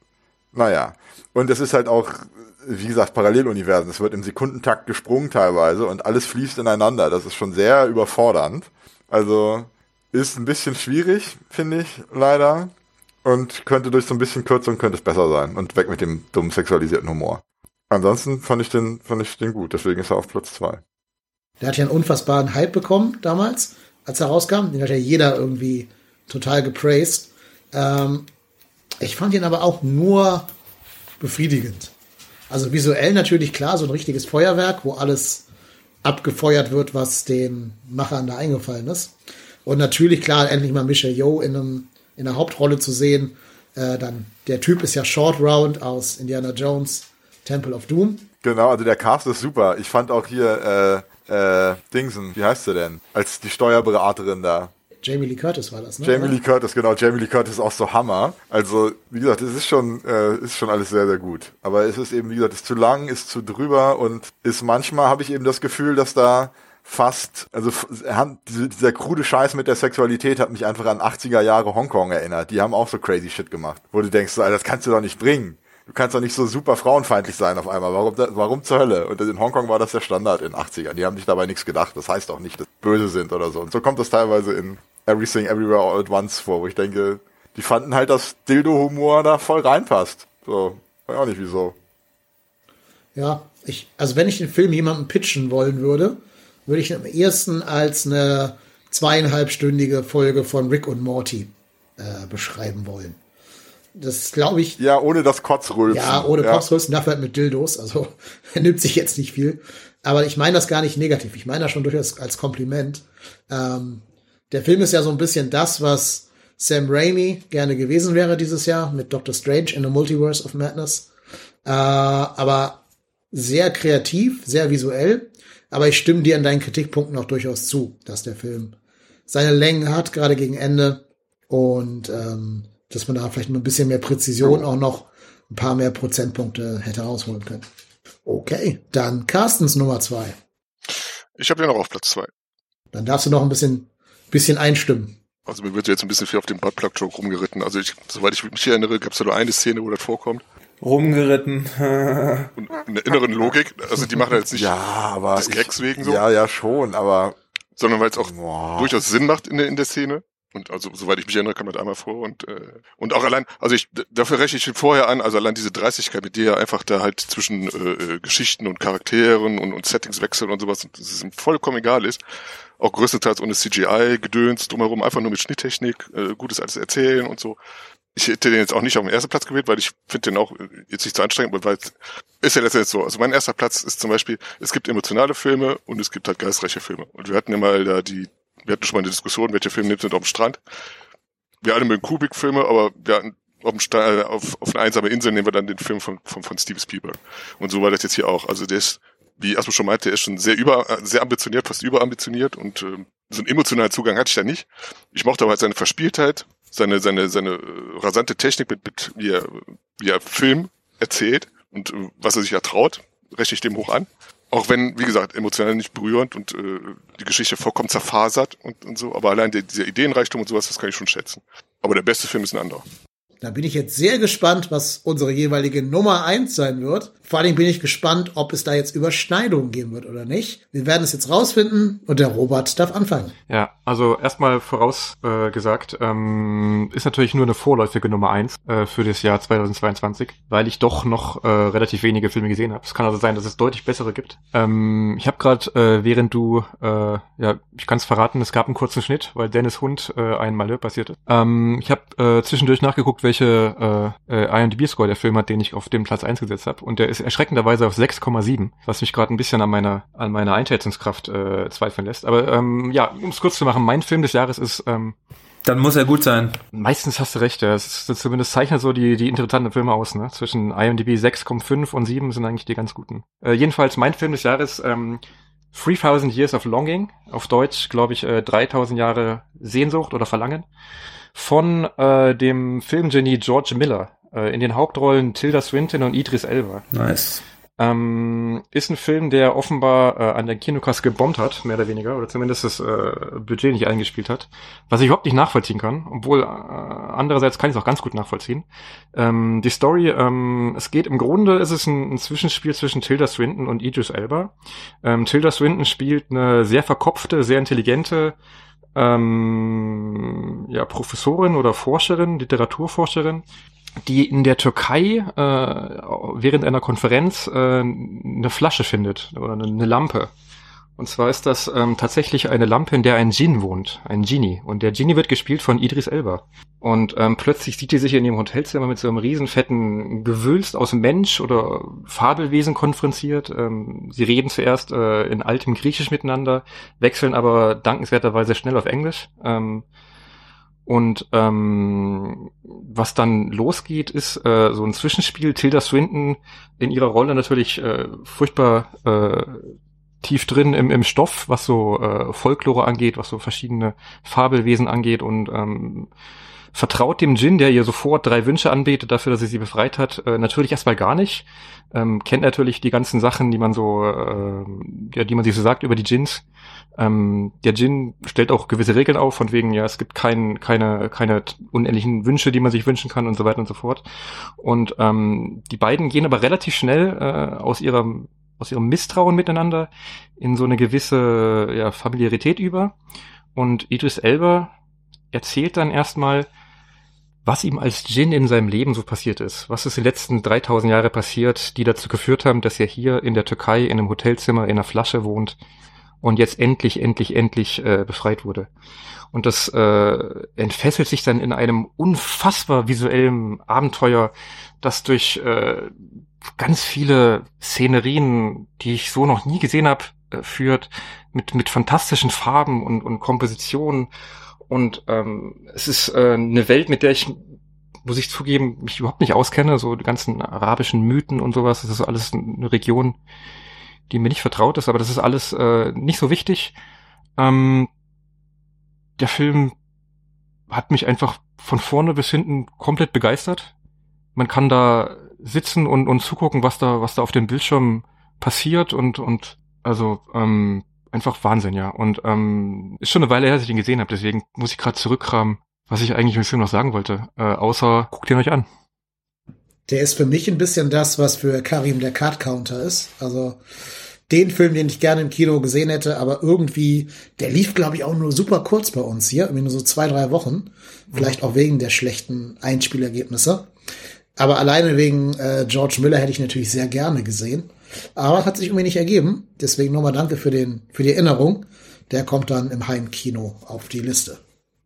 naja. Und es ist halt auch, wie gesagt, Paralleluniversen. Es wird im Sekundentakt gesprungen teilweise und alles fließt ineinander. Das ist schon sehr überfordernd. Also ist ein bisschen schwierig, finde ich, leider. Und könnte durch so ein bisschen Kürzung könnte es besser sein. Und weg mit dem dummen sexualisierten Humor. Ansonsten fand ich den, fand ich den gut. Deswegen ist er auf Platz zwei. Der hat ja einen unfassbaren Hype bekommen damals, als er rauskam. Den hat ja jeder irgendwie total gepraised. Ähm, ich fand ihn aber auch nur befriedigend. Also visuell natürlich klar, so ein richtiges Feuerwerk, wo alles abgefeuert wird, was den Machern da eingefallen ist. Und natürlich klar, endlich mal Michelle Yeoh in einem in der Hauptrolle zu sehen. Äh, dann der Typ ist ja Short Round aus Indiana Jones, Temple of Doom. Genau, also der Cast ist super. Ich fand auch hier äh, äh, Dingsen, wie heißt sie denn? Als die Steuerberaterin da. Jamie Lee Curtis war das, ne? Jamie Lee Curtis, genau. Jamie Lee Curtis ist auch so Hammer. Also, wie gesagt, es ist schon, äh, ist schon alles sehr, sehr gut. Aber es ist eben, wie gesagt, ist zu lang, ist zu drüber und ist manchmal, habe ich eben das Gefühl, dass da fast, also dieser krude Scheiß mit der Sexualität hat mich einfach an achtziger Jahre Hongkong erinnert. Die haben auch so crazy Shit gemacht. Wo du denkst, das kannst du doch nicht bringen. Du kannst doch nicht so super frauenfeindlich sein auf einmal. Warum, warum zur Hölle? Und in Hongkong war das der Standard in den achtzigern. Die haben sich dabei nichts gedacht. Das heißt auch nicht, dass die böse sind oder so. Und so kommt das teilweise in Everything Everywhere All at Once vor, wo ich denke, die fanden halt, dass Dildo-Humor da voll reinpasst. So, weiß auch nicht wieso. Ja, ich, also wenn ich den Film jemandem pitchen wollen würde, würde ich ihn am ehesten als eine zweieinhalbstündige Folge von Rick und Morty äh, beschreiben wollen. Das glaube ich. Ja, ohne das Kotzrülpsen. Ja, ohne ja. Kotzrülpsen, dafür halt mit Dildos. Also er nimmt sich jetzt nicht viel. Aber ich meine das gar nicht negativ. Ich meine das schon durchaus als Kompliment. Ähm, der Film ist ja so ein bisschen das, was Sam Raimi gerne gewesen wäre dieses Jahr mit Doctor Strange in the Multiverse of Madness. Äh, aber sehr kreativ, sehr visuell. Aber ich stimme dir an deinen Kritikpunkten auch durchaus zu, dass der Film seine Längen hat, gerade gegen Ende. Und ähm, dass man da vielleicht noch ein bisschen mehr Präzision, auch noch ein paar mehr Prozentpunkte hätte rausholen können. Okay, dann Carstens Nummer zwei. Ich habe ja noch auf Platz zwei. Dann darfst du noch ein bisschen, bisschen einstimmen. Also mir wird jetzt ein bisschen viel auf den Buttplug-Joke rumgeritten. Also ich, soweit ich mich erinnere, gab es da nur eine Szene, wo das vorkommt. Rumgeritten. Und in der inneren Logik, also die machen jetzt nicht ja, aber des Gags ich, wegen so. Ja, ja schon, aber sondern weil es auch boah. durchaus Sinn macht in der, in der Szene. Und also, soweit ich mich erinnere, kam das einmal vor und, äh, und auch allein, also ich, dafür rechne ich vorher an, also allein diese Dreistigkeit, mit der einfach da halt zwischen, äh, Geschichten und Charakteren und, und Settings wechseln und sowas, dass es ihm vollkommen egal ist. Auch größtenteils ohne C G I, Gedöns, drumherum, einfach nur mit Schnitttechnik, äh, gutes alles erzählen und so. Ich hätte den jetzt auch nicht auf den ersten Platz gewählt, weil ich finde den auch jetzt nicht so anstrengend, weil es ist ja letztendlich so. Also mein erster Platz ist zum Beispiel, es gibt emotionale Filme und es gibt halt geistreiche Filme. Und wir hatten ja mal da die, wir hatten schon mal eine Diskussion, welche Filme nimmt man auf dem Strand. Wir alle mögen Kubrick-Filme, aber wir hatten auf, dem Strand, auf, auf eine einsame Insel nehmen wir dann den Film von, von, von Steven Spielberg. Und so war das jetzt hier auch. Also der ist, wie Asmo schon meinte, der ist schon sehr über, sehr ambitioniert, fast überambitioniert und äh, so einen emotionalen Zugang hatte ich da nicht. Ich mochte aber halt seine Verspieltheit, seine, seine, seine rasante Technik mit, mit wie er, wie er Film erzählt und äh, was er sich ertraut, rechne ich dem hoch an. Auch wenn, wie gesagt, emotional nicht berührend und äh, die Geschichte vollkommen zerfasert und, und so, aber allein der, dieser Ideenreichtum und sowas, das kann ich schon schätzen. Aber der beste Film ist ein anderer. Da bin ich jetzt sehr gespannt, was unsere jeweilige Nummer eins sein wird. Vor allem bin ich gespannt, ob es da jetzt Überschneidungen geben wird oder nicht. Wir werden es jetzt rausfinden und der Robert darf anfangen. Ja, also erstmal voraus äh, gesagt, ähm, ist natürlich nur eine vorläufige Nummer eins äh, für das Jahr zweitausendzweiundzwanzig, weil ich doch noch äh, relativ wenige Filme gesehen habe. Es kann also sein, dass es deutlich bessere gibt. Ähm, ich habe gerade, äh, während du, äh, ja, ich kann es verraten, es gab einen kurzen Schnitt, weil Dennis Hund äh, ein Malheur passiert ist. Ähm, ich habe äh, zwischendurch nachgeguckt, welche welche äh, I M D B-Score der Film hat, den ich auf dem Platz eins gesetzt habe. Und der ist erschreckenderweise auf sechs Komma sieben, was mich gerade ein bisschen an meiner an meiner Einschätzungskraft äh, zweifeln lässt. Aber ähm, ja, um es kurz zu machen, mein Film des Jahres ist... Ähm, Dann muss er gut sein. Meistens hast du recht, ja. Es ist, zumindest zeichnet so die die interessanten Filme aus, ne? Zwischen I M D B sechs Komma fünf und sieben sind eigentlich die ganz guten. Äh, jedenfalls mein Film des Jahres, ähm, dreitausend Years of Longing, auf Deutsch, glaube ich, äh, dreitausend Jahre Sehnsucht oder Verlangen, von äh, dem Filmgenie George Miller, äh, in den Hauptrollen Tilda Swinton und Idris Elba. Nice. Ähm, ist ein Film, der offenbar äh, an der Kinokasse gebombt hat, mehr oder weniger, oder zumindest das äh, Budget nicht eingespielt hat, was ich überhaupt nicht nachvollziehen kann, obwohl äh, andererseits kann ich es auch ganz gut nachvollziehen. Ähm, die Story, ähm, es geht im Grunde, ist es ein, ein Zwischenspiel zwischen Tilda Swinton und Idris Elba. Ähm, Tilda Swinton spielt eine sehr verkopfte, sehr intelligente ähm, ja, Professorin oder Forscherin, Literaturforscherin, die in der Türkei äh, während einer Konferenz äh, eine Flasche findet oder eine, eine Lampe. Und zwar ist das ähm, tatsächlich eine Lampe, in der ein Djinn wohnt, ein Genie. Und der Genie wird gespielt von Idris Elba. Und ähm, plötzlich sieht die sich in ihrem Hotelzimmer mit so einem riesen fetten Gewülst aus Mensch oder Fabelwesen konfrontiert. Ähm, sie reden zuerst äh, in altem Griechisch miteinander, wechseln aber dankenswerterweise schnell auf Englisch. Ähm, Und ähm, was dann losgeht, ist äh, so ein Zwischenspiel. Tilda Swinton in ihrer Rolle natürlich äh, furchtbar äh, tief drin im, im Stoff, was so äh, Folklore angeht, was so verschiedene Fabelwesen angeht und ähm, vertraut dem Djinn, der ihr sofort drei Wünsche anbetet dafür, dass sie sie befreit hat, äh, natürlich erstmal gar nicht. Ähm, kennt natürlich die ganzen Sachen, die man so, äh, ja, die man sich so sagt über die Djinns. Ähm, der Djinn stellt auch gewisse Regeln auf, von wegen, ja, es gibt kein, keine, keine unendlichen Wünsche, die man sich wünschen kann und so weiter und so fort. Und ähm, die beiden gehen aber relativ schnell äh, aus ihrem aus ihrem Misstrauen miteinander in so eine gewisse ja, Familiarität über. Und Idris Elba erzählt dann erstmal, was ihm als Djinn in seinem Leben so passiert ist. Was ist in den letzten dreitausend Jahre passiert, die dazu geführt haben, dass er hier in der Türkei in einem Hotelzimmer in einer Flasche wohnt und jetzt endlich, endlich, endlich äh, befreit wurde. Und das äh, entfesselt sich dann in einem unfassbar visuellen Abenteuer, das durch äh, ganz viele Szenerien, die ich so noch nie gesehen habe, äh, führt, mit mit fantastischen Farben und, und Kompositionen. Und ähm, es ist äh, eine Welt, mit der ich, muss ich zugeben, mich überhaupt nicht auskenne. So die ganzen arabischen Mythen und sowas, das ist alles eine Region, die mir nicht vertraut ist, aber das ist alles äh, nicht so wichtig. Ähm, der Film hat mich einfach von vorne bis hinten komplett begeistert. Man kann da sitzen und, und zugucken, was da, was da auf dem Bildschirm passiert und, und, also, ähm, einfach Wahnsinn, ja. Und, ähm, ist schon eine Weile her, dass ich ihn gesehen habe, deswegen muss ich gerade zurückkramen, was ich eigentlich im Film noch sagen wollte. Äh, außer, guckt ihn euch an. Der ist für mich ein bisschen das, was für Karim der Card Counter ist. Also, den Film, den ich gerne im Kino gesehen hätte, aber irgendwie, der lief, glaube ich, auch nur super kurz bei uns hier, irgendwie nur so zwei, drei Wochen. Vielleicht auch wegen der schlechten Einspielergebnisse. Aber alleine wegen äh, George Miller hätte ich natürlich sehr gerne gesehen. Aber hat sich irgendwie nicht ergeben. Deswegen nochmal danke für den für die Erinnerung. Der kommt dann im Heimkino auf die Liste.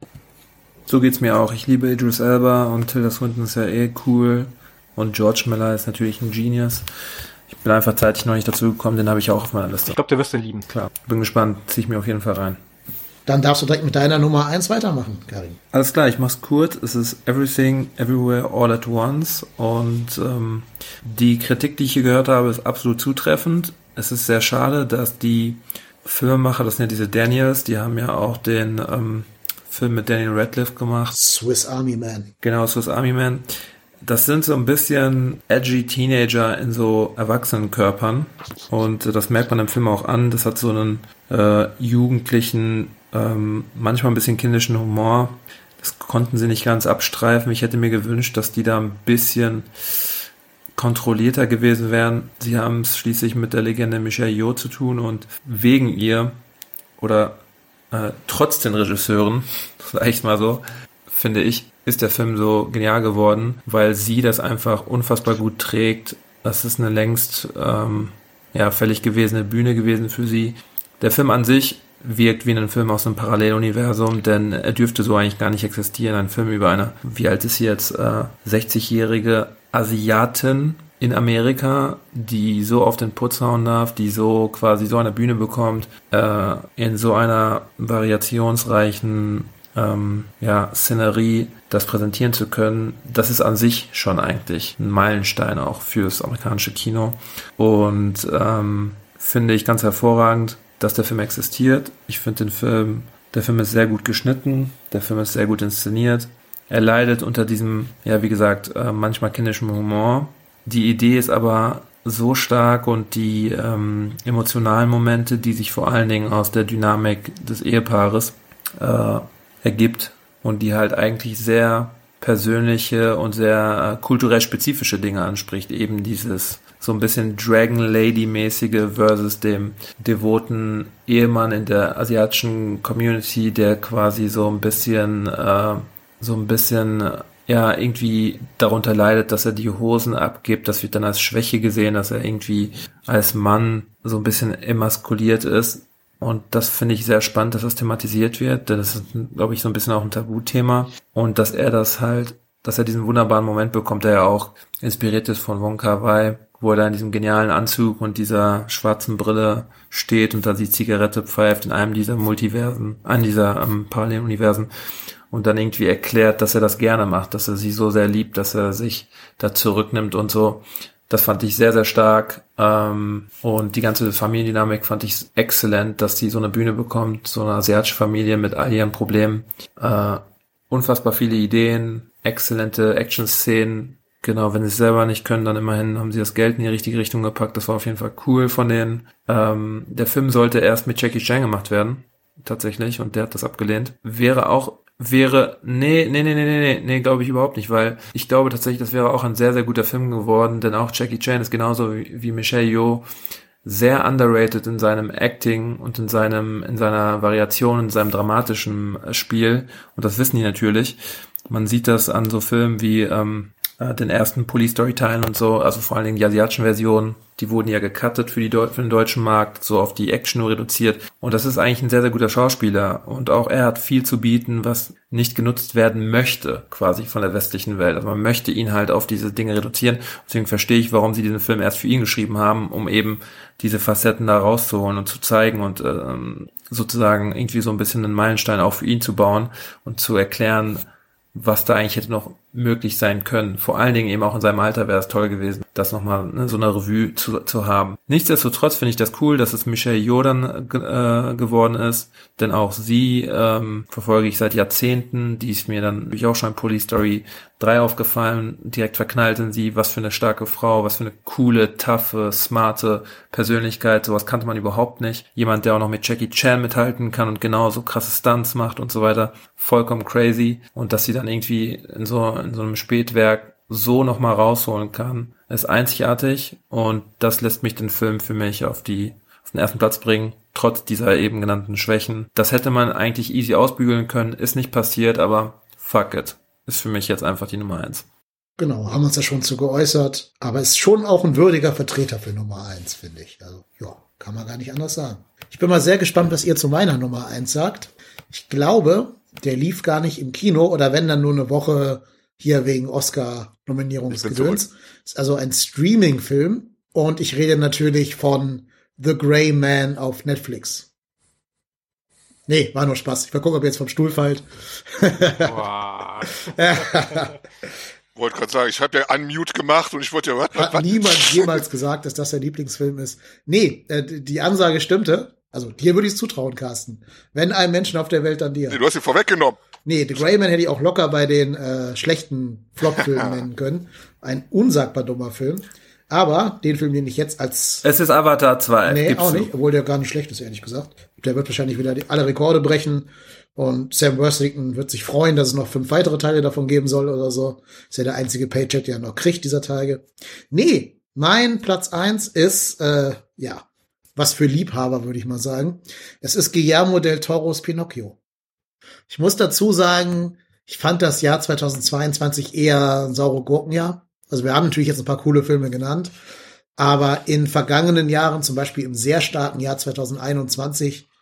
So geht's mir auch. Ich liebe Idris Elba und Tilda Swinton ist ja eh cool. Und George Miller ist natürlich ein Genius. Ich bin einfach zeitlich noch nicht dazu gekommen, den habe ich auch auf meiner Liste. Ich glaube, der wirst du lieben. Klar, bin gespannt. Zieh ich mir auf jeden Fall rein. Dann darfst du direkt mit deiner Nummer eins weitermachen, Karin. Alles klar, ich mach's kurz. Es ist Everything, Everywhere, All at Once. Und ähm, die Kritik, die ich hier gehört habe, ist absolut zutreffend. Es ist sehr schade, dass die Filmemacher, das sind ja diese Daniels, die haben ja auch den ähm, Film mit Daniel Radcliffe gemacht. Swiss Army Man. Genau, Swiss Army Man. Das sind so ein bisschen edgy Teenager in so Erwachsenenkörpern. Und das merkt man im Film auch an. Das hat so einen äh, jugendlichen, ähm, manchmal ein bisschen kindischen Humor. Das konnten sie nicht ganz abstreifen. Ich hätte mir gewünscht, dass die da ein bisschen kontrollierter gewesen wären. Sie haben es schließlich mit der Legende Michelle Yeoh zu tun und wegen ihr oder äh, trotz den Regisseuren, sag ich mal so, finde ich, ist der Film so genial geworden, weil sie das einfach unfassbar gut trägt. Das ist eine längst ähm, ja, fällig gewesene Bühne gewesen für sie. Der Film an sich wirkt wie ein Film aus einem Paralleluniversum, denn er dürfte so eigentlich gar nicht existieren. Ein Film über eine, wie alt ist sie jetzt, äh, sechzigjährige Asiatin in Amerika, die so auf den Putz hauen darf, die so quasi so eine Bühne bekommt, äh, in so einer variationsreichen ähm, ja, Szenerie das präsentieren zu können. Das ist an sich schon eigentlich ein Meilenstein auch fürs amerikanische Kino und ähm, finde ich ganz hervorragend, dass der Film existiert. Ich finde den Film, der Film ist sehr gut geschnitten, der Film ist sehr gut inszeniert. Er leidet unter diesem, ja wie gesagt, äh, manchmal kindischen Humor. Die Idee ist aber so stark und die ähm, emotionalen Momente, die sich vor allen Dingen aus der Dynamik des Ehepaares äh, ergibt und die halt eigentlich sehr persönliche und sehr äh, kulturell spezifische Dinge anspricht. Eben dieses so ein bisschen Dragon Lady-mäßige versus dem devoten Ehemann in der asiatischen Community, der quasi so ein bisschen, äh, so ein bisschen, äh, ja, irgendwie darunter leidet, dass er die Hosen abgibt. Das wird dann als Schwäche gesehen, dass er irgendwie als Mann so ein bisschen emaskuliert ist. Und das finde ich sehr spannend, dass das thematisiert wird, denn das ist, glaube ich, so ein bisschen auch ein Tabuthema. Und dass er das halt, dass er diesen wunderbaren Moment bekommt, der ja auch inspiriert ist von Wong Kar-wai, wo er da in diesem genialen Anzug und dieser schwarzen Brille steht und da die Zigarette pfeift in einem dieser Multiversen, einem dieser ähm, Paralleluniversen und dann irgendwie erklärt, dass er das gerne macht, dass er sie so sehr liebt, dass er sich da zurücknimmt und so. Das fand ich sehr, sehr stark. Ähm, und die ganze Familiendynamik fand ich exzellent, dass die so eine Bühne bekommt, so eine asiatische Familie mit all ihren Problemen. Äh, unfassbar viele Ideen, exzellente Action-Szenen. Genau, wenn sie es selber nicht können, dann immerhin haben sie das Geld in die richtige Richtung gepackt. Das war auf jeden Fall cool von denen. Ähm, der Film sollte erst mit Jackie Chan gemacht werden, tatsächlich, und der hat das abgelehnt. Wäre auch Wäre, nee, nee, nee, nee, nee, nee, nee, glaube ich überhaupt nicht, weil ich glaube tatsächlich, das wäre auch ein sehr, sehr guter Film geworden, denn auch Jackie Chan ist genauso wie, wie Michelle Yeoh sehr underrated in seinem Acting und in seinem, in seiner Variation, in seinem dramatischen Spiel, und das wissen die natürlich. Man sieht das an so Filmen wie, ähm, den ersten Police Story Teilen und so, also vor allen Dingen die asiatischen Versionen, die wurden ja gecuttet für die Deu- für den deutschen Markt, so auf die Action nur reduziert, und das ist eigentlich ein sehr, sehr guter Schauspieler und auch er hat viel zu bieten, was nicht genutzt werden möchte, quasi von der westlichen Welt. Also man möchte ihn halt auf diese Dinge reduzieren, deswegen verstehe ich, warum sie diesen Film erst für ihn geschrieben haben, um eben diese Facetten da rauszuholen und zu zeigen und ähm, sozusagen irgendwie so ein bisschen einen Meilenstein auch für ihn zu bauen und zu erklären, was da eigentlich hätte noch möglich sein können. Vor allen Dingen eben auch in seinem Alter wäre es toll gewesen, das nochmal, ne, so eine Revue zu, zu haben. Nichtsdestotrotz finde ich das cool, dass es Michelle Yeoh dann äh, geworden ist, denn auch sie ähm, verfolge ich seit Jahrzehnten. Die ist mir dann natürlich auch schon in Police Story drei aufgefallen, direkt verknallt in sie. Was für eine starke Frau, was für eine coole, taffe, smarte Persönlichkeit. Sowas kannte man überhaupt nicht. Jemand, der auch noch mit Jackie Chan mithalten kann und genauso krasse Stunts macht und so weiter. Vollkommen crazy. Und dass sie dann irgendwie in so in so einem Spätwerk so nochmal rausholen kann, ist einzigartig, und das lässt mich den Film für mich auf die auf den ersten Platz bringen, trotz dieser eben genannten Schwächen. Das hätte man eigentlich easy ausbügeln können, ist nicht passiert, aber fuck it. Ist für mich jetzt einfach die Nummer eins. Genau, haben uns ja schon zu geäußert, aber ist schon auch ein würdiger Vertreter für Nummer eins, finde ich. Also, ja, kann man gar nicht anders sagen. Ich bin mal sehr gespannt, was ihr zu meiner Nummer eins sagt. Ich glaube, der lief gar nicht im Kino, oder wenn, dann nur eine Woche hier wegen Oscar-Nominierungsgedöns. Ist also ein Streaming-Film, und ich rede natürlich von The Gray Man auf Netflix. Nee, war nur Spaß. Ich mal gucken, ob ihr jetzt vom Stuhl fallt. Wow. Wollte gerade sagen, ich habe ja Unmute gemacht und ich wollte ja... Hat was? Niemand jemals gesagt, dass das der Lieblingsfilm ist. Nee, äh, die Ansage stimmte. Also dir würde ich es zutrauen, Carsten. Wenn einem Menschen auf der Welt, dann dir. Nee, du hast ihn vorweggenommen. Nee, The Gray Man hätte ich auch locker bei den äh, schlechten Flop-Filmen nennen können. Ein unsagbar dummer Film. Aber den Film, den ich jetzt als... Es ist Avatar zwei. Nee, Gibt's auch nicht. Obwohl der gar nicht schlecht ist, ehrlich gesagt. Der wird wahrscheinlich wieder die, alle Rekorde brechen. Und Sam Worthington wird sich freuen, dass es noch fünf weitere Teile davon geben soll oder so. Ist ja der einzige Paycheck, der er noch kriegt dieser Tage. Nee, mein Platz eins ist, äh, ja, was für Liebhaber, würde ich mal sagen. Es ist Guillermo del Toros Pinocchio. Ich muss dazu sagen, ich fand das Jahr zweitausendzweiundzwanzig eher ein saure Gurkenjahr. Also wir haben natürlich jetzt ein paar coole Filme genannt, aber in vergangenen Jahren, zum Beispiel im sehr starken Jahr zweitausendeinundzwanzig,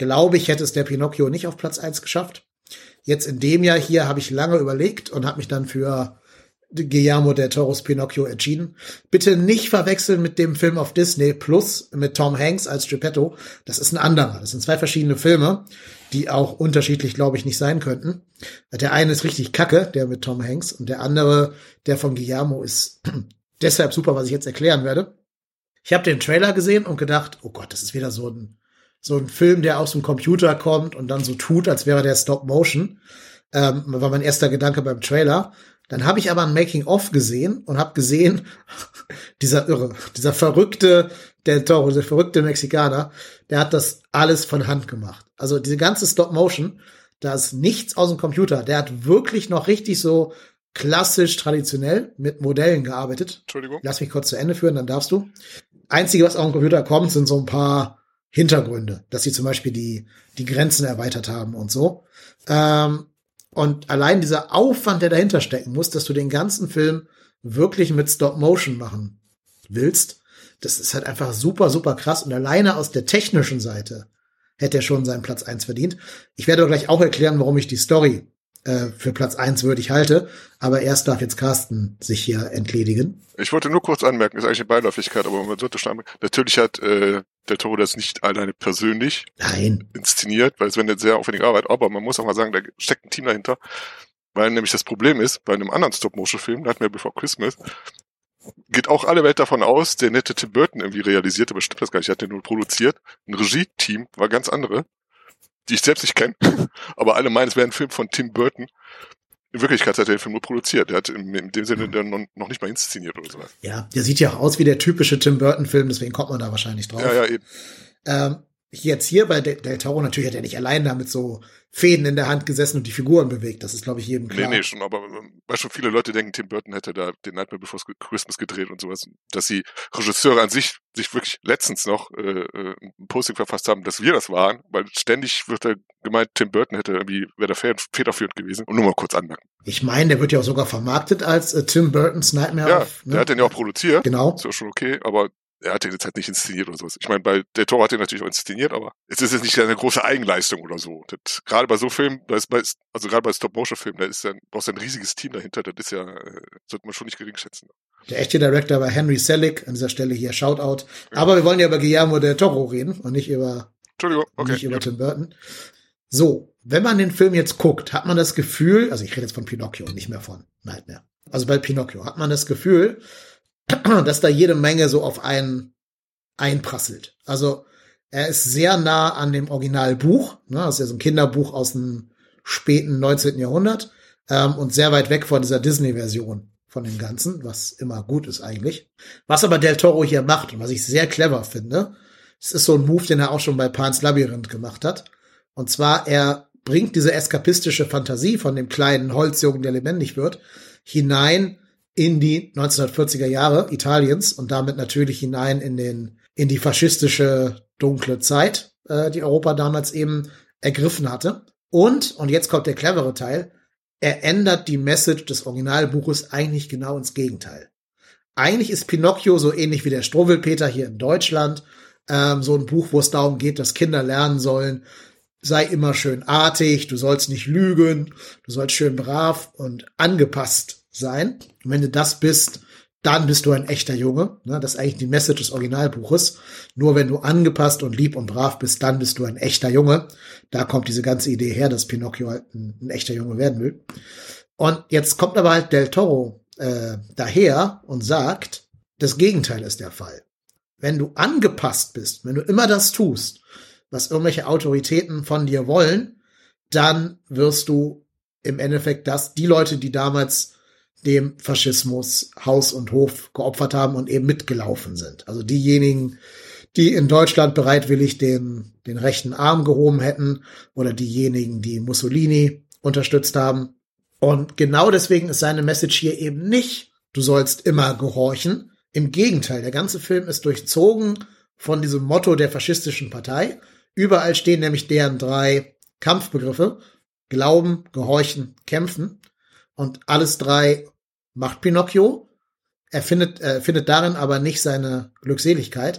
glaube ich, hätte es der Pinocchio nicht auf Platz eins geschafft. Jetzt in dem Jahr hier habe ich lange überlegt und habe mich dann für Guillermo del Toros Pinocchio entschieden. Bitte nicht verwechseln mit dem Film auf Disney Plus mit Tom Hanks als Geppetto. Das ist ein anderer. Das sind zwei verschiedene Filme, die auch unterschiedlich, glaube ich, nicht sein könnten. Der eine ist richtig kacke, der mit Tom Hanks, und der andere, der von Guillermo, ist deshalb super, was ich jetzt erklären werde. Ich habe den Trailer gesehen und gedacht, oh Gott, das ist wieder so ein so ein Film, der aus dem Computer kommt und dann so tut, als wäre der Stop Motion. Ähm, war mein erster Gedanke beim Trailer. Dann habe ich aber ein Making-of gesehen und habe gesehen, dieser Irre, dieser verrückte Del Toro, dieser verrückte Mexikaner, der hat das alles von Hand gemacht. Also diese ganze Stop-Motion, da ist nichts aus dem Computer. Der hat wirklich noch richtig so klassisch, traditionell mit Modellen gearbeitet. Entschuldigung. Lass mich kurz zu Ende führen, dann darfst du. Einzige, was auf dem Computer kommt, sind so ein paar Hintergründe, dass sie zum Beispiel die, die Grenzen erweitert haben und so. Ähm, Und allein dieser Aufwand, der dahinter stecken muss, dass du den ganzen Film wirklich mit Stop-Motion machen willst, das ist halt einfach super, super krass. Und alleine aus der technischen Seite hätte er schon seinen Platz eins verdient. Ich werde aber gleich auch erklären, warum ich die Story äh, für Platz eins würdig halte. Aber erst darf jetzt Carsten sich hier entledigen. Ich wollte nur kurz anmerken, ist eigentlich eine Beiläufigkeit, aber man sollte schon anmerken, natürlich hat äh, Del Toro das nicht alleine persönlich Nein. inszeniert, weil es wäre eine sehr aufwendige Arbeit, aber man muss auch mal sagen, da steckt ein Team dahinter, weil nämlich das Problem ist, bei einem anderen Stop-Motion-Film, Nightmare Before Christmas, geht auch alle Welt davon aus, der nette Tim Burton irgendwie realisiert, aber stimmt das gar nicht, er hat den nur produziert. Ein Regie-Team war ganz andere, die ich selbst nicht kenne, aber alle meinen, es wäre ein Film von Tim Burton. In Wirklichkeit hat er den Film nur produziert. Er hat in, in dem Sinne dann noch, noch nicht mal inszeniert oder sowas. Ja, der sieht ja auch aus wie der typische Tim Burton-Film, deswegen kommt man da wahrscheinlich drauf. Ja, ja, eben. Ähm, jetzt hier bei Del, Del Toro, natürlich hat er nicht allein damit so Fäden in der Hand gesessen und die Figuren bewegt. Das ist, glaube ich, jedem klar. Nee, nee, schon, aber weil schon viele Leute denken, Tim Burton hätte da den Nightmare Before Christmas gedreht und sowas. Dass die Regisseure an sich sich wirklich letztens noch äh, ein Posting verfasst haben, dass wir das waren, weil ständig wird da gemeint, Tim Burton hätte irgendwie, wäre da federführend gewesen. Und nur mal kurz anmerken. Ich meine, der wird ja auch sogar vermarktet als äh, Tim Burtons Nightmare. Ja, auf, ne? Der hat den ja auch produziert. Genau. Ist ja schon okay, aber er hat den jetzt halt nicht inszeniert oder sowas. Ich meine, bei Del Toro hat den natürlich auch inszeniert, aber es ist jetzt nicht eine große Eigenleistung oder so. Das, gerade bei so Filmen, da ist bei, also gerade bei Stop-Motion-Filmen, da ist dann, brauchst du ein riesiges Team dahinter, das ist ja, äh, sollte man schon nicht gering schätzen. Der echte Director war Henry Selick, an dieser Stelle hier Shoutout. Ja. Aber wir wollen ja über Guillermo del Toro reden und nicht über, Entschuldigung, okay, nicht über ja. Tim Burton. So, wenn man den Film jetzt guckt, hat man das Gefühl, also ich rede jetzt von Pinocchio und nicht mehr von Nightmare. Also bei Pinocchio hat man das Gefühl, dass da jede Menge so auf einen einprasselt. Also er ist sehr nah an dem Originalbuch, ne, das ist ja so ein Kinderbuch aus dem späten neunzehnten Jahrhundert ähm, und sehr weit weg von dieser Disney-Version von dem Ganzen, was immer gut ist eigentlich. Was aber Del Toro hier macht und was ich sehr clever finde, es ist so ein Move, den er auch schon bei Pan's Labyrinth gemacht hat. Und zwar, er bringt diese eskapistische Fantasie von dem kleinen Holzjungen, der lebendig wird, hinein in die neunzehnhundertvierziger Jahre Italiens und damit natürlich hinein in den in die faschistische dunkle Zeit, äh, die Europa damals eben ergriffen hatte. Und, und jetzt kommt der clevere Teil, er ändert die Message des Originalbuches eigentlich genau ins Gegenteil. Eigentlich ist Pinocchio so ähnlich wie der Struwwelpeter hier in Deutschland, ähm, so ein Buch, wo es darum geht, dass Kinder lernen sollen, sei immer schön artig, du sollst nicht lügen, du sollst schön brav und angepasst sein. Und wenn du das bist, dann bist du ein echter Junge. Das ist eigentlich die Message des Originalbuches. Nur wenn du angepasst und lieb und brav bist, dann bist du ein echter Junge. Da kommt diese ganze Idee her, dass Pinocchio halt ein, ein echter Junge werden will. Und jetzt kommt aber halt Del Toro äh, daher und sagt, das Gegenteil ist der Fall. Wenn du angepasst bist, wenn du immer das tust, was irgendwelche Autoritäten von dir wollen, dann wirst du im Endeffekt das, die Leute, die damals dem Faschismus Haus und Hof geopfert haben und eben mitgelaufen sind. Also diejenigen, die in Deutschland bereitwillig den, den rechten Arm gehoben hätten oder diejenigen, die Mussolini unterstützt haben. Und genau deswegen ist seine Message hier eben nicht, du sollst immer gehorchen. Im Gegenteil, der ganze Film ist durchzogen von diesem Motto der faschistischen Partei. Überall stehen nämlich deren drei Kampfbegriffe. Glauben, Gehorchen, Kämpfen. Und alles drei macht Pinocchio. Er findet, äh, findet darin aber nicht seine Glückseligkeit,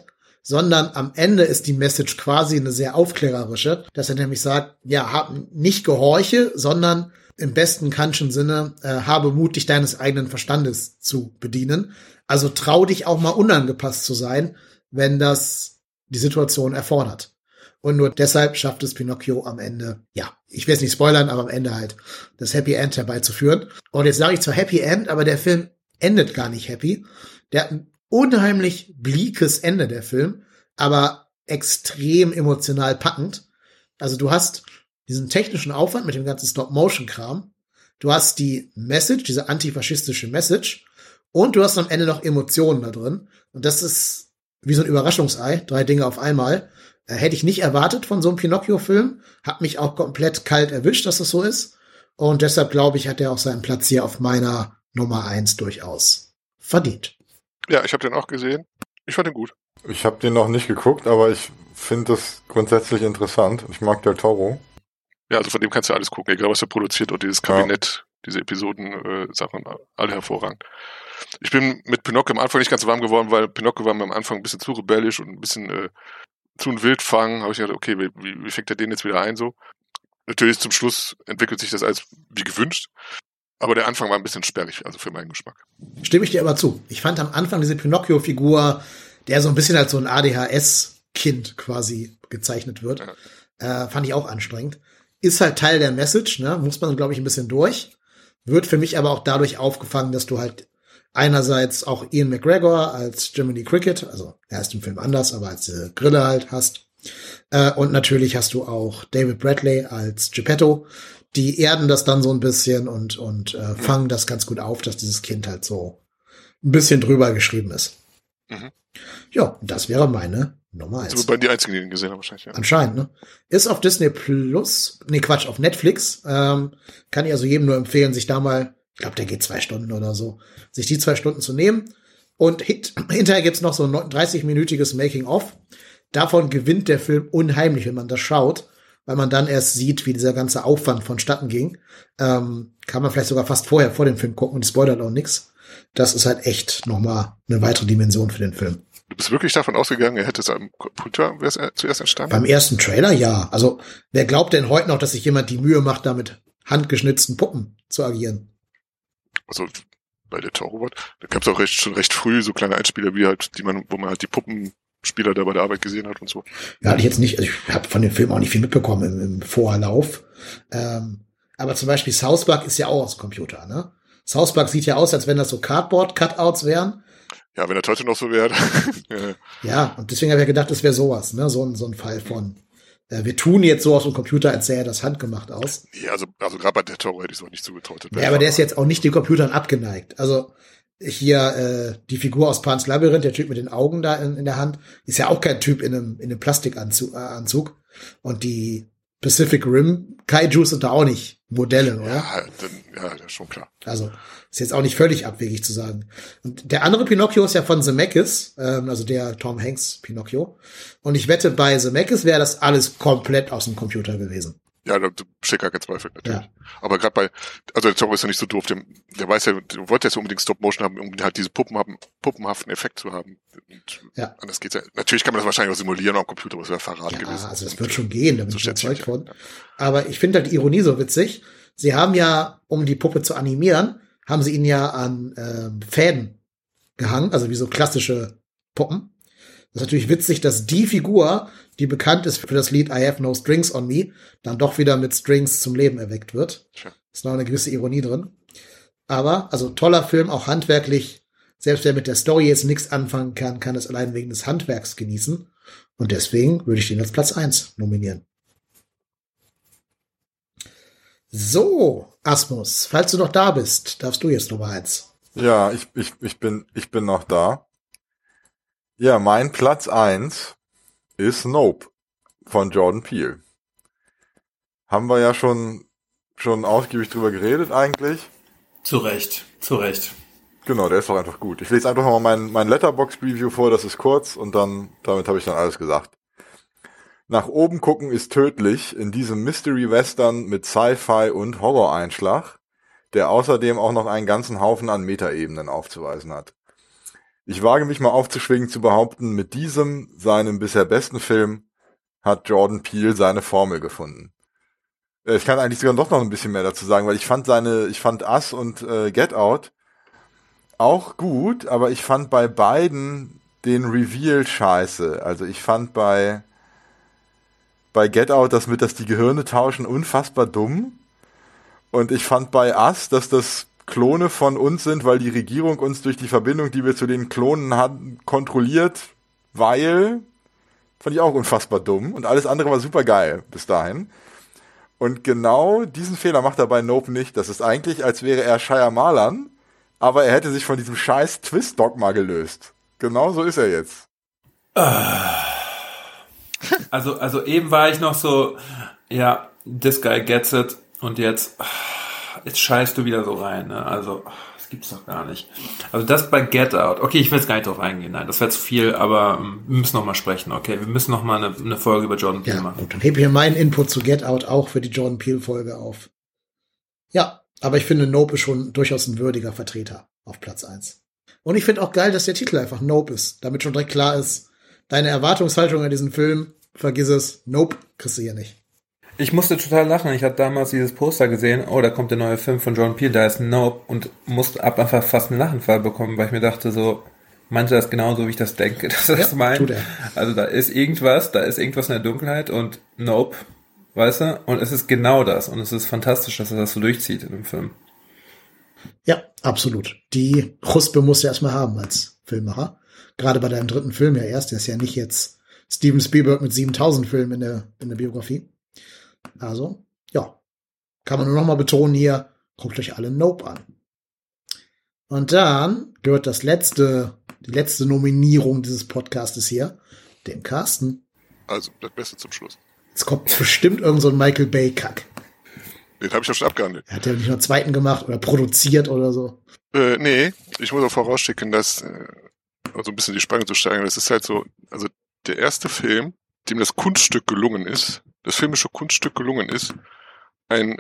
sondern am Ende ist die Message quasi eine sehr aufklärerische, dass er nämlich sagt, ja, hab nicht gehorche, sondern im besten Kantschen Sinne, äh, habe Mut, dich deines eigenen Verstandes zu bedienen. Also trau dich auch mal unangepasst zu sein, wenn das die Situation erfordert. Und nur deshalb schafft es Pinocchio am Ende, ja, ich will es nicht spoilern, aber am Ende halt das Happy End herbeizuführen. Und jetzt sage ich zwar Happy End, aber der Film endet gar nicht happy. Der hat ein unheimlich bleakes Ende, der Film, aber extrem emotional packend. Also du hast diesen technischen Aufwand mit dem ganzen Stop-Motion-Kram. Du hast die Message, diese antifaschistische Message. Und du hast am Ende noch Emotionen da drin. Und das ist wie so ein Überraschungsei. Drei Dinge auf einmal. Äh, hätte ich nicht erwartet von so einem Pinocchio-Film. Hat mich auch komplett kalt erwischt, dass das so ist. Und deshalb glaube ich, hat er auch seinen Platz hier auf meiner Nummer eins durchaus verdient. Ja, ich habe den auch gesehen. Ich fand den gut. Ich habe den noch nicht geguckt, aber ich finde das grundsätzlich interessant. Ich mag Del Toro. Ja, also von dem kannst du alles gucken, egal was er produziert und dieses Kabinett, ja. Diese Episoden-Sachen, äh, alle hervorragend. Ich bin mit Pinocchio am Anfang nicht ganz warm geworden, weil Pinocchio war mir am Anfang ein bisschen zu rebellisch und ein bisschen äh, zu ein Wildfang. Habe ich gedacht, okay, wie, wie fängt er den jetzt wieder ein so? Natürlich zum Schluss entwickelt sich das alles wie gewünscht, aber der Anfang war ein bisschen sperrig, also für meinen Geschmack. Stimme ich dir aber zu. Ich fand am Anfang diese Pinocchio-Figur, der so ein bisschen als so ein A D H S-Kind quasi gezeichnet wird, ja. äh, fand ich auch anstrengend. Ist halt Teil der Message, ne? Muss man, glaube ich, ein bisschen durch. Wird für mich aber auch dadurch aufgefangen, dass du halt einerseits auch Ian McGregor als Jiminy Cricket, also er ist im Film anders, aber als äh, Grille halt hast. Äh, und natürlich hast du auch David Bradley als Geppetto. Die erden das dann so ein bisschen und, und äh, fangen das ganz gut auf, dass dieses Kind halt so ein bisschen drüber geschrieben ist. Mhm. Ja, das wäre meine Nummer eins. Das sind die einzigen, die den gesehen haben wahrscheinlich. Ja. Anscheinend, ne? Ist auf Disney Plus, nee, Quatsch, auf Netflix. Ähm, kann ich also jedem nur empfehlen, sich da mal, ich glaube, der geht zwei Stunden oder so, sich die zwei Stunden zu nehmen. Und hit, hinterher gibt's noch so ein dreißig-minütiges Making-of. Davon gewinnt der Film unheimlich, wenn man das schaut, weil man dann erst sieht, wie dieser ganze Aufwand vonstatten ging. Ähm, kann man vielleicht sogar fast vorher vor dem Film gucken und spoilert auch nix. Das ist halt echt nochmal eine weitere Dimension für den Film. Du bist wirklich davon ausgegangen, er hätte es am Computer zuerst entstanden? Beim ersten Trailer, ja. Also, wer glaubt denn heute noch, dass sich jemand die Mühe macht, da mit handgeschnitzten Puppen zu agieren? Also, bei der Toro, da gab es auch recht, schon recht früh so kleine Einspieler, wie halt, die man, wo man halt die Puppenspieler da bei der Arbeit gesehen hat und so. Ja, hatte ich jetzt nicht, also ich habe von dem Film auch nicht viel mitbekommen im, im Vorlauf. Ähm, aber zum Beispiel South Park ist ja auch aus dem Computer, ne? South Park sieht ja aus, als wenn das so Cardboard-Cutouts wären. Ja, wenn das heute noch so wäre. ja. ja, und deswegen habe ich ja gedacht, das wäre sowas, ne? So ein, so ein Fall von, äh, wir tun jetzt so aus dem Computer, als sähe das handgemacht aus. Ja, also, also gerade bei der Toro hätte ich es auch nicht zugetraut. Ja, aber der ist jetzt auch nicht den Computern abgeneigt. Also hier äh, die Figur aus Pan's Labyrinth, der Typ mit den Augen da in, in der Hand, ist ja auch kein Typ in einem, in einem Plastikanzug. Äh, Anzug. Und die Pacific Rim Kaijus sind da auch nicht Modelle, oder? Ja, dann, ja, das ist schon klar. Also ist jetzt auch nicht völlig abwegig zu sagen. Und der andere Pinocchio ist ja von Zemeckis, ähm, also der Tom Hanks Pinocchio. Und ich wette, bei Zemeckis wäre das alles komplett aus dem Computer gewesen. Ja, da steht gar kein Zweifel, natürlich. Ja. Aber gerade bei, also der Toro ist ja nicht so doof, der, der weiß ja, der wollte ja so unbedingt Stop-Motion haben, um halt diese Puppen haben, puppenhaften Effekt zu haben. Und ja. anders geht's ja. Natürlich kann man das wahrscheinlich auch simulieren am Computer, aber es wäre Verrat ja, gewesen. Also das wird schon gehen, da bin so ich überzeugt ja. von. Aber ich finde halt die Ironie so witzig. Sie haben ja, um die Puppe zu animieren, haben sie ihn ja an ähm, Fäden gehangen, also wie so klassische Puppen. Das ist natürlich witzig, dass die Figur, die bekannt ist für das Lied I Have No Strings on Me, dann doch wieder mit Strings zum Leben erweckt wird. Tja. Ist noch eine gewisse Ironie drin. Aber, also toller Film, auch handwerklich. Selbst wer mit der Story jetzt nichts anfangen kann, kann es allein wegen des Handwerks genießen. Und deswegen würde ich den als Platz eins nominieren. So, Asmus, falls du noch da bist, darfst du jetzt Nummer eins. Ja, ich, ich, ich bin, ich bin noch da. Ja, mein Platz eins ist Nope von Jordan Peele. Haben wir ja schon, schon ausgiebig drüber geredet eigentlich. Zu Recht, zu Recht. Genau, der ist doch einfach gut. Ich lese einfach mal mein, mein Letterboxd-Review vor, das ist kurz und dann, damit habe ich dann alles gesagt. Nach oben gucken ist tödlich in diesem Mystery-Western mit Sci-Fi und Horror-Einschlag, der außerdem auch noch einen ganzen Haufen an Metaebenen aufzuweisen hat. Ich wage mich mal aufzuschwingen, zu behaupten, mit diesem, seinem bisher besten Film, hat Jordan Peele seine Formel gefunden. Ich kann eigentlich sogar doch noch ein bisschen mehr dazu sagen, weil ich fand seine, ich fand Us und äh, Get Out auch gut, aber ich fand bei beiden den Reveal scheiße. Also ich fand bei bei Get Out das mit, dass die Gehirne tauschen, unfassbar dumm. Und ich fand bei Us, dass das Klone von uns sind, weil die Regierung uns durch die Verbindung, die wir zu den Klonen hatten, kontrolliert, weil, fand ich auch unfassbar dumm. Und alles andere war super geil bis dahin. Und genau diesen Fehler macht er bei Nope nicht. Das ist eigentlich, als wäre er Shyamalan, aber er hätte sich von diesem scheiß Twist-Dogma gelöst. Genau so ist er jetzt. Also, also eben war ich noch so, ja, this guy gets it. Und jetzt, jetzt scheißt du wieder so rein, ne? Also, das gibt's doch gar nicht. Also das bei Get Out. Okay, ich will jetzt gar nicht drauf eingehen. Nein, das wäre zu viel, aber ähm, wir müssen noch mal sprechen. Okay, wir müssen noch mal eine, eine Folge über Jordan Peele ja, machen. Gut, dann hebe ich mir meinen Input zu Get Out auch für die Jordan Peele-Folge auf. Ja, aber ich finde, Nope ist schon durchaus ein würdiger Vertreter auf Platz eins. Und ich finde auch geil, dass der Titel einfach Nope ist. Damit schon direkt klar ist, deine Erwartungshaltung an diesen Film, vergiss es, Nope, kriegst du hier nicht. Ich musste total lachen. Ich hatte damals dieses Poster gesehen, oh, da kommt der neue Film von Jordan Peele, da ist Nope, und musste ab einfach fast einen Lachenfall bekommen, weil ich mir dachte so, meinte das genauso, wie ich das denke, dass er ja, das meint. Tut er. Also da ist irgendwas, da ist irgendwas in der Dunkelheit und Nope, weißt du? Und es ist genau das. Und es ist fantastisch, dass er das so durchzieht in dem Film. Ja, absolut. Die Chuspe musst du erstmal haben als Filmemacher. Gerade bei deinem dritten Film ja erst. Der ist ja nicht jetzt Steven Spielberg mit siebentausend Filmen in der, in der Biografie. Also, ja. Kann man nur noch mal betonen hier, guckt euch alle Nope an. Und dann gehört das letzte, die letzte Nominierung dieses Podcastes hier, dem Carsten. Also, das Beste zum Schluss. Jetzt kommt bestimmt irgend so ein Michael Bay-Kack. Den habe ich auch schon abgehandelt. Er hat ja nicht nur einen zweiten gemacht oder produziert oder so. Äh, nee, ich muss auch vorausschicken, dass, äh, also ein bisschen die Spannung zu steigern, das ist halt so, also der erste Film, dem das Kunststück gelungen ist, das filmische Kunststück gelungen ist, ein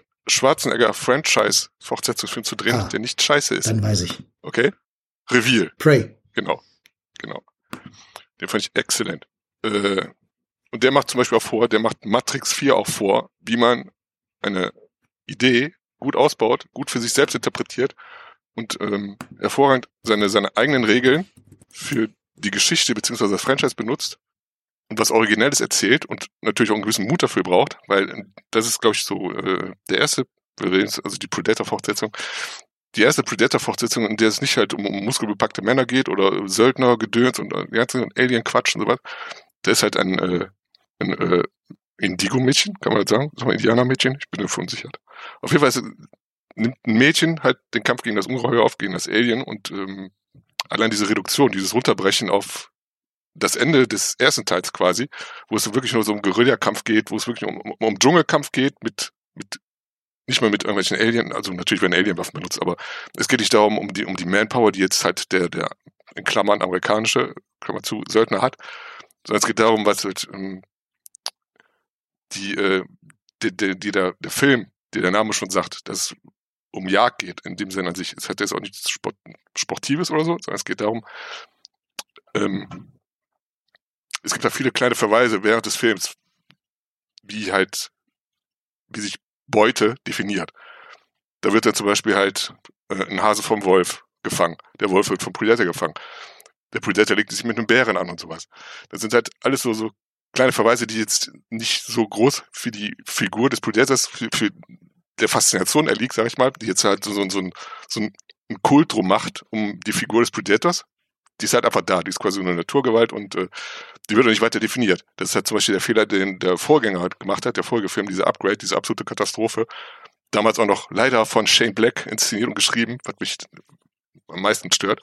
Schwarzenegger-Franchise-Fortsetzungsfilm zu drehen, ah, der nicht scheiße ist. Dann weiß ich. Okay? Reveal. Prey. Genau. Genau. Den fand ich exzellent. Äh, und der macht zum Beispiel auch vor, der macht Matrix vier auch vor, wie man eine Idee gut ausbaut, gut für sich selbst interpretiert und ähm, hervorragend seine, seine eigenen Regeln für die Geschichte bzw. das Franchise benutzt und was Originelles erzählt und natürlich auch einen gewissen Mut dafür braucht, weil das ist, glaube ich, so äh, der erste, also die Predator-Fortsetzung, die erste Predator-Fortsetzung, in der es nicht halt um, um muskelbepackte Männer geht oder Söldner, Gedöns und äh, ganzen Alien-Quatsch und sowas. Der ist halt ein, äh, ein äh, Indigo-Mädchen, kann man das sagen? Sag mal Indianer-Mädchen? Ich bin mir verunsichert. Auf jeden Fall nimmt ein Mädchen halt den Kampf gegen das Ungeheuer auf, gegen das Alien und ähm, allein diese Reduktion, dieses Runterbrechen auf das Ende des ersten Teils quasi, wo es wirklich nur so um Guerilla-Kampf geht, wo es wirklich um, um, um Dschungelkampf geht, mit, mit nicht mal mit irgendwelchen Alien, also natürlich werden Alien-Waffen benutzt, aber es geht nicht darum, um die, um die Manpower, die jetzt halt der, der in Klammern amerikanische, Klammer zu, Söldner hat, sondern es geht darum, was halt ähm, die, äh, die, die, die der, der Film, der der Name schon sagt, dass es um Jagd geht, in dem Sinne an sich. Es hat jetzt auch nichts Sport, Sportives oder so, sondern es geht darum, ähm, es gibt da viele kleine Verweise während des Films, wie halt, wie sich Beute definiert. Da wird dann zum Beispiel halt äh, ein Hase vom Wolf gefangen. Der Wolf wird vom Predator gefangen. Der Predator legt sich mit einem Bären an und sowas. Das sind halt alles so, so kleine Verweise, die jetzt nicht so groß für die Figur des Predators, für, für der Faszination erliegt, sag ich mal, die jetzt halt so, so, so, ein, so ein Kult drum macht, um die Figur des Predators. Die ist halt einfach da, die ist quasi eine Naturgewalt und äh, die wird auch nicht weiter definiert. Das ist halt zum Beispiel der Fehler, den der Vorgänger halt gemacht hat, der Folgefilm, diese Upgrade, diese absolute Katastrophe. Damals auch noch leider von Shane Black inszeniert und geschrieben, was mich am meisten stört.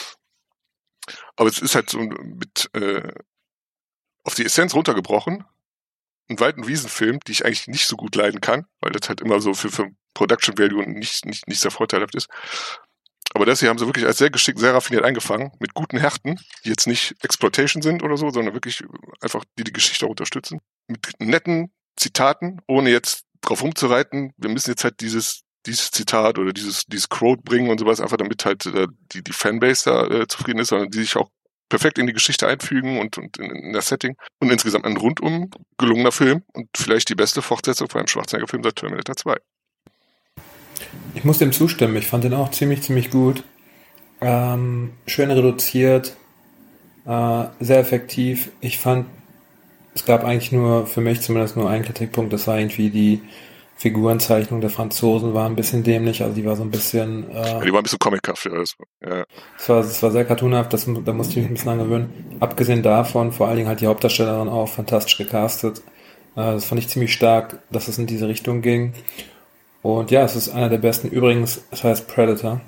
Aber es ist halt so mit äh, auf die Essenz runtergebrochen, ein Wald- und Wiesenfilm, die ich eigentlich nicht so gut leiden kann, weil das halt immer so für, für Production Value nicht, nicht, nicht sehr vorteilhaft ist. Aber das hier haben sie wirklich als sehr geschickt, sehr raffiniert eingefangen, mit guten Härten, die jetzt nicht Exploitation sind oder so, sondern wirklich einfach, die die Geschichte auch unterstützen. Mit netten Zitaten, ohne jetzt drauf rumzureiten, wir müssen jetzt halt dieses dieses Zitat oder dieses dieses Quote bringen und sowas, einfach damit halt äh, die die Fanbase da äh, zufrieden ist, sondern die sich auch perfekt in die Geschichte einfügen und, und in, in das Setting. Und insgesamt ein rundum gelungener Film und vielleicht die beste Fortsetzung von einem Schwarzenegger-Film seit Terminator zwei. Ich muss dem zustimmen. Ich fand den auch ziemlich, ziemlich gut. Ähm, schön reduziert, äh, sehr effektiv. Ich fand, es gab eigentlich nur, für mich zumindest nur einen Kritikpunkt, das war irgendwie die Figurenzeichnung der Franzosen war ein bisschen dämlich, also die war so ein bisschen... Äh, ja, die war ein bisschen comichaft. Ja, das, ja. Es war, es war sehr cartoonhaft, das, da musste ich mich ein bisschen angewöhnen. Abgesehen davon, vor allen Dingen halt die Hauptdarstellerin auch fantastisch gecastet. Äh, das fand ich ziemlich stark, dass es in diese Richtung ging. Und ja, es ist einer der besten, übrigens, es heißt Predator.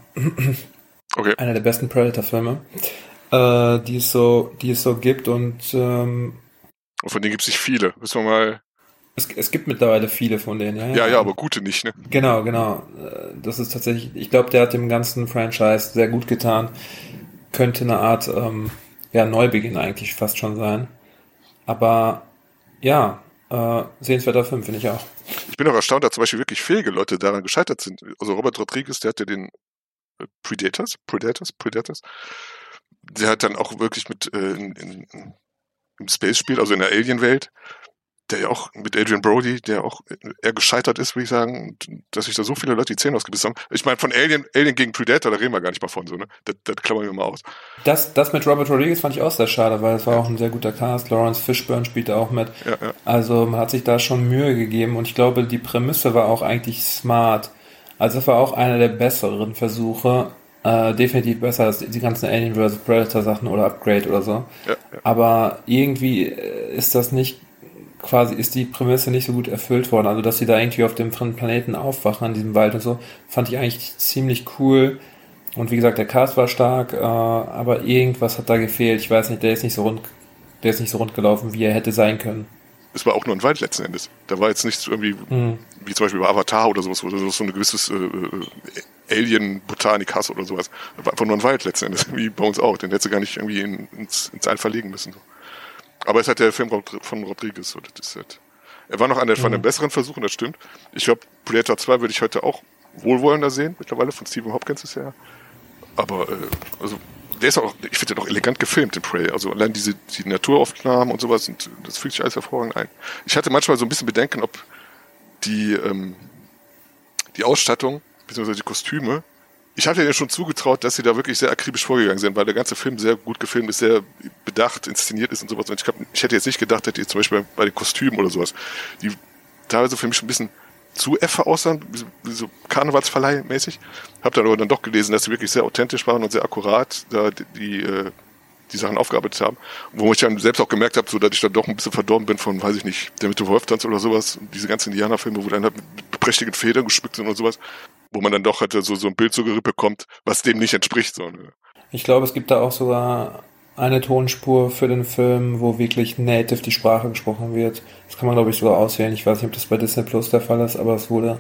Okay. Einer der besten Predator-Filme, äh, die es so, die es so gibt und ähm, und von denen gibt es nicht viele. Müssen wir mal... Es, es gibt mittlerweile viele von denen, ja. Ja, ja, aber gute nicht, ne? Genau, genau. Das ist tatsächlich, ich glaube, der hat dem ganzen Franchise sehr gut getan. Könnte eine Art, ähm, ja, Neubeginn eigentlich fast schon sein. Aber, ja, äh, sehenswerter Film, finde ich auch. Ich bin auch erstaunt, dass zum Beispiel wirklich fähige Leute daran gescheitert sind. Also Robert Rodriguez, der hat ja den äh, Predators, Predators, Predators, der hat dann auch wirklich mit, äh, in, in, im Space-Spiel, also in der Alien-Welt, der ja auch mit Adrian Brody, der auch eher gescheitert ist, würde ich sagen, dass sich da so viele Leute die Zähne ausgebissen haben. Ich meine, von Alien, Alien gegen Predator, da reden wir gar nicht mal von so, ne? Das, das klammern wir mal aus. Das, das mit Robert Rodriguez fand ich auch sehr schade, weil es war ja. auch ein sehr guter Cast. Lawrence Fishburne spielte auch mit. Ja, ja. Also man hat sich da schon Mühe gegeben und ich glaube, die Prämisse war auch eigentlich smart. Also es war auch einer der besseren Versuche, äh, definitiv besser als die ganzen Alien versus. Predator Sachen oder Upgrade oder so. Ja, ja. Aber irgendwie ist das nicht quasi ist die Prämisse nicht so gut erfüllt worden. Also, dass sie da irgendwie auf dem fremden Planeten aufwachen, an diesem Wald und so, fand ich eigentlich ziemlich cool. Und wie gesagt, der Cast war stark, äh, aber irgendwas hat da gefehlt. Ich weiß nicht, der ist nicht so rund, der ist nicht so rund gelaufen, wie er hätte sein können. Es war auch nur ein Wald letzten Endes. Da war jetzt nichts irgendwie, mhm. wie zum Beispiel bei Avatar oder sowas, wo du so eine gewisse äh, Alien-Botanik hast oder sowas. Das war einfach nur ein Wald letzten Endes, wie bei uns auch. Den hättest du gar nicht irgendwie in, ins, ins All verlegen müssen. So. Aber es hat der Film von Rodriguez. So, das ist halt, er war noch einer von den besseren Versuchen, das stimmt. Ich glaube, Predator zwei würde ich heute auch wohlwollender sehen, mittlerweile, von Stephen Hopkins ist ja. Aber, äh, also, der ist auch, ich finde den auch elegant gefilmt, den Prey. Also, allein diese, die Naturaufnahmen und sowas, und das fühlt sich alles hervorragend ein. Ich hatte manchmal so ein bisschen Bedenken, ob die, ähm, die Ausstattung, beziehungsweise die Kostüme, ich hatte ja schon zugetraut, dass sie da wirklich sehr akribisch vorgegangen sind, weil der ganze Film sehr gut gefilmt ist, sehr bedacht, inszeniert ist und sowas. Und ich, glaub, ich hätte jetzt nicht gedacht, dass die zum Beispiel bei den Kostümen oder sowas, die teilweise für mich ein bisschen zu effe aussahen, wie so Karnevalsverleih-mäßig. Hab dann aber dann doch gelesen, dass sie wirklich sehr authentisch waren und sehr akkurat da die, die, die Sachen aufgearbeitet haben. Wo ich dann selbst auch gemerkt habe, so dass ich dann doch ein bisschen verdorben bin von, weiß ich nicht, der mit dem Wolftanz oder sowas, diese ganzen Indianerfilme, wo dann halt mit prächtigen Federn geschmückt sind und sowas, wo man dann doch halt so, so ein Bild zugerührt bekommt, was dem nicht entspricht. So, ne? Ich glaube, es gibt da auch sogar eine Tonspur für den Film, wo wirklich native die Sprache gesprochen wird. Das kann man, glaube ich, sogar auswählen. Ich weiß nicht, ob das bei Disney Plus der Fall ist, aber es wurde,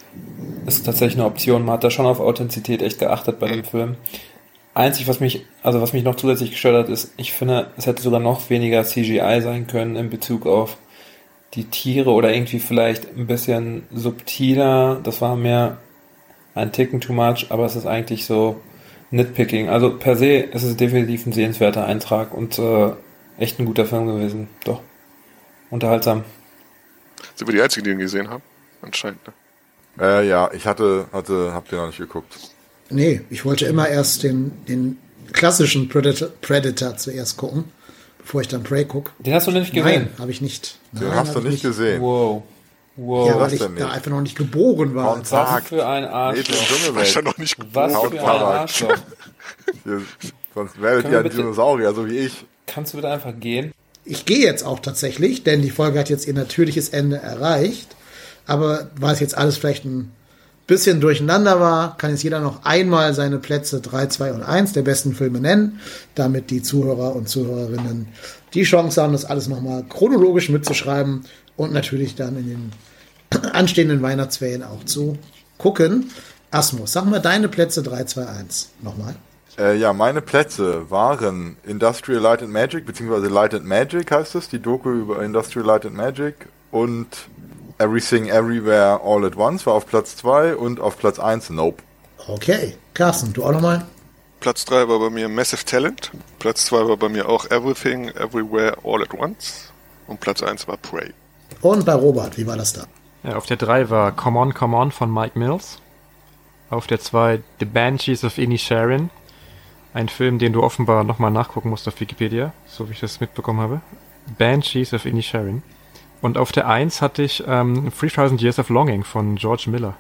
ist tatsächlich eine Option. Man hat da schon auf Authentizität echt geachtet bei dem Film. Einzig, was mich, also was mich noch zusätzlich gestört hat, ist, ich finde, es hätte sogar noch weniger C G I sein können in Bezug auf die Tiere oder irgendwie vielleicht ein bisschen subtiler. Das war mehr ein Ticken too much, aber es ist eigentlich so Nitpicking. Also per se ist es definitiv ein sehenswerter Eintrag und äh, echt ein guter Film gewesen. Doch. Unterhaltsam. Sind wir die Einzigen, die ihn gesehen haben? Anscheinend, ne? Äh, ja, ich hatte, hatte, hab den noch nicht geguckt. Nee, ich wollte immer erst den, den klassischen Predator, Predator zuerst gucken, bevor ich dann Prey gucke. Den hast du nicht gesehen? Nein, habe ich nicht. Den Nein, hast du nicht, nicht gesehen? Wow. Wow. Ja, weil ich da einfach noch nicht geboren war. Und was für ein Arschloch. War ich ja noch nicht geboren. Was für ein Arschloch. Sonst werdet ihr ein Dinosaurier, so wie ich. Kannst du bitte einfach gehen? Ich gehe jetzt auch tatsächlich, denn die Folge hat jetzt ihr natürliches Ende erreicht. Aber weil es jetzt alles vielleicht ein bisschen durcheinander war, kann jetzt jeder noch einmal seine Plätze drei, zwei und eins der besten Filme nennen, damit die Zuhörer und Zuhörerinnen die Chance haben, das alles nochmal chronologisch mitzuschreiben und natürlich dann in den anstehenden Weihnachtsferien auch zu gucken. Asmus, sag mal deine Plätze drei, zwei, eins nochmal. Äh, ja, meine Plätze waren Industrial Light and Magic, beziehungsweise Light and Magic heißt es, die Doku über Industrial Light and Magic und Everything Everywhere All at Once war auf Platz zwei und auf Platz eins Nope. Okay, Carsten, du auch nochmal? Platz drei war bei mir Massive Talent. Platz zwei war bei mir auch Everything Everywhere All at Once. Und Platz eins war Prey. Und bei Robert, wie war das da? Ja, auf der drei war Come On, Come On von Mike Mills. Auf der zwei The Banshees of Inisherin. Ein Film, den du offenbar nochmal nachgucken musst auf Wikipedia, so wie ich das mitbekommen habe. Banshees of Inisherin. Und auf der eins hatte ich ähm, three thousand Years of Longing von George Miller.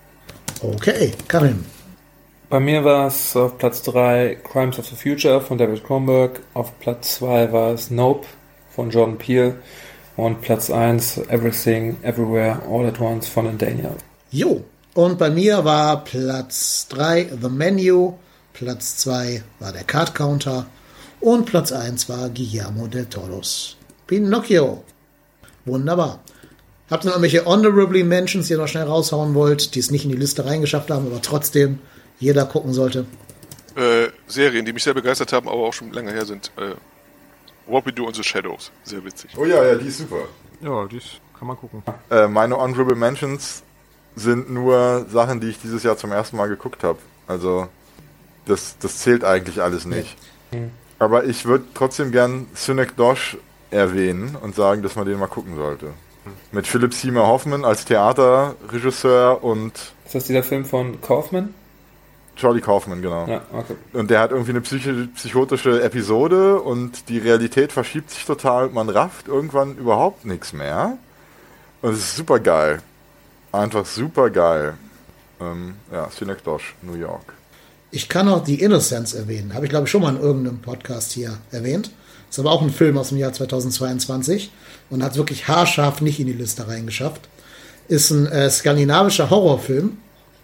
Okay, Karin. Bei mir war es auf Platz drei Crimes of the Future von David Cronenberg. Auf Platz zwei war es Nope von Jordan Peele. Und Platz eins Everything Everywhere All at Once von Daniel. Jo, und bei mir war Platz drei The Menu, Platz zwei war der Card Counter und Platz eins war Guillermo del Toros Pinocchio. Wunderbar. Habt ihr noch irgendwelche Honorable Mentions, die ihr noch schnell raushauen wollt, die es nicht in die Liste reingeschafft haben, aber trotzdem jeder gucken sollte? Äh, Serien, die mich sehr begeistert haben, aber auch schon länger her sind. Äh, What We Do in the Shadows. Sehr witzig. Oh ja, ja, die ist super. Ja, die kann man gucken. Äh, meine Honorable Mentions sind nur Sachen, die ich dieses Jahr zum ersten Mal geguckt habe. Also, das, das zählt eigentlich alles nicht. Mhm. Aber ich würde trotzdem gern Synecdoche Dosh erwähnen und sagen, dass man den mal gucken sollte. Mit Philip Seymour Hoffman als Theaterregisseur und... Ist das dieser Film von Kaufman? Charlie Kaufman, genau. Ja, okay. Und der hat irgendwie eine psychi- psychotische Episode und die Realität verschiebt sich total. Man rafft irgendwann überhaupt nichts mehr. Und es ist super geil. Einfach super geil. Ähm, ja, Synecdoche, New York. Ich kann auch The Innocents erwähnen. Habe ich, glaube ich, schon mal in irgendeinem Podcast hier erwähnt. Ist aber auch ein Film aus dem Jahr zweitausendzweiundzwanzig und hat wirklich haarscharf nicht in die Liste reingeschafft. Ist ein äh, skandinavischer Horrorfilm.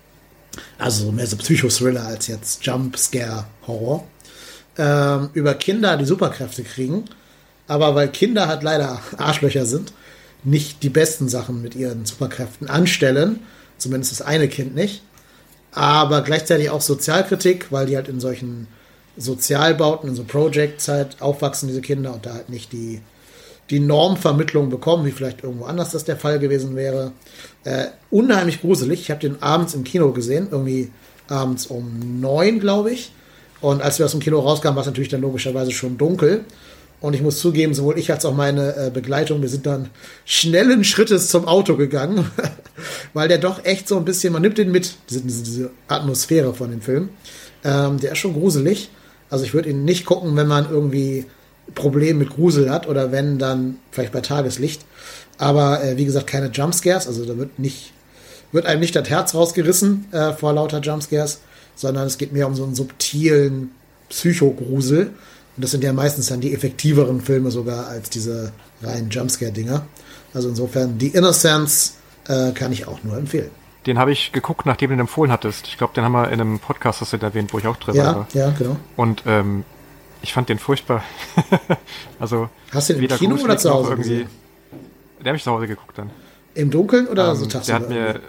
Also mehr so Psychothriller als jetzt Jump-Scare-Horror. Ähm, über Kinder, die Superkräfte kriegen. Aber weil Kinder halt leider Arschlöcher sind, nicht die besten Sachen mit ihren Superkräften anstellen. Zumindest das eine Kind nicht. Aber gleichzeitig auch Sozialkritik, weil die halt in solchen Sozialbauten, in so Projects halt aufwachsen, diese Kinder, und da halt nicht die, die Normvermittlung bekommen, wie vielleicht irgendwo anders das der Fall gewesen wäre. Äh, unheimlich gruselig. Ich habe den abends im Kino gesehen, irgendwie abends um neun, glaube ich. Und als wir aus dem Kino rauskamen, war es natürlich dann logischerweise schon dunkel. Und ich muss zugeben, sowohl ich als auch meine äh, Begleitung, wir sind dann schnellen Schrittes zum Auto gegangen, weil der doch echt so ein bisschen, man nimmt den mit, diese, diese Atmosphäre von dem Film. Ähm, der ist schon gruselig. Also ich würde ihn nicht gucken, wenn man irgendwie Probleme mit Grusel hat oder wenn, dann vielleicht bei Tageslicht. Aber äh, wie gesagt, keine Jumpscares, also da wird nicht, wird einem nicht das Herz rausgerissen äh, vor lauter Jumpscares, sondern es geht mehr um so einen subtilen Psychogrusel. Und das sind ja meistens dann die effektiveren Filme sogar als diese reinen Jumpscare-Dinger. Also insofern, The Innocents äh, kann ich auch nur empfehlen. Den habe ich geguckt, nachdem du ihn empfohlen hattest. Ich glaube, den haben wir in einem Podcast hast du erwähnt, wo ich auch drin ja, war. Ja, genau. Und ähm, ich fand den furchtbar. Also hast du den im Kino oder zu Hause irgendwie? Den habe ich zu Hause geguckt dann. Im Dunkeln oder ähm, so tagsüber? Der hat mir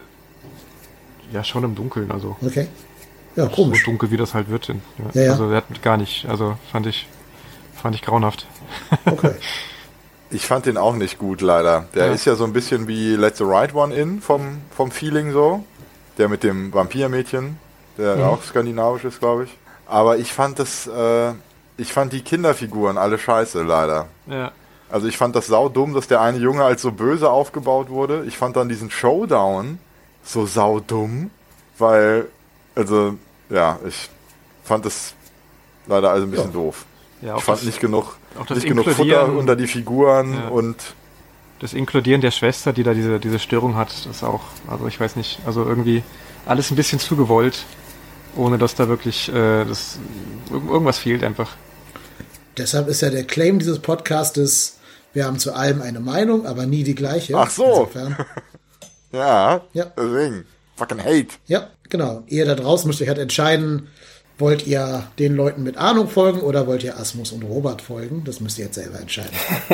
ja schon im Dunkeln, also. Okay. Ja, komisch. So dunkel, wie das halt wird. Ja. Ja, ja. Also der hat gar nicht, also fand ich fand ich grauenhaft. Okay. Ich fand den auch nicht gut, leider. Der ja. ist ja so ein bisschen wie Let the Right One In vom, vom Feeling so. Der mit dem Vampirmädchen, der mhm. auch skandinavisch ist, glaube ich. Aber ich fand das, äh, ich fand die Kinderfiguren alle scheiße, leider. Ja. Also ich fand das saudumm, dass der eine Junge als so böse aufgebaut wurde. Ich fand dann diesen Showdown so saudumm, weil, also, ja, ich fand das leider also ein bisschen ja. doof. Ja, ich fand das, nicht genug, auch nicht genug Futter unter die Figuren ja. und das Inkludieren der Schwester, die da diese, diese Störung hat, ist auch, also ich weiß nicht, also irgendwie alles ein bisschen zu gewollt, ohne dass da wirklich äh, das, irgendwas fehlt einfach. Deshalb ist ja der Claim dieses Podcastes, wir haben zu allem eine Meinung, aber nie die gleiche. Ach so. ja, ja, deswegen. Fucking hate. Ja, genau. Ihr da draußen müsst euch halt entscheiden, wollt ihr den Leuten mit Ahnung folgen oder wollt ihr Asmus und Robert folgen? Das müsst ihr jetzt selber entscheiden.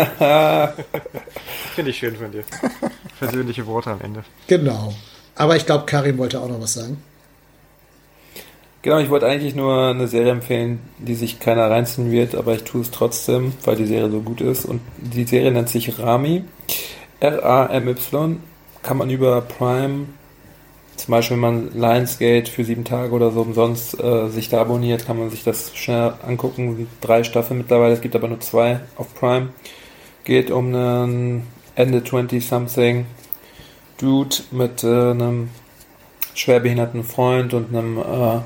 Finde ich schön von dir. Persönliche Worte am Ende. Genau. Aber ich glaube, Karim wollte auch noch was sagen. Genau, ich wollte eigentlich nur eine Serie empfehlen, die sich keiner reinziehen wird, aber ich tue es trotzdem, weil die Serie so gut ist. Und die Serie nennt sich Ramy. R A M Y. kann man über Prime, zum Beispiel wenn man Lionsgate für sieben Tage oder so umsonst äh, sich da abonniert, kann man sich das schnell angucken. Drei Staffeln mittlerweile, es gibt aber nur zwei auf Prime. Geht um einen Ende zwanzig-something Dude mit äh, einem schwerbehinderten Freund und einem, äh,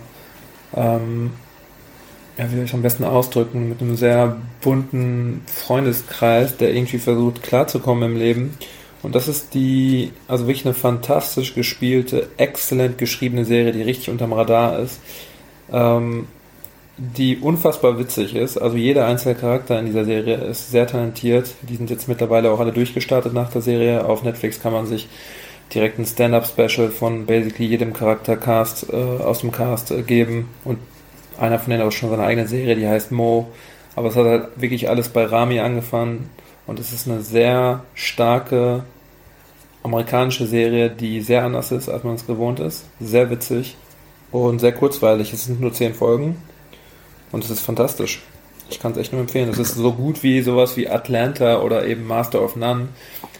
ähm, ja, wie soll ich am besten ausdrücken, mit einem sehr bunten Freundeskreis, der irgendwie versucht klarzukommen im Leben. Und das ist die, also wirklich eine fantastisch gespielte, exzellent geschriebene Serie, die richtig unterm Radar ist, ähm, die unfassbar witzig ist. Also jeder einzelne Charakter in dieser Serie ist sehr talentiert. Die sind jetzt mittlerweile auch alle durchgestartet nach der Serie. Auf Netflix kann man sich direkt ein Stand-Up-Special von basically jedem Charaktercast äh, aus dem Cast äh, geben. Und einer von denen hat auch schon seine eigene Serie, die heißt Mo. Aber es hat halt wirklich alles bei Rami angefangen. Und es ist eine sehr starke amerikanische Serie, die sehr anders ist, als man es gewohnt ist. Sehr witzig und sehr kurzweilig. Es sind nur zehn Folgen und es ist fantastisch. Ich kann es echt nur empfehlen. Es ist so gut wie sowas wie Atlanta oder eben Master of None,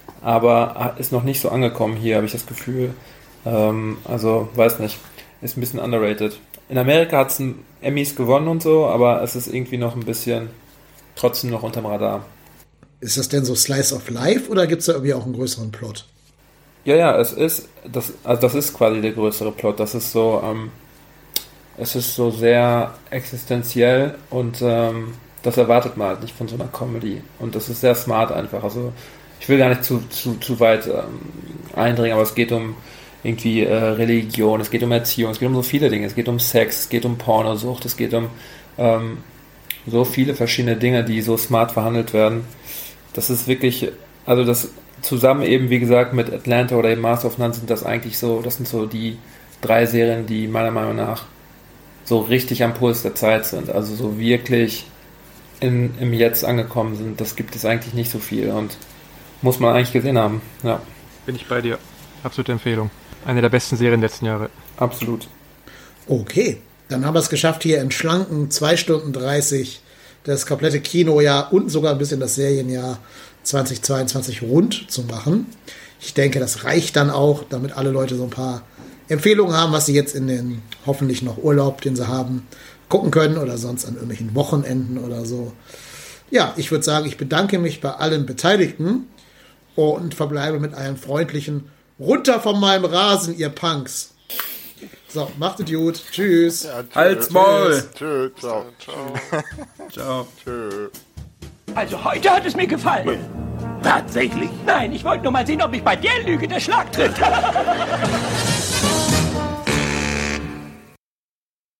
aber ist noch nicht so angekommen hier, habe ich das Gefühl. Ähm, also, weiß nicht. Ist ein bisschen underrated. In Amerika hat es Emmys gewonnen und so, aber es ist irgendwie noch ein bisschen trotzdem noch unterm Radar. Ist das denn so Slice of Life oder gibt es da irgendwie auch einen größeren Plot? Ja, ja, es ist, das, also das ist quasi der größere Plot. Das ist so, ähm, es ist so sehr existenziell und ähm, das erwartet man halt nicht von so einer Comedy. Und das ist sehr smart einfach. Also ich will gar nicht zu, zu, zu weit ähm, eindringen, aber es geht um irgendwie äh, Religion, es geht um Erziehung, es geht um so viele Dinge. Es geht um Sex, es geht um Pornosucht, es geht um ähm, so viele verschiedene Dinge, die so smart verhandelt werden. Das ist wirklich, also das zusammen eben, wie gesagt, mit Atlanta oder eben Master of None sind das eigentlich so, das sind so die drei Serien, die meiner Meinung nach so richtig am Puls der Zeit sind. Also so wirklich in, im Jetzt angekommen sind. Das gibt es eigentlich nicht so viel und muss man eigentlich gesehen haben. Ja. Bin ich bei dir. Absolute Empfehlung. Eine der besten Serien der letzten Jahre. Absolut. Okay, dann haben wir es geschafft, hier in schlanken zwei Stunden dreißig das komplette Kinojahr und sogar ein bisschen das Serienjahr zweitausendzweiundzwanzig rund zu machen. Ich denke, das reicht dann auch, damit alle Leute so ein paar Empfehlungen haben, was sie jetzt in den hoffentlich noch Urlaub, den sie haben, gucken können oder sonst an irgendwelchen Wochenenden oder so. Ja, ich würde sagen, ich bedanke mich bei allen Beteiligten und verbleibe mit einem freundlichen Runter von meinem Rasen, ihr Punks. So, macht es gut. Tschüss. Ja, tschö, Halt's Maul. Tschüss. Ciao. Ciao. Ciao. Tschö. Also heute hat es mir gefallen. Tatsächlich? Nein, ich wollte nur mal sehen, ob ich bei der Lüge der Schlag trifft.